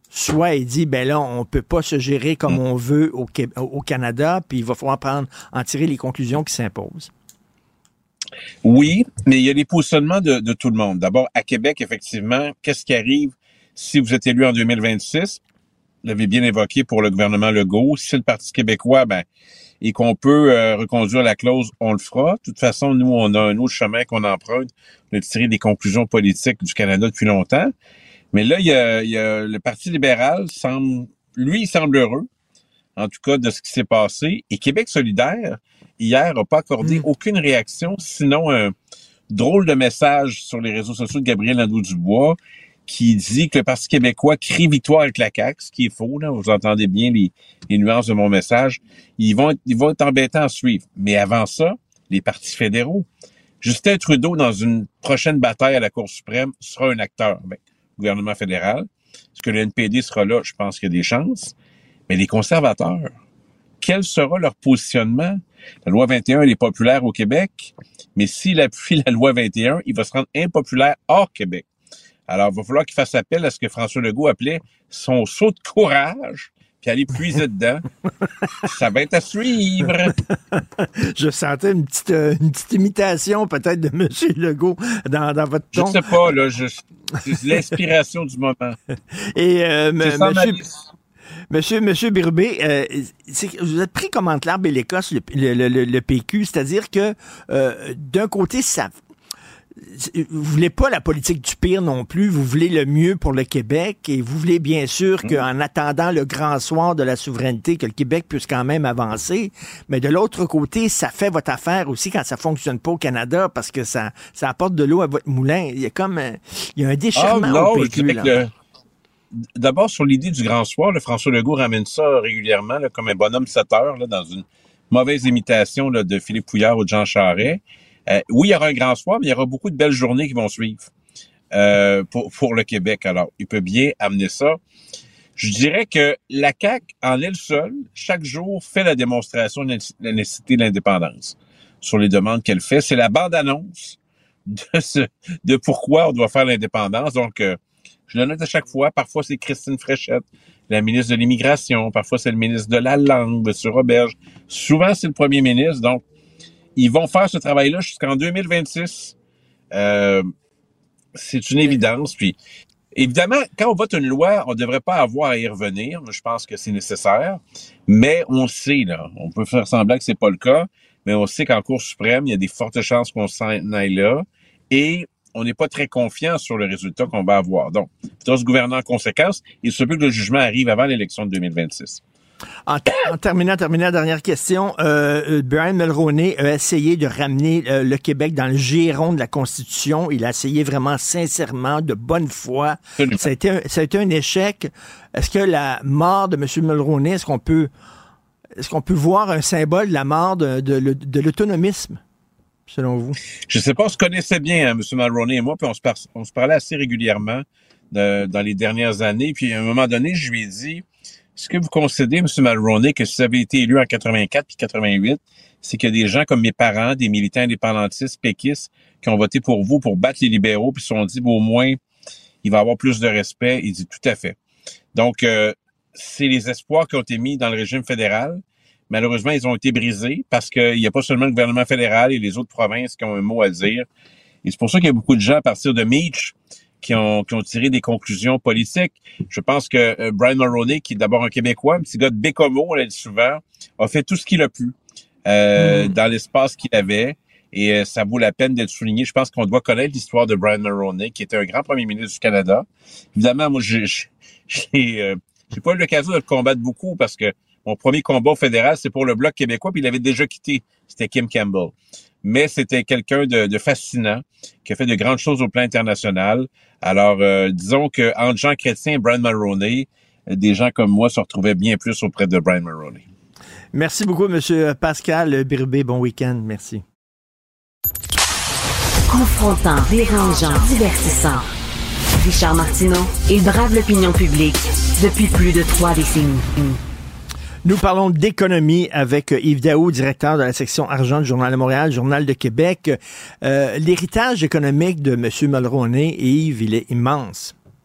soit il dit, ben là, on peut pas se gérer comme on veut au Canada, puis il va falloir en tirer les conclusions qui s'imposent. Oui, mais il y a les positionnements de tout le monde. D'abord, à Québec, effectivement, qu'est-ce qui arrive si vous êtes élu en 2026? Vous l'avez bien évoqué pour le gouvernement Legault. Si c'est le Parti québécois, et qu'on peut reconduire la clause, on le fera. De toute façon, nous, on a un autre chemin qu'on emprunte de tirer des conclusions politiques du Canada depuis longtemps. Mais là, il y a le Parti libéral il semble heureux, en tout cas, de ce qui s'est passé. Et Québec solidaire, hier, n'a pas accordé aucune réaction, sinon un drôle de message sur les réseaux sociaux de Gabriel Nadeau-Dubois, qui dit que le Parti québécois crie victoire avec la CAQ, ce qui est faux, là. Vous entendez bien les nuances de mon message. Ils vont être embêtants à suivre. Mais avant ça, les partis fédéraux. Justin Trudeau, dans une prochaine bataille à la Cour suprême, sera un acteur. Gouvernement fédéral. Est-ce que le NPD sera là? Je pense qu'il y a des chances. Mais les conservateurs, quel sera leur positionnement? La loi 21, elle est populaire au Québec, mais s'il appuie la loi 21, il va se rendre impopulaire hors Québec. Alors, il va falloir qu'il fasse appel à ce que François Legault appelait son saut de courage, puis aller puiser dedans. Ça va être à suivre. Je sentais une petite imitation peut-être de M. Legault dans votre ton. Je sais pas, là, c'est l'inspiration du moment. Et Monsieur Birubé, vous êtes pris comme entre l'arbre et l'écorce le PQ, c'est-à-dire que d'un côté, vous voulez pas la politique du pire non plus, vous voulez le mieux pour le Québec et vous voulez bien sûr qu'en attendant le grand soir de la souveraineté, que le Québec puisse quand même avancer, mais de l'autre côté, ça fait votre affaire aussi quand ça fonctionne pas au Canada parce que ça apporte de l'eau à votre moulin. Il y a un déchirement au PQ. D'abord, sur l'idée du grand soir, François Legault ramène ça régulièrement là, comme un bonhomme 7 heures là, dans une mauvaise imitation là, de Philippe Pouillard ou de Jean Charest. Oui, il y aura un grand soir, mais il y aura beaucoup de belles journées qui vont suivre pour le Québec. Alors, il peut bien amener ça. Je dirais que la CAQ, en elle seule, chaque jour, fait la démonstration de la nécessité de l'indépendance sur les demandes qu'elle fait. C'est la bande-annonce de pourquoi on doit faire l'indépendance. Donc, je le note à chaque fois. Parfois, c'est Christine Fréchette, la ministre de l'Immigration. Parfois, c'est le ministre de la Langue, M. Roberge. Souvent, c'est le premier ministre. Donc, ils vont faire ce travail-là jusqu'en 2026. C'est une évidence. Puis, évidemment, quand on vote une loi, on ne devrait pas avoir à y revenir. Moi, je pense que c'est nécessaire. Mais on sait, là, on peut faire semblant que c'est pas le cas, mais on sait qu'en Cour suprême, il y a des fortes chances qu'on s'en aille là. Et on n'est pas très confiant sur le résultat qu'on va avoir. Donc, il faudra se gouverner en conséquence. Il se peut que le jugement arrive avant l'élection de 2026. En terminant, dernière question. Brian Mulroney a essayé de ramener le Québec dans le giron de la Constitution. Il a essayé vraiment sincèrement, de bonne foi. Ça a été un échec. Est-ce que la mort de M. Mulroney, est-ce qu'on peut voir un symbole de la mort de l'autonomisme, selon vous? Je sais pas, on se connaissait bien, M. Mulroney et moi, puis on se parlait assez régulièrement dans les dernières années. Puis à un moment donné, je lui ai dit... Est-ce que vous concédez, M. Mulroney, que si vous avez été élu en 84 puis 88, c'est qu'il y a des gens comme mes parents, des militants indépendantistes, péquistes, qui ont voté pour vous pour battre les libéraux, puis se sont dit, au moins, il va avoir plus de respect. Il dit tout à fait. Donc, c'est les espoirs qui ont été mis dans le régime fédéral. Malheureusement, ils ont été brisés parce qu'il n'y a pas seulement le gouvernement fédéral et les autres provinces qui ont un mot à dire. Et c'est pour ça qu'il y a beaucoup de gens à partir de Meach qui ont tiré des conclusions politiques. Je pense que Brian Mulroney, qui est d'abord un Québécois, un petit gars de Bécomo, on l'a dit souvent, a fait tout ce qu'il a pu dans l'espace qu'il avait. Et ça vaut la peine d'être souligné. Je pense qu'on doit connaître l'histoire de Brian Mulroney, qui était un grand premier ministre du Canada. Évidemment, moi, j'ai pas eu l'occasion de le combattre beaucoup parce que mon premier combat au fédéral, c'est pour le Bloc québécois, puis il avait déjà quitté. C'était Kim Campbell. Mais c'était quelqu'un de fascinant, qui a fait de grandes choses au plan international. Alors, disons que entre Jean Chrétien et Brian Mulroney, des gens comme moi se retrouvaient bien plus auprès de Brian Mulroney. Merci beaucoup, M. Pascal Birubé. Bon week-end. Merci. Confrontant, dérangeant, divertissant. Richard Martineau, il brave l'opinion publique depuis plus de 3 décennies. Nous parlons d'économie avec Yves Daou, directeur de la section argent du Journal de Montréal, Journal de Québec. L'héritage économique de M. Mulroney, Yves, il est immense.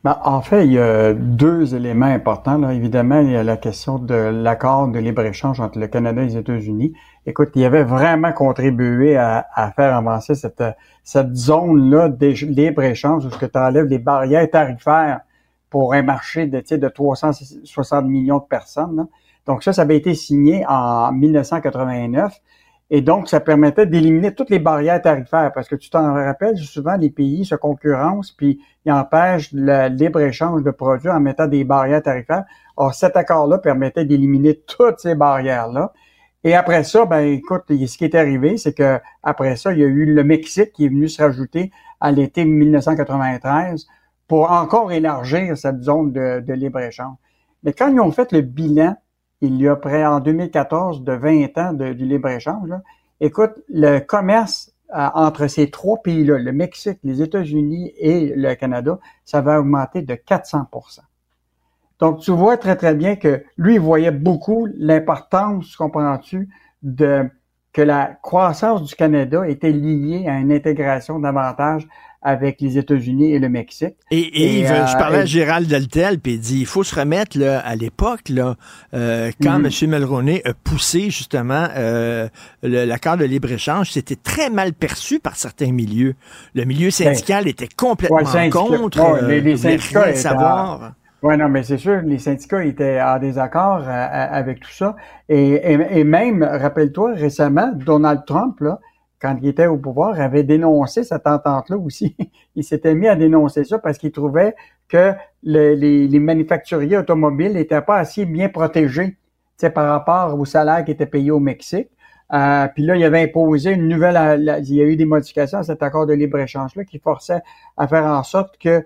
Ben, en fait, il y a deux éléments importants. Là. Évidemment, il y a la question de l'accord de libre-échange entre le Canada et les États-Unis. Écoute, il avait vraiment contribué à faire avancer cette zone-là de libre-échange où tu enlèves les barrières tarifaires pour un marché de 360 millions de personnes. Là. Donc ça avait été signé en 1989. Et donc, ça permettait d'éliminer toutes les barrières tarifaires parce que tu t'en rappelles, souvent, les pays se concurrencent puis ils empêchent le libre-échange de produits en mettant des barrières tarifaires. Or, cet accord-là permettait d'éliminer toutes ces barrières-là. Et après ça, écoute, ce qui est arrivé, c'est que après ça, il y a eu le Mexique qui est venu se rajouter à l'été 1993 pour encore élargir cette zone de libre-échange. Mais quand ils ont fait le bilan, il y a près en 2014 de 20 ans du libre-échange, là, écoute, le commerce entre ces trois pays-là, le Mexique, les États-Unis et le Canada, ça va augmenter de 400%. Donc, tu vois très, très bien que lui, il voyait beaucoup l'importance, comprends-tu, que la croissance du Canada était liée à une intégration davantage avec les États-Unis et le Mexique. Et je parlais à Gérald Deltel, puis il dit, il faut se remettre là, à l'époque, là, quand M. Mulroney a poussé justement l'accord de libre-échange, c'était très mal perçu par certains milieux. Le milieu syndical était complètement contre. Les syndicats étaient savoir. Oui, non, mais c'est sûr, les syndicats étaient en désaccord avec tout ça. Et même, rappelle-toi, récemment, Donald Trump, là, quand il était au pouvoir, avait dénoncé cette entente-là aussi. Il s'était mis à dénoncer ça parce qu'il trouvait que les manufacturiers automobiles n'étaient pas assez bien protégés par rapport au salaire qui était payé au Mexique. Puis là, il avait imposé une nouvelle... il y a eu des modifications à cet accord de libre-échange-là qui forçait à faire en sorte que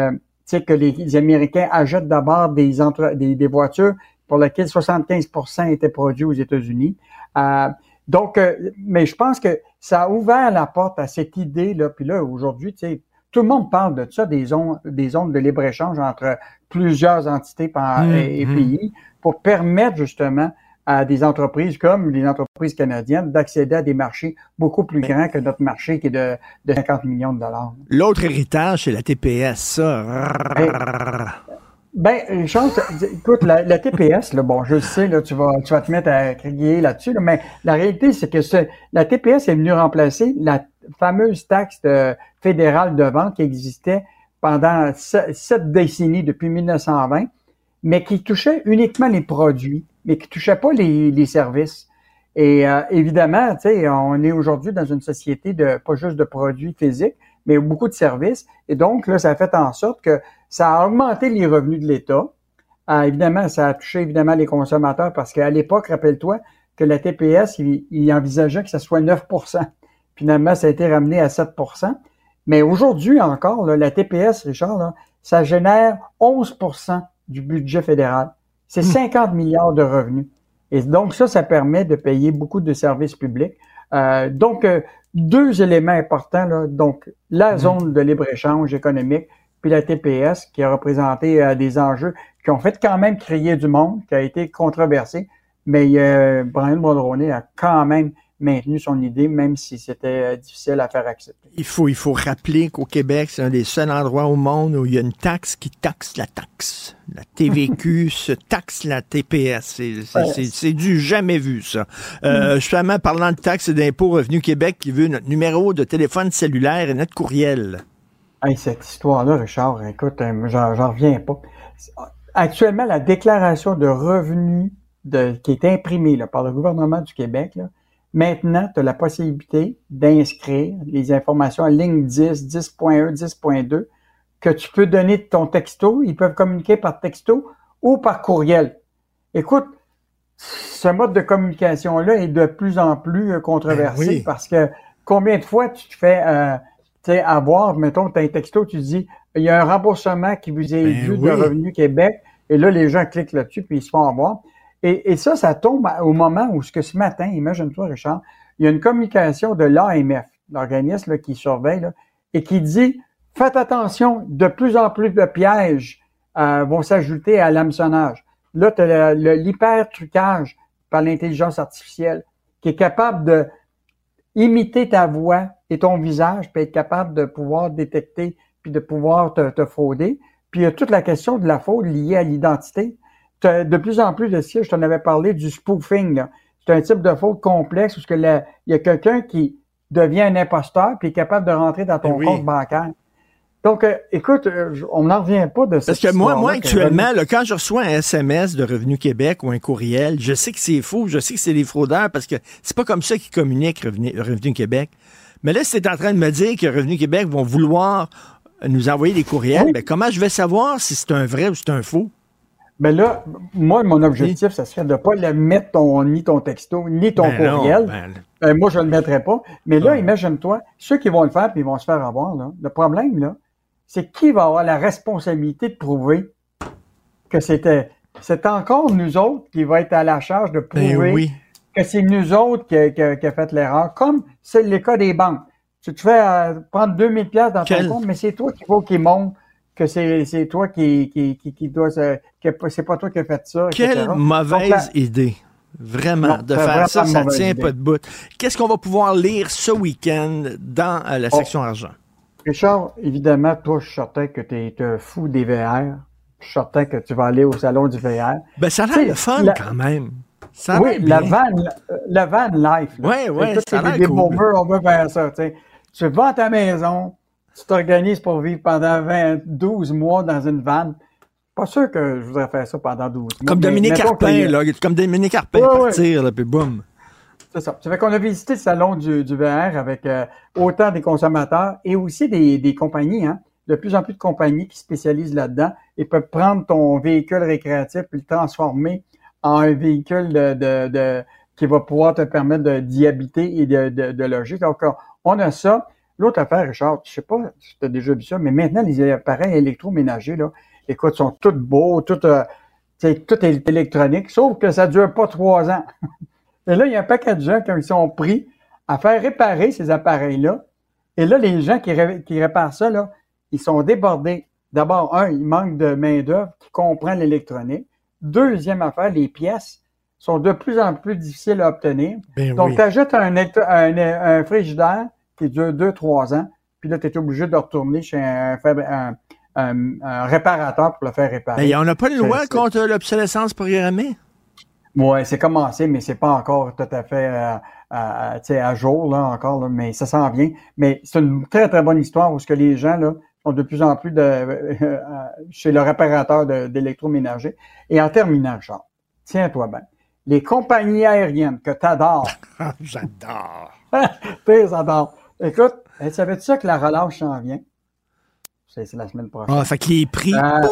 les Américains achètent d'abord des voitures pour lesquelles 75% étaient produits aux États-Unis. Mais je pense que ça a ouvert la porte à cette idée-là. Puis là, aujourd'hui, tout le monde parle de ça, des zones de libre-échange entre plusieurs entités et pays pour permettre justement à des entreprises comme les entreprises canadiennes d'accéder à des marchés beaucoup plus grands que notre marché qui est de 50 millions de dollars. L'autre héritage, c'est la TPS, ça. Richard, écoute, la TPS, là, bon, je sais, là, tu vas te mettre à crier là-dessus, là, mais la réalité, c'est que la TPS est venue remplacer la fameuse taxe fédérale de vente qui existait pendant 7 décennies depuis 1920, mais qui touchait uniquement les produits, mais qui touchait pas les services. Et évidemment, tu sais, on est aujourd'hui dans une société pas juste de produits physiques, mais beaucoup de services. Et donc, là, ça a fait en sorte que ça a augmenté les revenus de l'État. Évidemment, ça a touché les consommateurs parce qu'à l'époque, rappelle-toi que la TPS, il envisageait que ça soit 9%. Finalement, ça a été ramené à 7%. Mais aujourd'hui encore, là, la TPS, Richard, là, ça génère 11% du budget fédéral. C'est 50 milliards de revenus. Et donc, ça permet de payer beaucoup de services publics. Donc, deux éléments importants, là. Donc, la zone de libre-échange économique, puis la TPS, qui a représenté des enjeux qui ont fait quand même crier du monde, qui a été controversé, mais Brian Mulroney a quand même maintenu son idée, même si c'était difficile à faire accepter. Il faut rappeler qu'au Québec, c'est un des seuls endroits au monde où il y a une taxe qui taxe la taxe. La TVQ se taxe la TPS. C'est du jamais vu, ça. Justement, parlant de taxes et d'impôts, Revenu Québec qui veut notre numéro de téléphone cellulaire et notre courriel. Hey, cette histoire-là, Richard, écoute, j'en reviens pas. Actuellement, la déclaration de revenus qui est imprimée là, par le gouvernement du Québec, là, maintenant, tu as la possibilité d'inscrire les informations à ligne 10, 10.1, 10.2, que tu peux donner de ton texto. Ils peuvent communiquer par texto ou par courriel. Écoute, ce mode de communication-là est de plus en plus controversé parce que combien de fois tu te fais avoir, mettons, tu as un texto, tu dis, il y a un remboursement qui vous est dû de Revenu Québec, et là, les gens cliquent là-dessus, puis ils se font avoir. Et ça tombe au moment où ce matin, imagine-toi, Richard, il y a une communication de l'AMF, l'organisme là, qui surveille, là, et qui dit, faites attention, de plus en plus de pièges vont s'ajouter à l'hameçonnage. Là, tu as l'hyper-trucage par l'intelligence artificielle, qui est capable de imiter ta voix et ton visage, puis être capable de pouvoir détecter, puis de pouvoir te frauder. Puis il y a toute la question de la fraude liée à l'identité. De plus en plus de ça, je t'en avais parlé du spoofing, là. C'est un type de fraude complexe où il y a quelqu'un qui devient un imposteur puis est capable de rentrer dans ton compte bancaire. Donc, écoute, on n'en revient pas de ça. Parce que moi actuellement, là, quand je reçois un SMS de Revenu Québec ou un courriel, je sais que c'est faux, je sais que c'est des fraudeurs parce que c'est pas comme ça qu'ils communiquent Revenu Québec. Mais là, si tu es en train de me dire que Revenu Québec vont vouloir nous envoyer des courriels, ben comment je vais savoir si c'est un vrai ou c'est un faux? Ben là, moi, mon objectif, ça serait de ne pas le mettre ni ton texto, ni ton courriel. Moi, je ne le mettrais pas. Mais là, imagine-toi, ceux qui vont le faire puis ils vont se faire avoir, là, le problème, là, c'est qui va avoir la responsabilité de prouver que c'est encore nous autres qui va être à la charge de prouver que c'est nous autres qui a fait l'erreur, comme c'est le cas des banques. Tu te fais prendre 2000 $ dans ton compte, mais c'est toi qu'il faut qu'il montre que c'est toi qui dois... que c'est pas toi qui as fait ça, Quelle etc. mauvaise idée. Vraiment, de faire ça, ça ne tient pas de bout. Qu'est-ce qu'on va pouvoir lire ce week-end dans la section argent? Richard, évidemment, toi, je suis certain que tu es un fou des VR. Je suis certain que tu vas aller au salon du VR. Ben, ça a l'air le fun quand même. Ça oui, la van life. Oui, ça a l'air cool. On veut faire ça. T'sais. Tu vas à ta maison, tu t'organises pour vivre pendant 12 mois dans une van. Pas sûr que je voudrais faire ça pendant 12 mois. Comme Dominique Arpin, là. Comme Dominique Arpin partir, là, puis boum. C'est ça. Ça fait qu'on a visité le salon du VR avec autant des consommateurs et aussi des compagnies, hein. De plus en plus de compagnies qui spécialisent là-dedans et peuvent prendre ton véhicule récréatif et le transformer en un véhicule qui va pouvoir te permettre d'y habiter et de loger. Donc, on a ça. L'autre affaire, Richard, je sais pas si tu as déjà vu ça, mais maintenant, les appareils électroménagers, là, écoute, sont tous beaux, tout est électronique, sauf que ça dure pas 3 ans. Et là, il y a un paquet de gens qui sont pris à faire réparer ces appareils-là. Et là, les gens qui réparent ça, là, ils sont débordés. D'abord, il manque de main-d'œuvre qui comprend l'électronique. Deuxième affaire, les pièces sont de plus en plus difficiles à obtenir. Donc, tu ajoutes un frigidaire qui dure 2-3 ans, puis là, tu es obligé de retourner chez un réparateur pour le faire réparer. Mais on n'a pas une loi contre l'obsolescence programmée? Oui, c'est commencé, mais c'est pas encore tout à fait à jour, là, encore, là, mais ça s'en vient. Mais c'est une très, très bonne histoire où ce que les gens, là, sont de plus en plus chez le réparateur d'électroménager. Et en terminant, Charles, tiens-toi bien, les compagnies aériennes que t'adores. J'adore. J'adore. Écoute, savais-tu ça que la relâche s'en vient? C'est la semaine prochaine. Ah, fait que les prix, boum!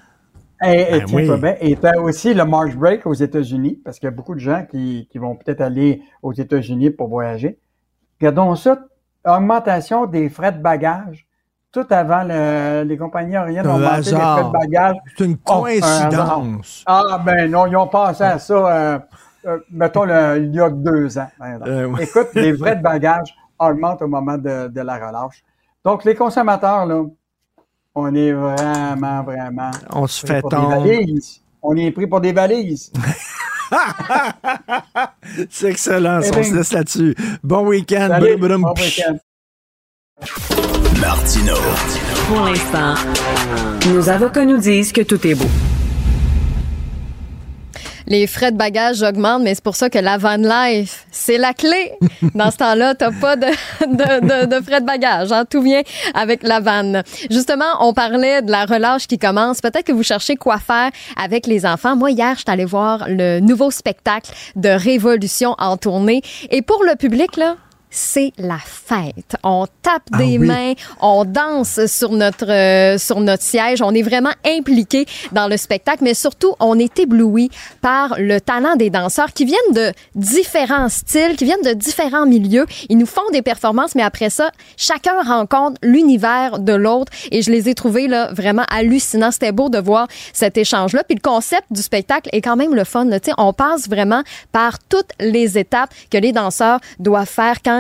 Et t'as aussi le March Break aux États-Unis, parce qu'il y a beaucoup de gens qui vont peut-être aller aux États-Unis pour voyager. Regardons ça, augmentation des frais de bagages. Tout avant, les compagnies aériennes ont augmenté les frais de bagages. C'est une coïncidence. Ben non, ils ont passé à ça, mettons, il y a 2 ans. Écoute, les frais de bagages augmentent au moment de la relâche. Donc, les consommateurs, là, on est vraiment, vraiment... On se fait tendre. On est pris pour des valises. C'est excellent, on se laisse là-dessus. Bon week-end. Bon week-end. Martino. Pour l'instant, nos avocats nous disent que tout est beau. Les frais de bagages augmentent, mais c'est pour ça que la van life, c'est la clé. Dans ce temps-là, t'as pas de frais de bagages. Hein? Tout vient avec la van. Justement, on parlait de la relâche qui commence. Peut-être que vous cherchez quoi faire avec les enfants. Moi, hier, je suis allée voir le nouveau spectacle de Révolution en tournée. Et pour le public, là, c'est la fête. On tape des mains, on danse sur notre siège. On est vraiment impliqué dans le spectacle, mais surtout, on est ébloui par le talent des danseurs qui viennent de différents styles, qui viennent de différents milieux. Ils nous font des performances, mais après ça, chacun rencontre l'univers de l'autre et je les ai trouvés là, vraiment hallucinants. C'était beau de voir cet échange-là. Puis le concept du spectacle est quand même le fun. Là. On passe vraiment par toutes les étapes que les danseurs doivent faire quand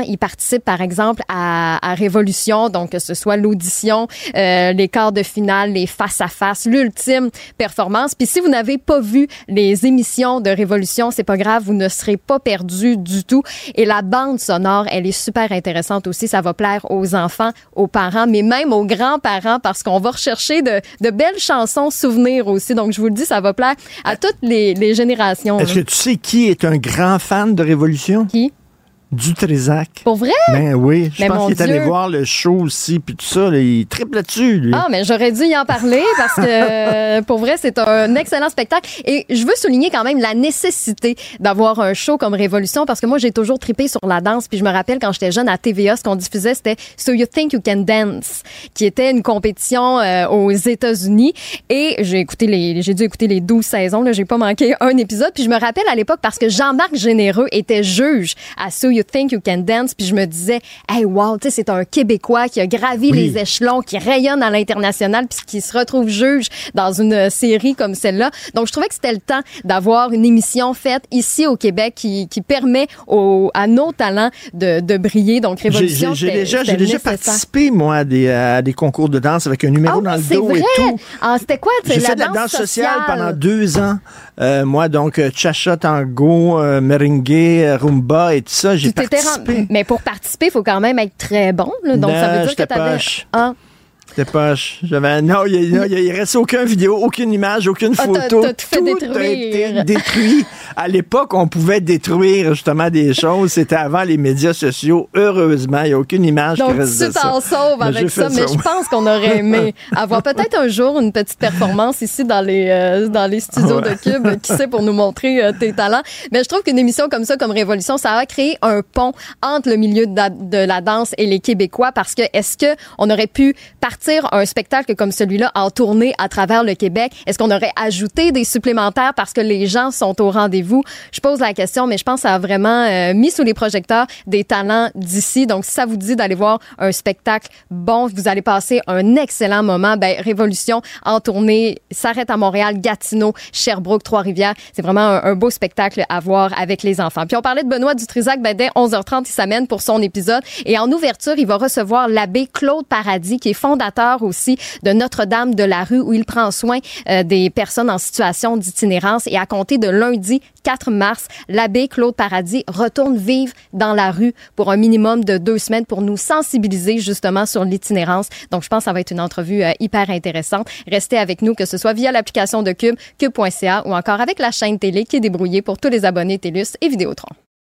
ils participent, par exemple, à Révolution, donc que ce soit l'audition, les quarts de finale, les face-à-face, l'ultime performance. Puis si vous n'avez pas vu les émissions de Révolution, c'est pas grave, vous ne serez pas perdu du tout. Et la bande sonore, elle est super intéressante aussi. Ça va plaire aux enfants, aux parents, mais même aux grands-parents, parce qu'on va rechercher de belles chansons souvenirs aussi. Donc, je vous le dis, ça va plaire à toutes les générations. Est-ce que tu sais qui est un grand fan de Révolution? Qui? Dutrisac. Pour vrai? Ben oui, je mais pense qu'il est allé voir le show aussi, puis tout ça, là, il triple là-dessus, lui. Ah, mais j'aurais dû y en parler parce que, pour vrai, c'est un excellent spectacle. Et je veux souligner quand même la nécessité d'avoir un show comme Révolution parce que moi, j'ai toujours trippé sur la danse. Puis je me rappelle quand j'étais jeune à TVA, ce qu'on diffusait, c'était So You Think You Can Dance, qui était une compétition aux États-Unis. Et j'ai dû écouter les 12 saisons. Là, j'ai pas manqué un épisode. Puis je me rappelle à l'époque parce que Jean-Marc Généreux était juge à So You Think You Can Dance, puis je me disais, hey, wow, tu sais, c'est un Québécois qui a gravi les échelons, qui rayonne à l'international, puis qui se retrouve juge dans une série comme celle-là. Donc, je trouvais que c'était le temps d'avoir une émission faite ici au Québec qui permet à nos talents de briller. Donc, Révolution, j'ai déjà participé, moi, à des concours de danse avec un numéro dans le dos et tout. Ah, c'était quoi? J'ai fait de la danse sociale pendant 2 ans. Moi, donc, cha-cha, tango, merengue, rumba et tout ça, j'ai participé. Mais pour participer, il faut quand même être très bon. Là. Donc, ça veut dire que tu avais... C'était poche. Non, il reste aucune vidéo, aucune image, aucune photo. T'as tout fait détruire. A été détruit. À l'époque, on pouvait détruire justement des choses. C'était avant les médias sociaux. Heureusement, il n'y a aucune image qui reste de ça. Donc, tu t'en sauves avec ça, mais je pense qu'on aurait aimé avoir peut-être un jour une petite performance ici dans les studios de Cube, qui sait, pour nous montrer tes talents. Mais je trouve qu'une émission comme ça, comme Révolution, ça a créé un pont entre le milieu de la danse et les Québécois, parce que est-ce qu'on aurait pu partir un spectacle comme celui-là en tournée à travers le Québec? Est-ce qu'on aurait ajouté des supplémentaires parce que les gens sont au rendez-vous? Je pose la question, mais je pense que ça a vraiment mis sous les projecteurs des talents d'ici. Donc, si ça vous dit d'aller voir un spectacle bon, vous allez passer un excellent moment. Ben, Révolution en tournée s'arrête à Montréal, Gatineau, Sherbrooke, Trois-Rivières. C'est vraiment un beau spectacle à voir avec les enfants. Puis on parlait de Benoît Dutrisac. Ben, dès 11h30, il s'amène pour son épisode. Et en ouverture, il va recevoir l'abbé Claude Paradis, qui est fondateur aussi de Notre-Dame de la Rue, où il prend soin des personnes en situation d'itinérance. Et à compter de lundi 4 mars, l'abbé Claude Paradis retourne vivre dans la rue pour un minimum de 2 semaines pour nous sensibiliser justement sur l'itinérance. Donc, je pense que ça va être une entrevue hyper intéressante. Restez avec nous, que ce soit via l'application de Cube, cube.ca, ou encore avec la chaîne télé qui est débrouillée pour tous les abonnés TELUS et Vidéotron.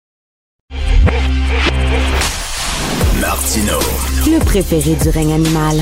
Martino. Le préféré du règne animal.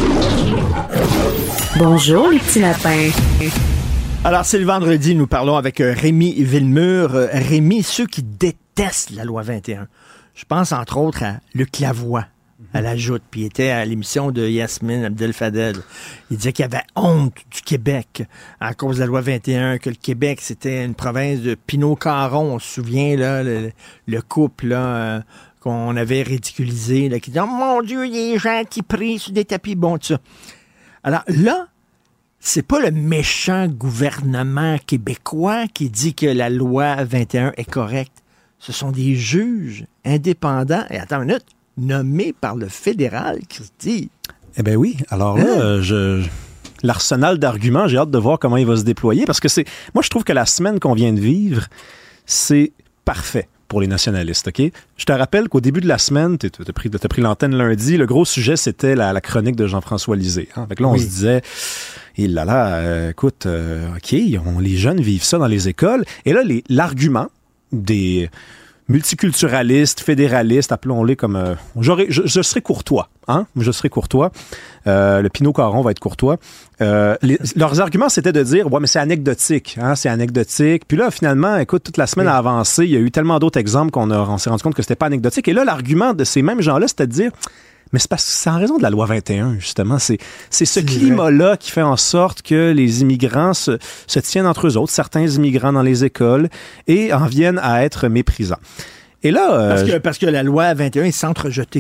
Bonjour, les petits lapins. Alors, c'est le vendredi, nous parlons avec Rémi Villemur. Rémi, ceux qui détestent la loi 21. Je pense, entre autres, à Luc Lavoie, à la Joute, puis il était à l'émission de Yasmine Abdel-Fadel. Il disait qu'il y avait honte du Québec à cause de la loi 21, que le Québec, c'était une province de Pinot-Caron. On se souvient, là, le couple, là... qu'on avait ridiculisé, là, qui disait « Oh mon Dieu, il y a des gens qui prient sur des tapis, bon, tout ça. » Alors là, c'est pas le méchant gouvernement québécois qui dit que la loi 21 est correcte. Ce sont des juges indépendants, et attends une minute, nommés par le fédéral, Christy. Eh bien oui, alors là, l'arsenal d'arguments, j'ai hâte de voir comment il va se déployer, parce que moi je trouve que la semaine qu'on vient de vivre, c'est parfait pour les nationalistes, OK? Je te rappelle qu'au début de la semaine, t'as pris l'antenne lundi, le gros sujet, c'était la chronique de Jean-François Lisée. Hein? Fait que là, on se disait, écoute, OK, les jeunes vivent ça dans les écoles. Et là, l'argument des multiculturalistes, fédéralistes, appelons-les comme... je serai courtois, hein? Je serai courtois. Le Pinot-Caron va être courtois. Leurs arguments, c'était de dire, ouais, mais c'est anecdotique, hein? C'est anecdotique. Puis là, finalement, écoute, toute la semaine a avancé. Il y a eu tellement d'autres exemples qu'on s'est rendu compte que c'était pas anecdotique. Et là, l'argument de ces mêmes gens-là, c'était de dire... Mais c'est parce que c'est en raison de la loi 21, justement. C'est ce climat-là qui fait en sorte que les immigrants se tiennent entre eux autres, certains immigrants dans les écoles, et en viennent à être méprisants. Et là... Parce que la loi 21 est s'entrejetée.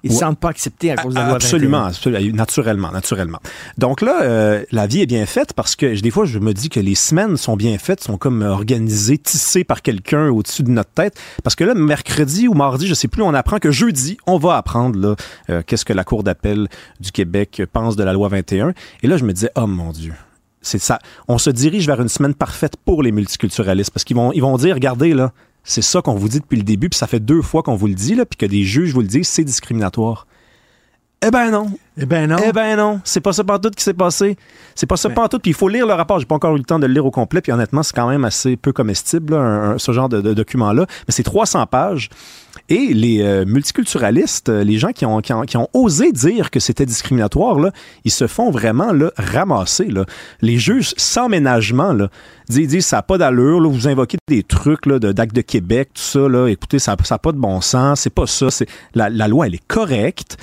Ils ne se sentent pas acceptés à cause de la loi 21. Absolument, naturellement. Donc là, la vie est bien faite parce que des fois, je me dis que les semaines sont bien faites, sont comme organisées, tissées par quelqu'un au-dessus de notre tête. Parce que là, mercredi ou mardi, je sais plus, on apprend que jeudi, on va apprendre là, qu'est-ce que la Cour d'appel du Québec pense de la loi 21. Et là, je me disais, oh mon Dieu. C'est ça. On se dirige vers une semaine parfaite pour les multiculturalistes parce qu'ils vont dire, regardez là, c'est ça qu'on vous dit depuis le début, puis ça fait 2 fois qu'on vous le dit là, puis que des juges vous le disent, c'est discriminatoire. Eh ben non. C'est pas ça pantoute qui s'est passé. C'est pas ça pantoute. Puis il faut lire le rapport. J'ai pas encore eu le temps de le lire au complet. Puis honnêtement, c'est quand même assez peu comestible, là, ce genre de document-là. Mais c'est 300 pages. Et les multiculturalistes, les gens qui ont osé dire que c'était discriminatoire, là, ils se font vraiment là, ramasser. Là. Les juges, sans ménagement, là, disent ça n'a pas d'allure. Là, vous invoquez des trucs là, d'actes de Québec, tout ça. Là, écoutez, ça n'a pas de bon sens. C'est pas ça. La loi, elle est correcte.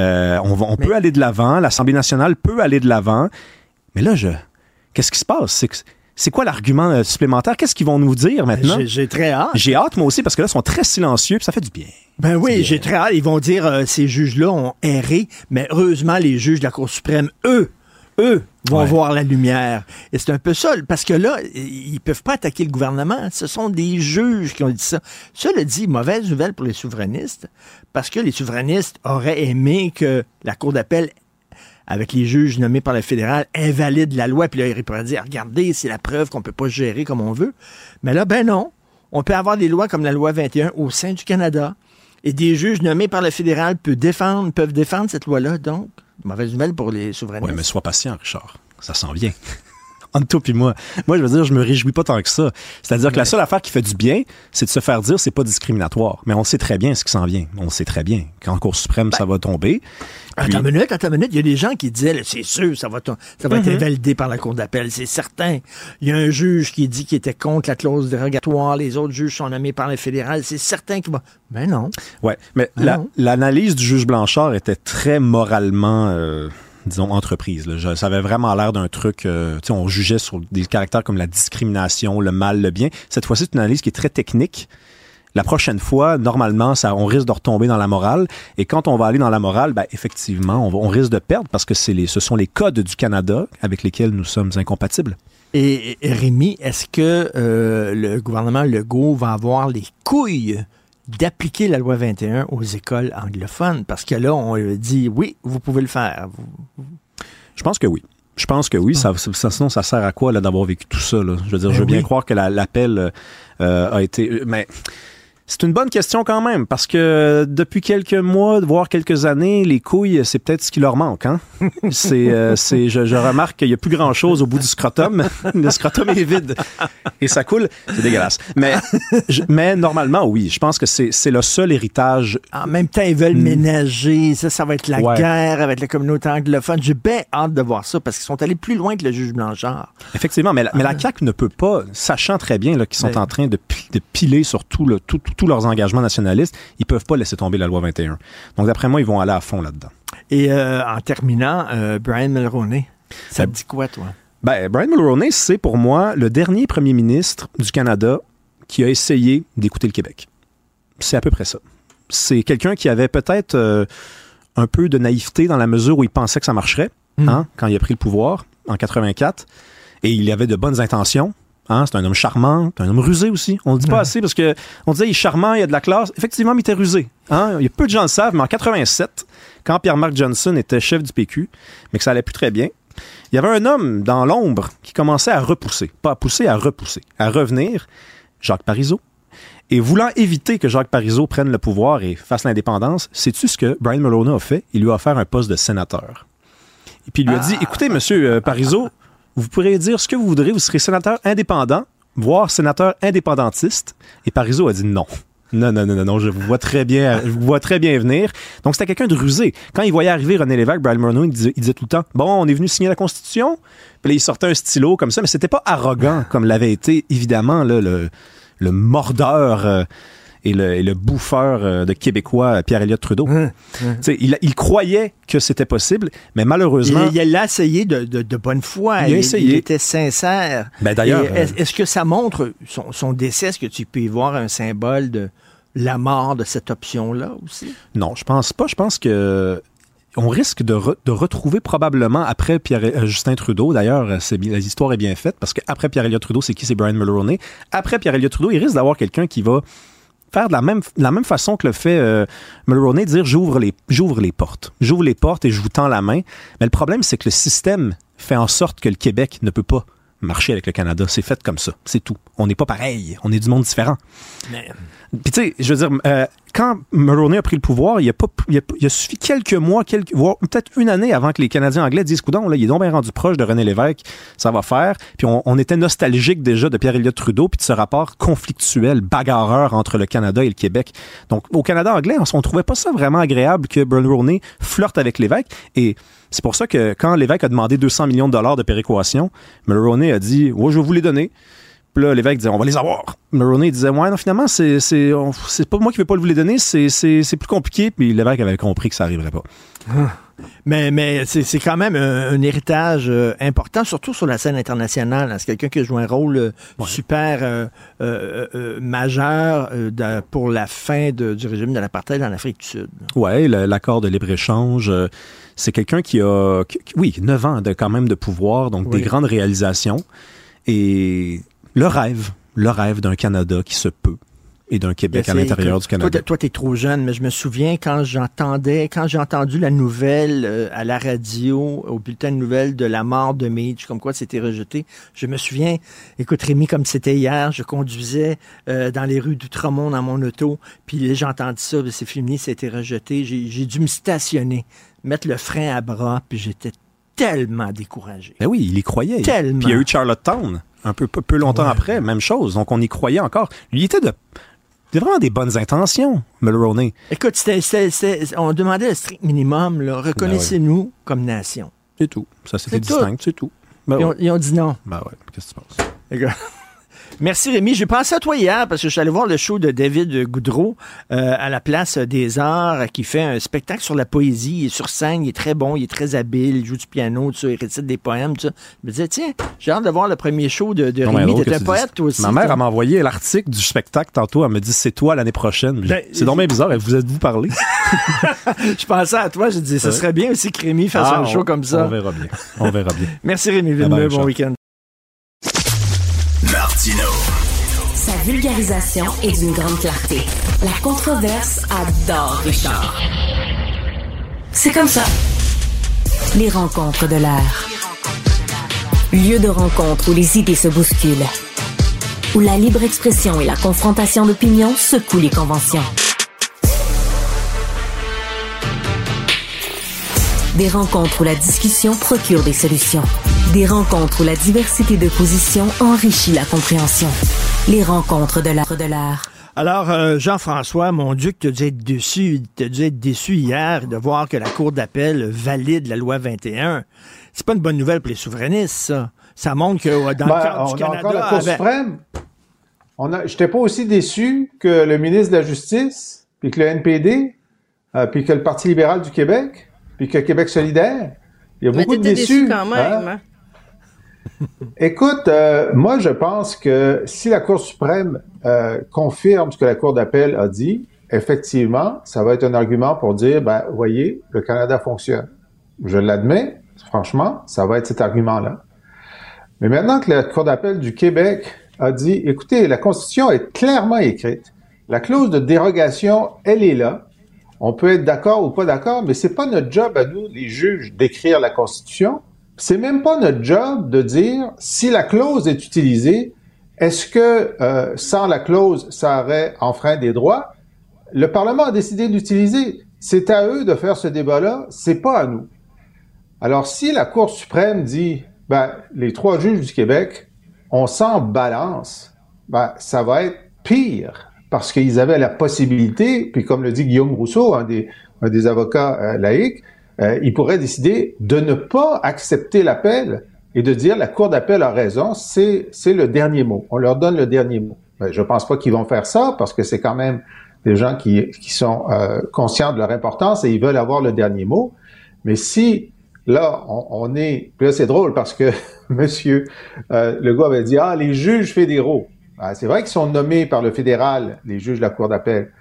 On peut aller de l'avant. L'Assemblée nationale peut aller de l'avant. Mais là, qu'est-ce qui se passe? C'est quoi l'argument supplémentaire? Qu'est-ce qu'ils vont nous dire maintenant? J'ai très hâte. J'ai hâte, moi aussi, parce que là, ils sont très silencieux, puis ça fait du bien. Ben oui, j'ai très hâte. Ils vont dire ces juges-là ont erré, mais heureusement, les juges de la Cour suprême, eux vont voir la lumière. Et c'est un peu ça, parce que là, ils peuvent pas attaquer le gouvernement. Ce sont des juges qui ont dit ça. Cela dit, mauvaise nouvelle pour les souverainistes, parce que les souverainistes auraient aimé que la Cour d'appel, avec les juges nommés par le fédéral, invalide la loi, puis là, ils pourraient dire, regardez, c'est la preuve qu'on peut pas gérer comme on veut. Mais là, ben non. On peut avoir des lois comme la loi 21 au sein du Canada, et des juges nommés par le fédéral peuvent défendre cette loi-là, donc. Mauvaise nouvelle pour les souverainistes. Oui, mais sois patient, Richard. Ça s'en vient. Entre toi puis moi. Moi, je veux dire, je me réjouis pas tant que ça. C'est-à-dire que la seule affaire qui fait du bien, c'est de se faire dire c'est pas discriminatoire. Mais on sait très bien ce qui s'en vient. On sait très bien qu'en Cour suprême, ça va tomber. Attends une minute. Il y a des gens qui disaient, c'est sûr, ça va être invalidé par la Cour d'appel. C'est certain. Il y a un juge qui dit qu'il était contre la clause dérogatoire. Les autres juges sont nommés par le fédéral. C'est certain qu'il va... Mais non. Ouais. Mais l'analyse du juge Blanchard était très moralement... disons, entreprise. Là. Ça avait vraiment l'air d'un truc... on jugeait sur des caractères comme la discrimination, le mal, le bien. Cette fois-ci, c'est une analyse qui est très technique. La prochaine fois, normalement, on risque de retomber dans la morale. Et quand on va aller dans la morale, ben, effectivement, on risque de perdre parce que ce sont les codes du Canada avec lesquels nous sommes incompatibles. Et Rémi, est-ce que le gouvernement Legault va avoir les couilles d'appliquer la loi 21 aux écoles anglophones? Parce que là, on dit, oui, vous pouvez le faire. Je pense que oui. Sinon, ça sert à quoi là, d'avoir vécu tout ça? Là? Je veux dire, je veux bien croire que l'appel a été... Mais c'est une bonne question quand même, parce que depuis quelques mois, voire quelques années, les couilles, c'est peut-être ce qui leur manque. Hein? Je remarque qu'il n'y a plus grand-chose au bout du scrotum. Le scrotum est vide et ça coule. C'est dégueulasse. Mais normalement, oui. Je pense que c'est le seul héritage. En même temps, ils veulent ménager. Ça va être la guerre avec la communauté anglophone. J'ai bien hâte de voir ça, parce qu'ils sont allés plus loin que le juge Blanchard. Effectivement, mais la CAQ ne peut pas, sachant très bien là, qu'ils sont en train de piler sur tous leurs engagements nationalistes, ils peuvent pas laisser tomber la loi 21. Donc, d'après moi, ils vont aller à fond là-dedans. Et en terminant, Brian Mulroney, ça te dit quoi, toi? Ben, Brian Mulroney, c'est pour moi le dernier premier ministre du Canada qui a essayé d'écouter le Québec. C'est à peu près ça. C'est quelqu'un qui avait peut-être un peu de naïveté dans la mesure où il pensait que ça marcherait, quand il a pris le pouvoir en 84, et il avait de bonnes intentions. C'est un homme charmant, c'est un homme rusé aussi. On le dit pas assez parce que on disait il est charmant, il a de la classe. Effectivement, mais il était rusé. Il y a peu de gens le savent, mais en 87, quand Pierre-Marc Johnson était chef du PQ, mais que ça allait plus très bien, il y avait un homme dans l'ombre qui commençait à repousser. Pas à pousser, à repousser. À revenir, Jacques Parizeau. Et voulant éviter que Jacques Parizeau prenne le pouvoir et fasse l'indépendance, sais-tu ce que Brian Mulroney a fait? Il lui a offert un poste de sénateur. Et puis il lui a dit, écoutez, monsieur Parizeau, vous pourrez dire ce que vous voudrez, vous serez sénateur indépendant, voire sénateur indépendantiste. Et Parizeau a dit non. Non, je vous vois très bien venir. Donc, c'était quelqu'un de rusé. Quand il voyait arriver René Lévesque, Brian Mulroney, il disait tout le temps, bon, on est venu signer la Constitution. Puis là, il sortait un stylo comme ça, mais c'était pas arrogant comme l'avait été, évidemment, là, le mordeur et le bouffeur de Québécois Pierre-Éliott Trudeau. Il croyait que c'était possible, mais malheureusement... Il l'a essayé de bonne foi. Il était sincère. Ben d'ailleurs... Est-ce que ça montre son décès? Est-ce que tu peux y voir un symbole la mort de cette option-là aussi? Non, je pense pas. Je pense que on risque de retrouver probablement après Justin Trudeau. D'ailleurs, l'histoire est bien faite parce qu'après Pierre-Éliott Trudeau, c'est qui? C'est Brian Mulroney. Après Pierre-Éliott Trudeau, il risque d'avoir quelqu'un qui va faire de la même façon que le fait Mulroney, dire j'ouvre les portes. J'ouvre les portes et je vous tends la main. Mais le problème, c'est que le système fait en sorte que le Québec ne peut pas marcher avec le Canada. C'est fait comme ça. C'est tout. On n'est pas pareil. On est du monde différent. Mais... Puis tu sais, je veux dire, quand Mulroney a pris le pouvoir, il a suffi quelques mois, voire peut-être une année avant que les Canadiens anglais disent « Coudon, là, il est donc bien rendu proche de René Lévesque, ça va faire. » Puis on était nostalgique déjà de Pierre-Éliott Trudeau puis de ce rapport conflictuel, bagarreur entre le Canada et le Québec. Donc, au Canada anglais, on trouvait pas ça vraiment agréable que Mulroney flirte avec Lévesque. Et c'est pour ça que quand Lévesque a demandé 200 millions de dollars de péréquation, Mulroney a dit « Ouais, je vais vous les donner. » Puis là, l'évêque disait, on va les avoir. Mulroney disait, ouais, non, finalement, c'est pas moi qui vais pas vous les donner, c'est plus compliqué. Puis l'évêque avait compris que ça arriverait pas. Mais c'est quand même un héritage important, surtout sur la scène internationale. C'est quelqu'un qui joue un rôle super majeur pour la fin du régime de l'apartheid en Afrique du Sud. Oui, l'accord de libre-échange. C'est quelqu'un qui a, 9 ans quand même de pouvoir, donc des grandes réalisations. Et le rêve d'un Canada qui se peut et d'un Québec à l'intérieur du Canada. Toi, t'es trop jeune, mais je me souviens quand j'ai entendu la nouvelle à la radio, au bulletin de nouvelles de la mort de Meach, comme quoi c'était rejeté. Je me souviens, écoute Rémi, comme c'était hier, je conduisais dans les rues d'Outremont dans mon auto, puis j'ai entendu ça, c'est fini, c'était rejeté. J'ai dû me stationner, mettre le frein à bras, puis j'étais tellement découragé. Ben oui, il y croyait. Tellement. Puis il y a eu Charlottetown, un peu longtemps après, même chose. Donc on y croyait encore. Lui, il était vraiment des bonnes intentions, Mulroney. Écoute, on demandait le strict minimum, là. Reconnaissez-nous comme nation. C'est tout. Ça, c'était distinct, c'est tout. Ben ils ont dit non. Ben ouais, qu'est-ce qui se passe? Merci Rémi. J'ai pensé à toi hier parce que je suis allé voir le show de David Goudreau à la Place des Arts qui fait un spectacle sur la poésie. Il est sur scène, il est très bon, il est très habile, il joue du piano, tout ça, il récite des poèmes, tout ça. Je me disais, tiens, j'ai hâte de voir le premier show de Rémi. T'es un poète, toi aussi. Ma mère, elle m'a envoyé l'article du spectacle tantôt. Elle me dit, c'est toi l'année prochaine. C'est donc bien bizarre. Vous êtes-vous parlé? Je pensais à toi. Je dis, ce serait bien aussi que Rémi fasse un show comme ça. On verra bien. On verra bien. Merci Rémi Villeneuve. Bon week-end. Martino. Sa vulgarisation est d'une grande clarté. La controverse adore Richard. C'est comme ça. Les rencontres de l'air. Lieu de rencontre où les idées se bousculent. Où la libre expression et la confrontation d'opinions secouent les conventions. Des rencontres où la discussion procure des solutions. Des rencontres où la diversité de positions enrichit la compréhension. Les rencontres de l'art. Alors, Jean-François, mon Dieu, tu as dû être déçu hier de voir que la Cour d'appel valide la loi 21. C'est pas une bonne nouvelle pour les souverainistes, ça. Ça montre que dans le cadre du Canada... Encore la Cour suprême. J'étais pas aussi déçu que le ministre de la Justice, puis que le NPD, puis que le Parti libéral du Québec, puis que Québec solidaire. Il y a beaucoup de déçus. Quand même, hein? Écoute, moi, je pense que si la Cour suprême confirme ce que la Cour d'appel a dit, effectivement, ça va être un argument pour dire, voyez, le Canada fonctionne. Je l'admets, franchement, ça va être cet argument-là. Mais maintenant que la Cour d'appel du Québec a dit, écoutez, la Constitution est clairement écrite. La clause de dérogation, elle est là. On peut être d'accord ou pas d'accord, mais c'est pas notre job à nous, les juges, d'écrire la Constitution. C'est même pas notre job de dire si la clause est utilisée, est-ce que sans la clause, ça aurait enfreint des droits? Le Parlement a décidé d'utiliser. C'est à eux de faire ce débat-là, c'est pas à nous. Alors si la Cour suprême dit, les 3 juges du Québec, on s'en balance, ça va être pire. Parce qu'ils avaient la possibilité, puis comme le dit Guillaume Rousseau, un des avocats laïcs, ils pourraient décider de ne pas accepter l'appel et de dire la Cour d'appel a raison, c'est le dernier mot. On leur donne le dernier mot. Je pense pas qu'ils vont faire ça parce que c'est quand même des gens qui sont conscients de leur importance et ils veulent avoir le dernier mot. Mais si là on est, puis là c'est drôle parce que Monsieur Legault avait dit les juges fédéraux. C'est vrai qu'ils sont nommés par le fédéral, les juges de la Cour d'appel,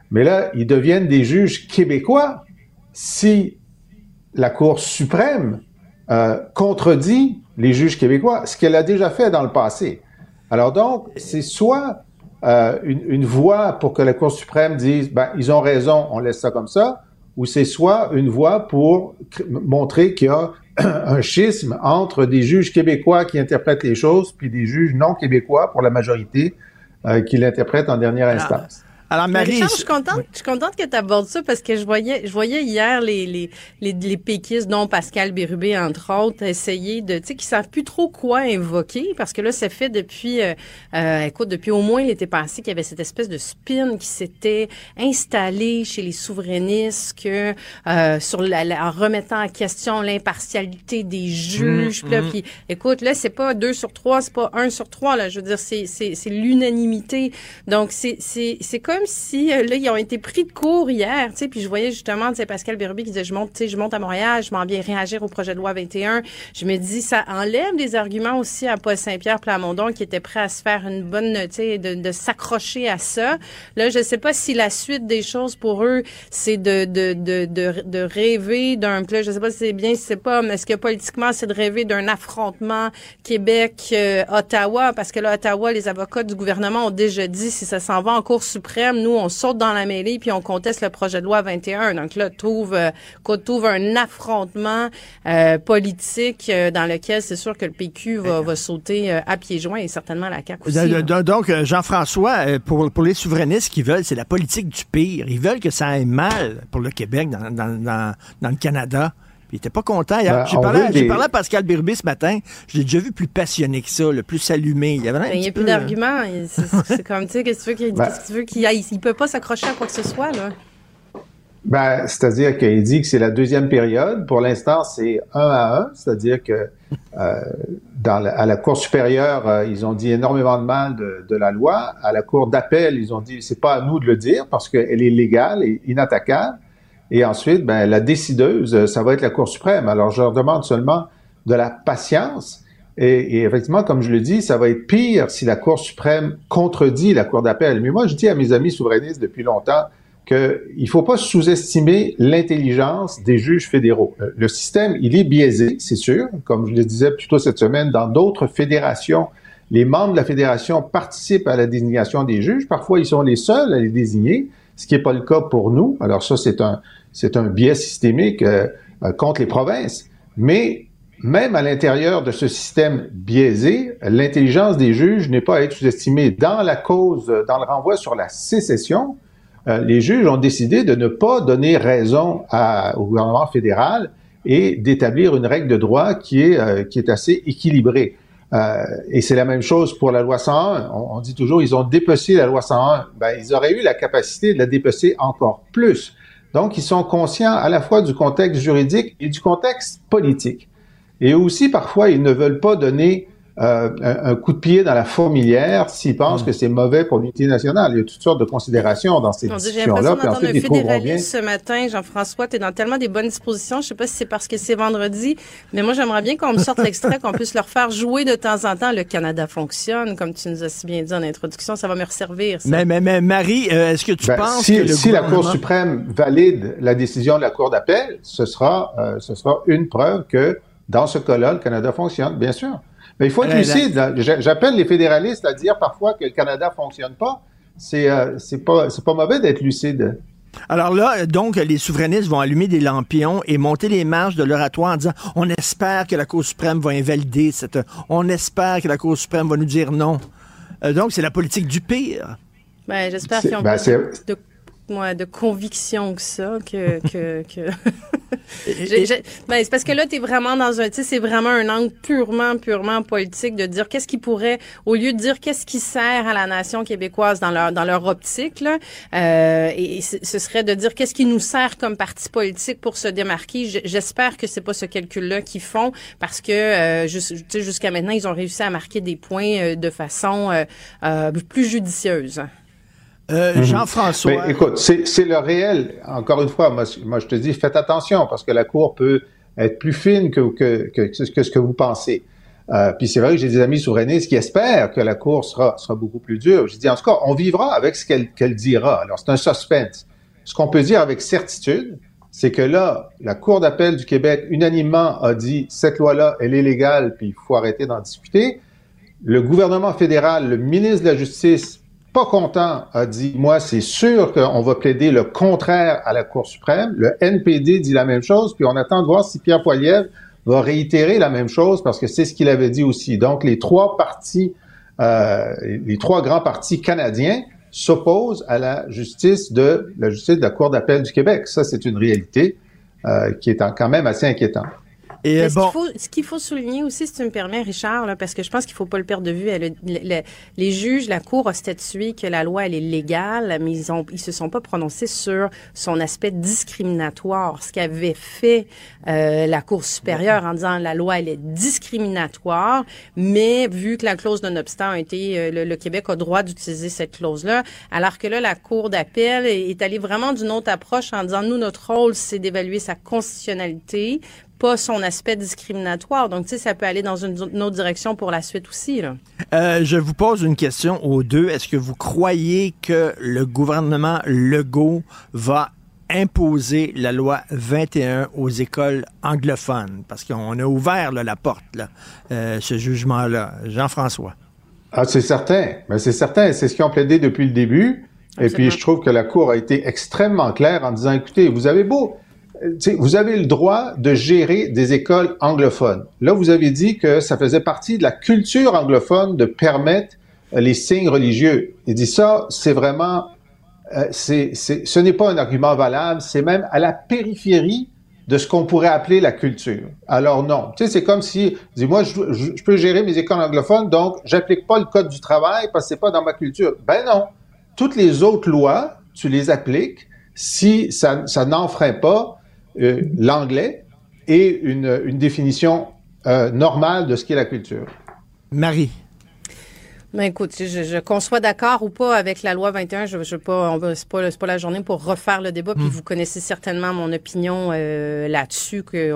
Mais là, ils deviennent des juges québécois si la Cour suprême contredit les juges québécois, ce qu'elle a déjà fait dans le passé. Alors donc, c'est soit une voie pour que la Cour suprême dise « ils ont raison, on laisse ça comme ça », ou c'est soit une voie pour montrer qu'il y a un schisme entre des juges québécois qui interprètent les choses puis des juges non québécois, pour la majorité, qui l'interprètent en dernière instance. Alors, Marie, Richard, je suis contente que tu abordes ça parce que je voyais hier les péquistes, dont Pascal Bérubé, entre autres, essayer de, tu sais, qui savent plus trop quoi invoquer parce que là, ça fait depuis au moins l'été passé qu'il y avait cette espèce de spin qui s'était installé chez les souverainistes que, en remettant en question l'impartialité des juges. Puis écoute, là, c'est pas 2 sur 3, c'est pas 1 sur 3, là. Je veux dire, c'est l'unanimité. Donc, c'est comme si, là, ils ont été pris de court hier, tu sais, puis je voyais justement, tu sais, Pascal Bérubé qui disait, je monte à Montréal, je m'en viens réagir au projet de loi 21. Je me dis, ça enlève des arguments aussi à Paul Saint-Pierre Plamondon qui était prêt à se faire une bonne, tu sais, de s'accrocher à ça. Là, je sais pas si la suite des choses pour eux, c'est de rêver d'un, là, je sais pas si c'est bien, si c'est pas, mais est-ce que politiquement, c'est de rêver d'un affrontement Québec-Ottawa, parce que là, Ottawa, les avocats du gouvernement ont déjà dit, si ça s'en va en Cour suprême, nous, on saute dans la mêlée puis on conteste le projet de loi 21. Donc là, trouve un affrontement politique dans lequel c'est sûr que le PQ va sauter à pieds joints et certainement la CAQ aussi. Donc, Jean-François, pour les souverainistes, qui veulent, c'est la politique du pire. Ils veulent que ça aille mal pour le Québec dans le Canada. Puis il était pas content. J'ai parlé à Pascal Bérubé ce matin. Je l'ai déjà vu plus passionné que ça, plus allumé. Il y a plus d'arguments. C'est comme, tu sais, qu'est-ce que tu veux qu'il aille? Il peut pas s'accrocher à quoi que ce soit, là. C'est-à-dire qu'il dit que c'est la deuxième période. Pour l'instant, c'est 1-1. C'est-à-dire que à la Cour supérieure, ils ont dit énormément de mal de la loi. À la Cour d'appel, ils ont dit c'est pas à nous de le dire parce qu'elle est légale et inattaquable. Et ensuite, la décideuse, ça va être la Cour suprême. Alors, je leur demande seulement de la patience. Et effectivement, comme je le dis, ça va être pire si la Cour suprême contredit la Cour d'appel. Mais moi, je dis à mes amis souverainistes depuis longtemps qu'il faut pas sous-estimer l'intelligence des juges fédéraux. Le système, il est biaisé, c'est sûr. Comme je le disais plus tôt cette semaine, dans d'autres fédérations, les membres de la fédération participent à la désignation des juges. Parfois, ils sont les seuls à les désigner, ce qui n'est pas le cas pour nous. Alors ça, c'est un biais systémique contre les provinces. Mais même à l'intérieur de ce système biaisé, l'intelligence des juges n'est pas à être sous-estimée. Dans le renvoi sur la sécession, les juges ont décidé de ne pas donner raison au gouvernement fédéral et d'établir une règle de droit qui est assez équilibrée. Et c'est la même chose pour la loi 101. On dit toujours, ils ont dépecé la loi 101. Ils auraient eu la capacité de la dépecer encore plus. Donc, ils sont conscients à la fois du contexte juridique et du contexte politique. Et aussi, parfois, ils ne veulent pas donner un coup de pied dans la fourmilière s'ils pensent que c'est mauvais pour l'unité nationale. Il y a toutes sortes de considérations dans ces discussions-là. J'ai l'impression d'entendre un fédéraliste ce matin. Jean-François, tu es dans tellement des bonnes dispositions. Je sais pas si c'est parce que c'est vendredi, mais moi, j'aimerais bien qu'on me sorte l'extrait, qu'on puisse leur faire jouer de temps en temps. Le Canada fonctionne, comme tu nous as si bien dit en introduction. Ça va me resservir, ça. Mais Marie, est-ce que tu penses que si la Cour suprême valide la décision de la Cour d'appel, ce sera une preuve que, dans ce cas-là, le Canada fonctionne, bien sûr. Mais il faut être lucide. J'appelle les fédéralistes à dire parfois que le Canada fonctionne pas. C'est pas mauvais d'être lucide. Alors là, donc, les souverainistes vont allumer des lampions et monter les marches de l'oratoire en disant « On espère que la Cour suprême va invalider cette... On espère que la Cour suprême va nous dire non. » Donc, c'est la politique du pire. J'espère qu'ils ont de conviction que ça, c'est parce que là, t'es vraiment dans c'est vraiment un angle purement politique de dire qu'est-ce qui pourrait, au lieu de dire qu'est-ce qui sert à la nation québécoise dans leur optique, là, et ce serait de dire qu'est-ce qui nous sert comme parti politique pour se démarquer. J'espère que c'est pas ce calcul-là qu'ils font parce que, jusqu'à maintenant, ils ont réussi à marquer des points de façon plus judicieuse. Jean-François. Mais écoute, c'est le réel. Encore une fois, moi je te dis, faites attention parce que la Cour peut être plus fine que ce que vous pensez. Puis c'est vrai que j'ai des amis souverainistes qui espèrent que la Cour sera beaucoup plus dure. J'ai dit, en tout cas, on vivra avec ce qu'elle dira. Alors, c'est un suspense. Ce qu'on peut dire avec certitude, c'est que là, la Cour d'appel du Québec, unanimement, a dit, cette loi-là, elle est légale, puis il faut arrêter d'en discuter. Le gouvernement fédéral, le ministre de la Justice, pas content, a dit, moi, c'est sûr qu'on va plaider le contraire à la Cour suprême. Le NPD dit la même chose, puis on attend de voir si Pierre Poilievre va réitérer la même chose, parce que c'est ce qu'il avait dit aussi. Donc, les trois grands partis canadiens s'opposent à la justice de la Cour d'appel du Québec. Ça, c'est une réalité qui est quand même assez inquiétante. Et ce qu'il faut souligner aussi, si tu me permets, Richard, là, parce que je pense qu'il ne faut pas le perdre de vue, les juges, la Cour a statué que la loi, elle est légale, mais ils se sont pas prononcés sur son aspect discriminatoire, ce qu'avait fait la Cour supérieure en disant la loi, elle est discriminatoire, mais vu que la clause de non-obstant a été, le Québec a droit d'utiliser cette clause-là, alors que là, la Cour d'appel est allée vraiment d'une autre approche en disant, nous, notre rôle, c'est d'évaluer sa constitutionnalité, pas son aspect discriminatoire. Donc, tu sais, ça peut aller dans une autre direction pour la suite aussi, là. Je vous pose une question aux deux. Est-ce que vous croyez que le gouvernement Legault va imposer la loi 21 aux écoles anglophones? Parce qu'on a ouvert là, la porte, là, ce jugement-là. Jean-François. Ah, c'est certain. Mais c'est certain. C'est ce qu'ils ont plaidé depuis le début. Absolument. Et puis, je trouve que la Cour a été extrêmement claire en disant, écoutez, vous avez le droit de gérer des écoles anglophones. Là, vous avez dit que ça faisait partie de la culture anglophone de permettre les signes religieux. Il dit ça, c'est vraiment, ce n'est pas un argument valable, c'est même à la périphérie de ce qu'on pourrait appeler la culture. Alors non, tu sais, c'est comme si, moi, je peux gérer mes écoles anglophones, donc j'applique pas le code du travail parce que c'est pas dans ma culture. Ben non, toutes les autres lois, tu les appliques si ça n'enfreint pas l'anglais et une définition normale de ce qu'est la culture. Marie. Ben écoute, qu'on soit d'accord ou pas avec la loi 21, c'est pas la journée pour refaire le débat. Puis vous connaissez certainement mon opinion là-dessus que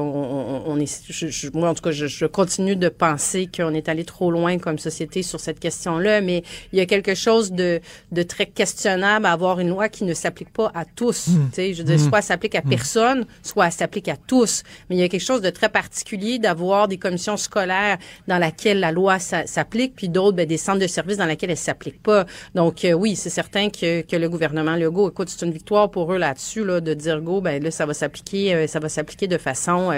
moi en tout cas je continue de penser qu'on est allé trop loin comme société sur cette question-là. Mais il y a quelque chose de très questionnable à avoir une loi qui ne s'applique pas à tous. Tu sais, je veux dire, soit elle s'applique à personne, soit elle s'applique à tous. Mais il y a quelque chose de très particulier d'avoir des commissions scolaires dans laquelle la loi s'applique, puis d'autres des centres de services dans lesquels elle s'applique pas. Donc oui, c'est certain que le gouvernement Legault, écoute, c'est une victoire pour eux là-dessus, là, de dire go, ben là ça va s'appliquer de façon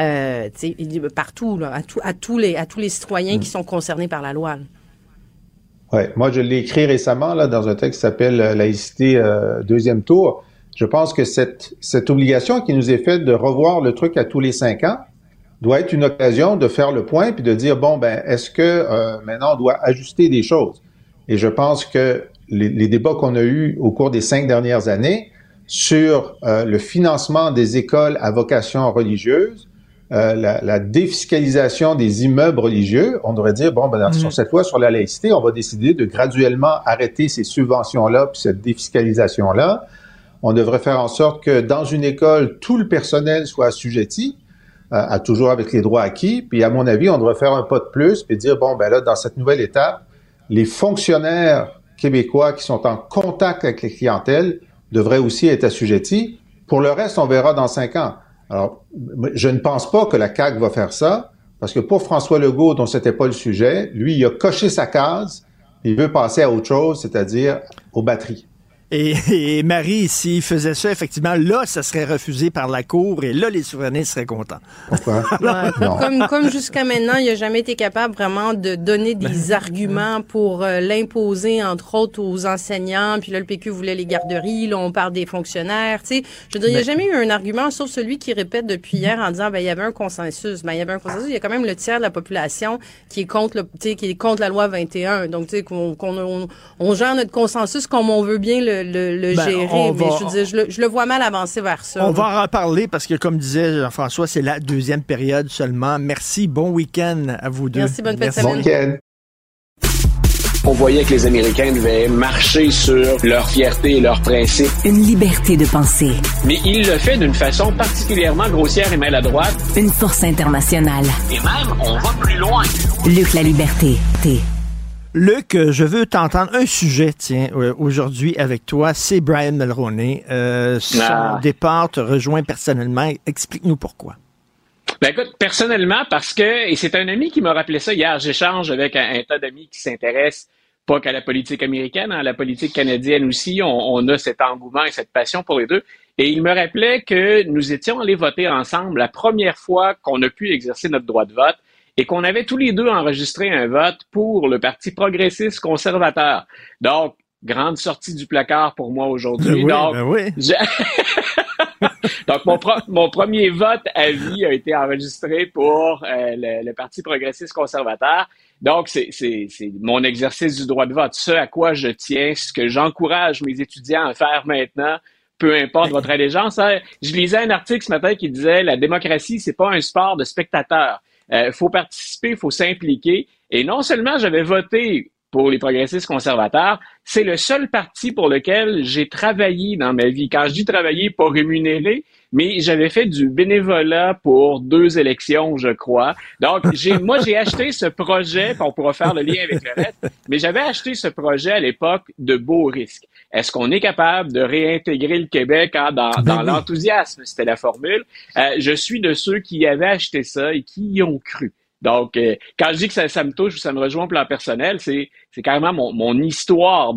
partout, là, à tous les citoyens qui sont concernés par la loi. Ouais, moi je l'ai écrit récemment là dans un texte qui s'appelle Laïcité deuxième tour. Je pense que cette obligation qui nous est faite de revoir le truc à tous les 5 ans doit être une occasion de faire le point puis de dire, bon, ben, est-ce que maintenant on doit ajuster des choses? Et je pense que les débats qu'on a eus au cours des 5 dernières années sur le financement des écoles à vocation religieuse, la défiscalisation des immeubles religieux, on devrait dire, bon, ben, sur cette loi sur la laïcité, on va décider de graduellement arrêter ces subventions-là puis cette défiscalisation-là. On devrait faire en sorte que dans une école, tout le personnel soit assujetti, à toujours avec les droits acquis. Puis, à mon avis, on devrait faire un pas de plus puis dire, bon, ben là, dans cette nouvelle étape, les fonctionnaires québécois qui sont en contact avec les clientèles devraient aussi être assujettis. Pour le reste, on verra dans 5 ans. Alors, je ne pense pas que la CAQ va faire ça, parce que pour François Legault, dont c'était pas le sujet, lui, il a coché sa case, il veut passer à autre chose, c'est-à-dire aux batteries. Et Marie, s'il faisait ça, effectivement, là, ça serait refusé par la Cour et là, les souverainistes seraient contents. Pourquoi? Comme jusqu'à maintenant, il n'a jamais été capable vraiment de donner des arguments pour l'imposer, entre autres, aux enseignants. Puis là, le PQ voulait les garderies. Là, on parle des fonctionnaires. Tu sais, je veux dire, il n'y a jamais eu un argument, sauf celui qui répète depuis hier en disant, ben, il y avait un consensus. Ben, il y avait un consensus. Il y a quand même le tiers de la population qui est contre qui est contre la loi 21. Donc, tu sais, on gère notre consensus comme on veut bien le gérer, mais je le vois mal avancer vers ça. On va en reparler parce que, comme disait Jean-François, c'est la deuxième période seulement. Merci, bon week-end à vous deux. Merci, bonne fête de semaine. Bon week-end. On voyait que les Américains devaient marcher sur leur fierté et leurs principes. Une liberté de penser. Mais il le fait d'une façon particulièrement grossière et maladroite. Une force internationale. Et même, on va plus loin. Luc La Liberté. Luc, je veux t'entendre un sujet, aujourd'hui avec toi, c'est Brian Mulroney. Son départ te rejoint personnellement. Explique-nous pourquoi. Ben écoute, personnellement, parce que, et c'est un ami qui m'a rappelé ça hier, j'échange avec un tas d'amis qui s'intéressent pas qu'à la politique américaine, à la politique canadienne aussi, on a cet engouement et cette passion pour les deux. Et il me rappelait que nous étions allés voter ensemble la première fois qu'on a pu exercer notre droit de vote et qu'on avait tous les deux enregistré un vote pour le Parti progressiste conservateur. Donc, grande sortie du placard pour moi aujourd'hui. Donc, mon premier vote à vie a été enregistré pour le Parti progressiste conservateur. Donc, c'est mon exercice du droit de vote, ce à quoi je tiens, ce que j'encourage mes étudiants à faire maintenant, peu importe votre allégeance. Je lisais un article ce matin qui disait « La démocratie, c'est pas un sport de spectateurs. Faut participer, faut s'impliquer. » Et non seulement j'avais voté pour les progressistes conservateurs, c'est le seul parti pour lequel j'ai travaillé dans ma vie. Quand je dis travailler, pas rémunéré, mais j'avais fait du bénévolat pour 2 élections, je crois. Donc, moi, j'ai acheté ce projet, on pourra faire le lien avec le reste, mais j'avais acheté ce projet à l'époque de beau risque. Est-ce qu'on est capable de réintégrer le Québec dans l'enthousiasme? C'était la formule. Je suis de ceux qui avaient acheté ça et qui y ont cru. Donc, quand je dis que ça me touche ou ça me rejoint au plan personnel, c'est carrément mon histoire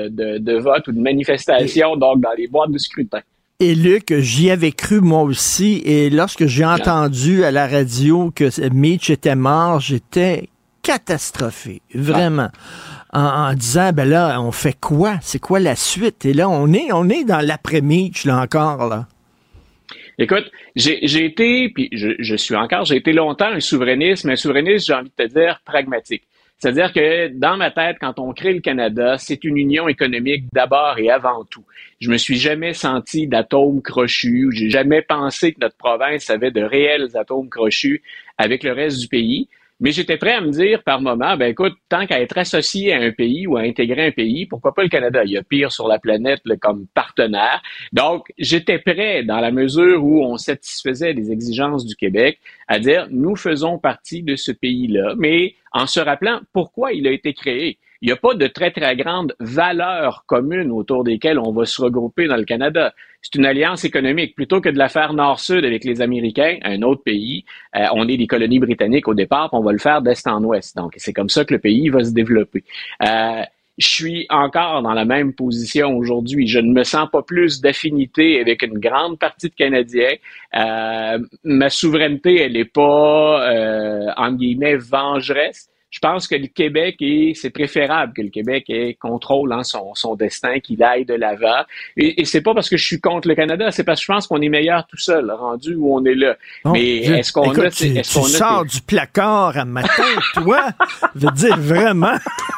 de vote ou de manifestation, donc dans les boîtes de scrutin. Et Luc, j'y avais cru moi aussi, et lorsque j'ai entendu à la radio que Mitch était mort, j'étais catastrophé, vraiment. En disant, ben là, on fait quoi? C'est quoi la suite? Et là, on est dans l'après-Mitch, là, encore, là. Écoute, j'ai été, puis je suis encore, j'ai été longtemps un souverainiste, mais un souverainiste, j'ai envie de te dire, pragmatique. C'est-à-dire que dans ma tête, quand on crée le Canada, c'est une union économique d'abord et avant tout. Je me suis jamais senti d'atomes crochus, j'ai jamais pensé que notre province avait de réels atomes crochus avec le reste du pays. Mais j'étais prêt à me dire par moment, ben écoute, tant qu'à être associé à un pays ou à intégrer un pays, pourquoi pas le Canada? Il y a pire sur la planète là, comme partenaire. Donc, j'étais prêt, dans la mesure où on satisfaisait les exigences du Québec, à dire, nous faisons partie de ce pays-là, mais en se rappelant pourquoi il a été créé. Il n'y a pas de très, très grande valeur commune autour desquelles on va se regrouper dans le Canada. C'est une alliance économique. Plutôt que de la faire nord-sud avec les Américains, un autre pays, on est des colonies britanniques au départ, puis on va le faire d'est en ouest. Donc, c'est comme ça que le pays va se développer. Je suis encore dans la même position aujourd'hui. Je ne me sens pas plus d'affinité avec une grande partie de Canadiens. Ma souveraineté, elle n'est pas, entre guillemets, vengeresse. Je pense que le Québec c'est préférable que le Québec contrôle son destin, qu'il aille de l'avant. Et c'est pas parce que je suis contre le Canada, c'est parce que je pense qu'on est meilleur tout seul, rendu où on est là. Bon, mais est-ce qu'on écoute, tu sors du placard à matin, toi? Je veux dire, vraiment...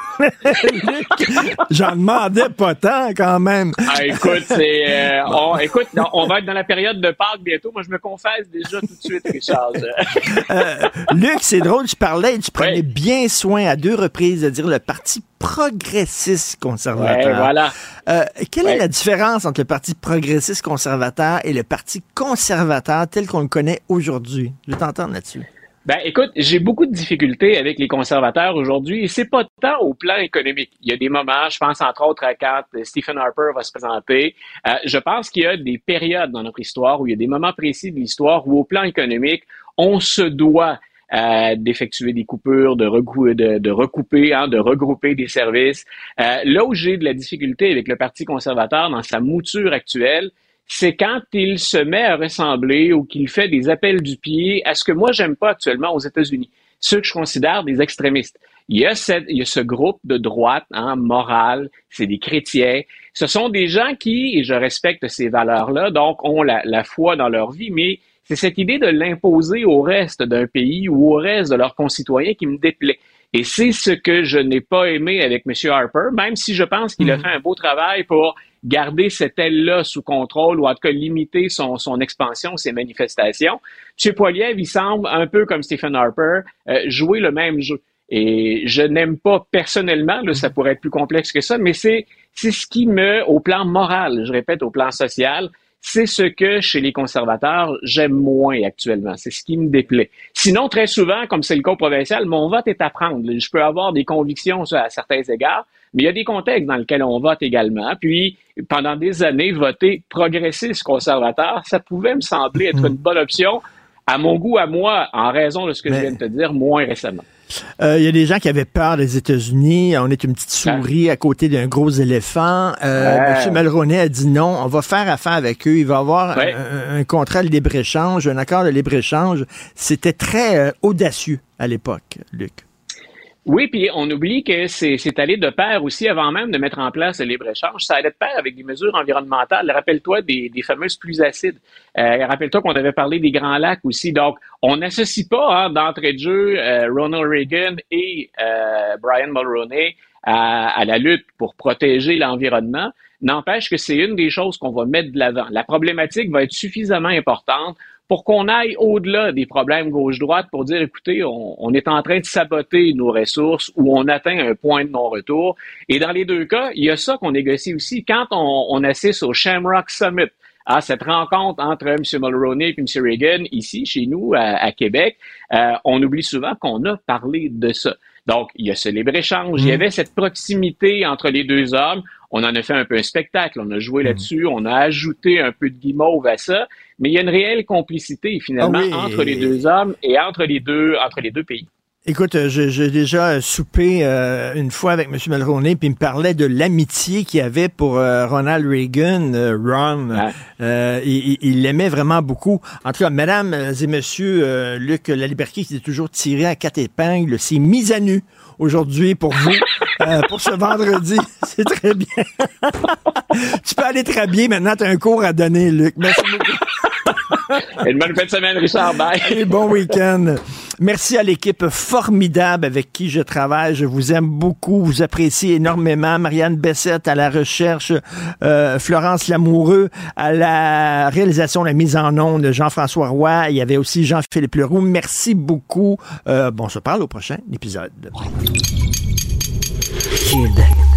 J'en demandais pas tant, quand même. Écoute, on va être dans la période de Pâques bientôt. Moi, je me confesse déjà tout de suite, Richard. Luc, c'est drôle, tu prenais bien soin à 2 reprises de dire le Parti progressiste conservateur. Ouais, voilà. Quelle est la différence entre le Parti progressiste conservateur et le Parti conservateur tel qu'on le connaît aujourd'hui? Je vais t'entendre là-dessus. Ben, écoute, j'ai beaucoup de difficultés avec les conservateurs aujourd'hui et c'est pas tant au plan économique. Il y a des moments, je pense entre autres à quand Stephen Harper va se présenter. Je pense qu'il y a des périodes dans notre histoire où il y a des moments précis de l'histoire où au plan économique, on se doit d'effectuer des coupures, de recouper, de regrouper des services. Là où j'ai de la difficulté avec le Parti conservateur dans sa mouture actuelle, c'est quand il se met à ressembler ou qu'il fait des appels du pied à ce que moi j'aime pas actuellement aux États-Unis, ceux que je considère des extrémistes. Il y a ce groupe de droite, moral, c'est des chrétiens. Ce sont des gens qui, et je respecte ces valeurs-là, donc ont la foi dans leur vie, mais c'est cette idée de l'imposer au reste d'un pays ou au reste de leurs concitoyens qui me déplaît. Et c'est ce que je n'ai pas aimé avec M. Harper, même si je pense qu'il a fait un beau travail pour garder cette aile-là sous contrôle ou en tout cas limiter son expansion, ses manifestations. M. Poilievre, il semble, un peu comme Stephen Harper, jouer le même jeu. Et je n'aime pas personnellement, là, ça pourrait être plus complexe que ça, mais c'est ce qui au plan moral, je répète, au plan social, c'est ce que, chez les conservateurs, j'aime moins actuellement. C'est ce qui me déplaît. Sinon, très souvent, comme c'est le cas provincial, mon vote est à prendre. Je peux avoir des convictions à certains égards, mais il y a des contextes dans lesquels on vote également. Puis, pendant des années, voter progressiste conservateur, ça pouvait me sembler être une bonne option, à mon goût, à moi, en raison de ce que je viens de te dire, moins récemment. Il y a des gens qui avaient peur des États-Unis. On est une petite souris à côté d'un gros éléphant. M. Mulroney a dit non, on va faire affaire avec eux. Il va y avoir un contrat de libre-échange, un accord de libre-échange. C'était très audacieux à l'époque, Luc. Oui, puis on oublie que c'est allé de pair aussi, avant même de mettre en place le libre-échange, ça allait de pair avec des mesures environnementales. Rappelle-toi des fameuses pluies acides. Rappelle-toi qu'on avait parlé des Grands Lacs aussi. Donc, on n'associe pas d'entrée de jeu Ronald Reagan et Brian Mulroney à la lutte pour protéger l'environnement. N'empêche que c'est une des choses qu'on va mettre de l'avant. La problématique va être suffisamment importante pour qu'on aille au-delà des problèmes gauche-droite pour dire, écoutez, on est en train de saboter nos ressources ou on atteint un point de non-retour. Et dans les deux cas, il y a ça qu'on négocie aussi. Quand on assiste au Shamrock Summit, cette rencontre entre M. Mulroney et M. Reagan, ici, chez nous, à Québec, on oublie souvent qu'on a parlé de ça. Donc, il y a ce libre-échange, il y avait cette proximité entre les deux hommes. On en a fait un peu un spectacle, on a joué là-dessus, on a ajouté un peu de guimauve à ça, mais il y a une réelle complicité, finalement, entre les deux hommes et entre les deux pays. Écoute, j'ai déjà soupé une fois avec M. Mulroney, puis il me parlait de l'amitié qu'il avait pour Ronald Reagan, Ron. Il l'aimait vraiment beaucoup. En tout cas, mesdames et messieurs, Luc Laliberté, qui s'est toujours tiré à 4 épingles, s'est mis à nu aujourd'hui pour vous, pour ce vendredi. C'est très bien. Tu peux aller te rhabiller maintenant, tu as un cours à donner, Luc. Merci beaucoup. Et une bonne fin de semaine, Richard. Bye. Et bon week-end. Merci à l'équipe formidable avec qui je travaille. Je vous aime beaucoup, vous apprécie énormément. Marianne Bessette à la recherche, Florence Lamoureux à la réalisation, la mise en onde de Jean-François Roy. Il y avait aussi Jean-Philippe Leroux. Merci beaucoup. On se parle au prochain épisode. Cube.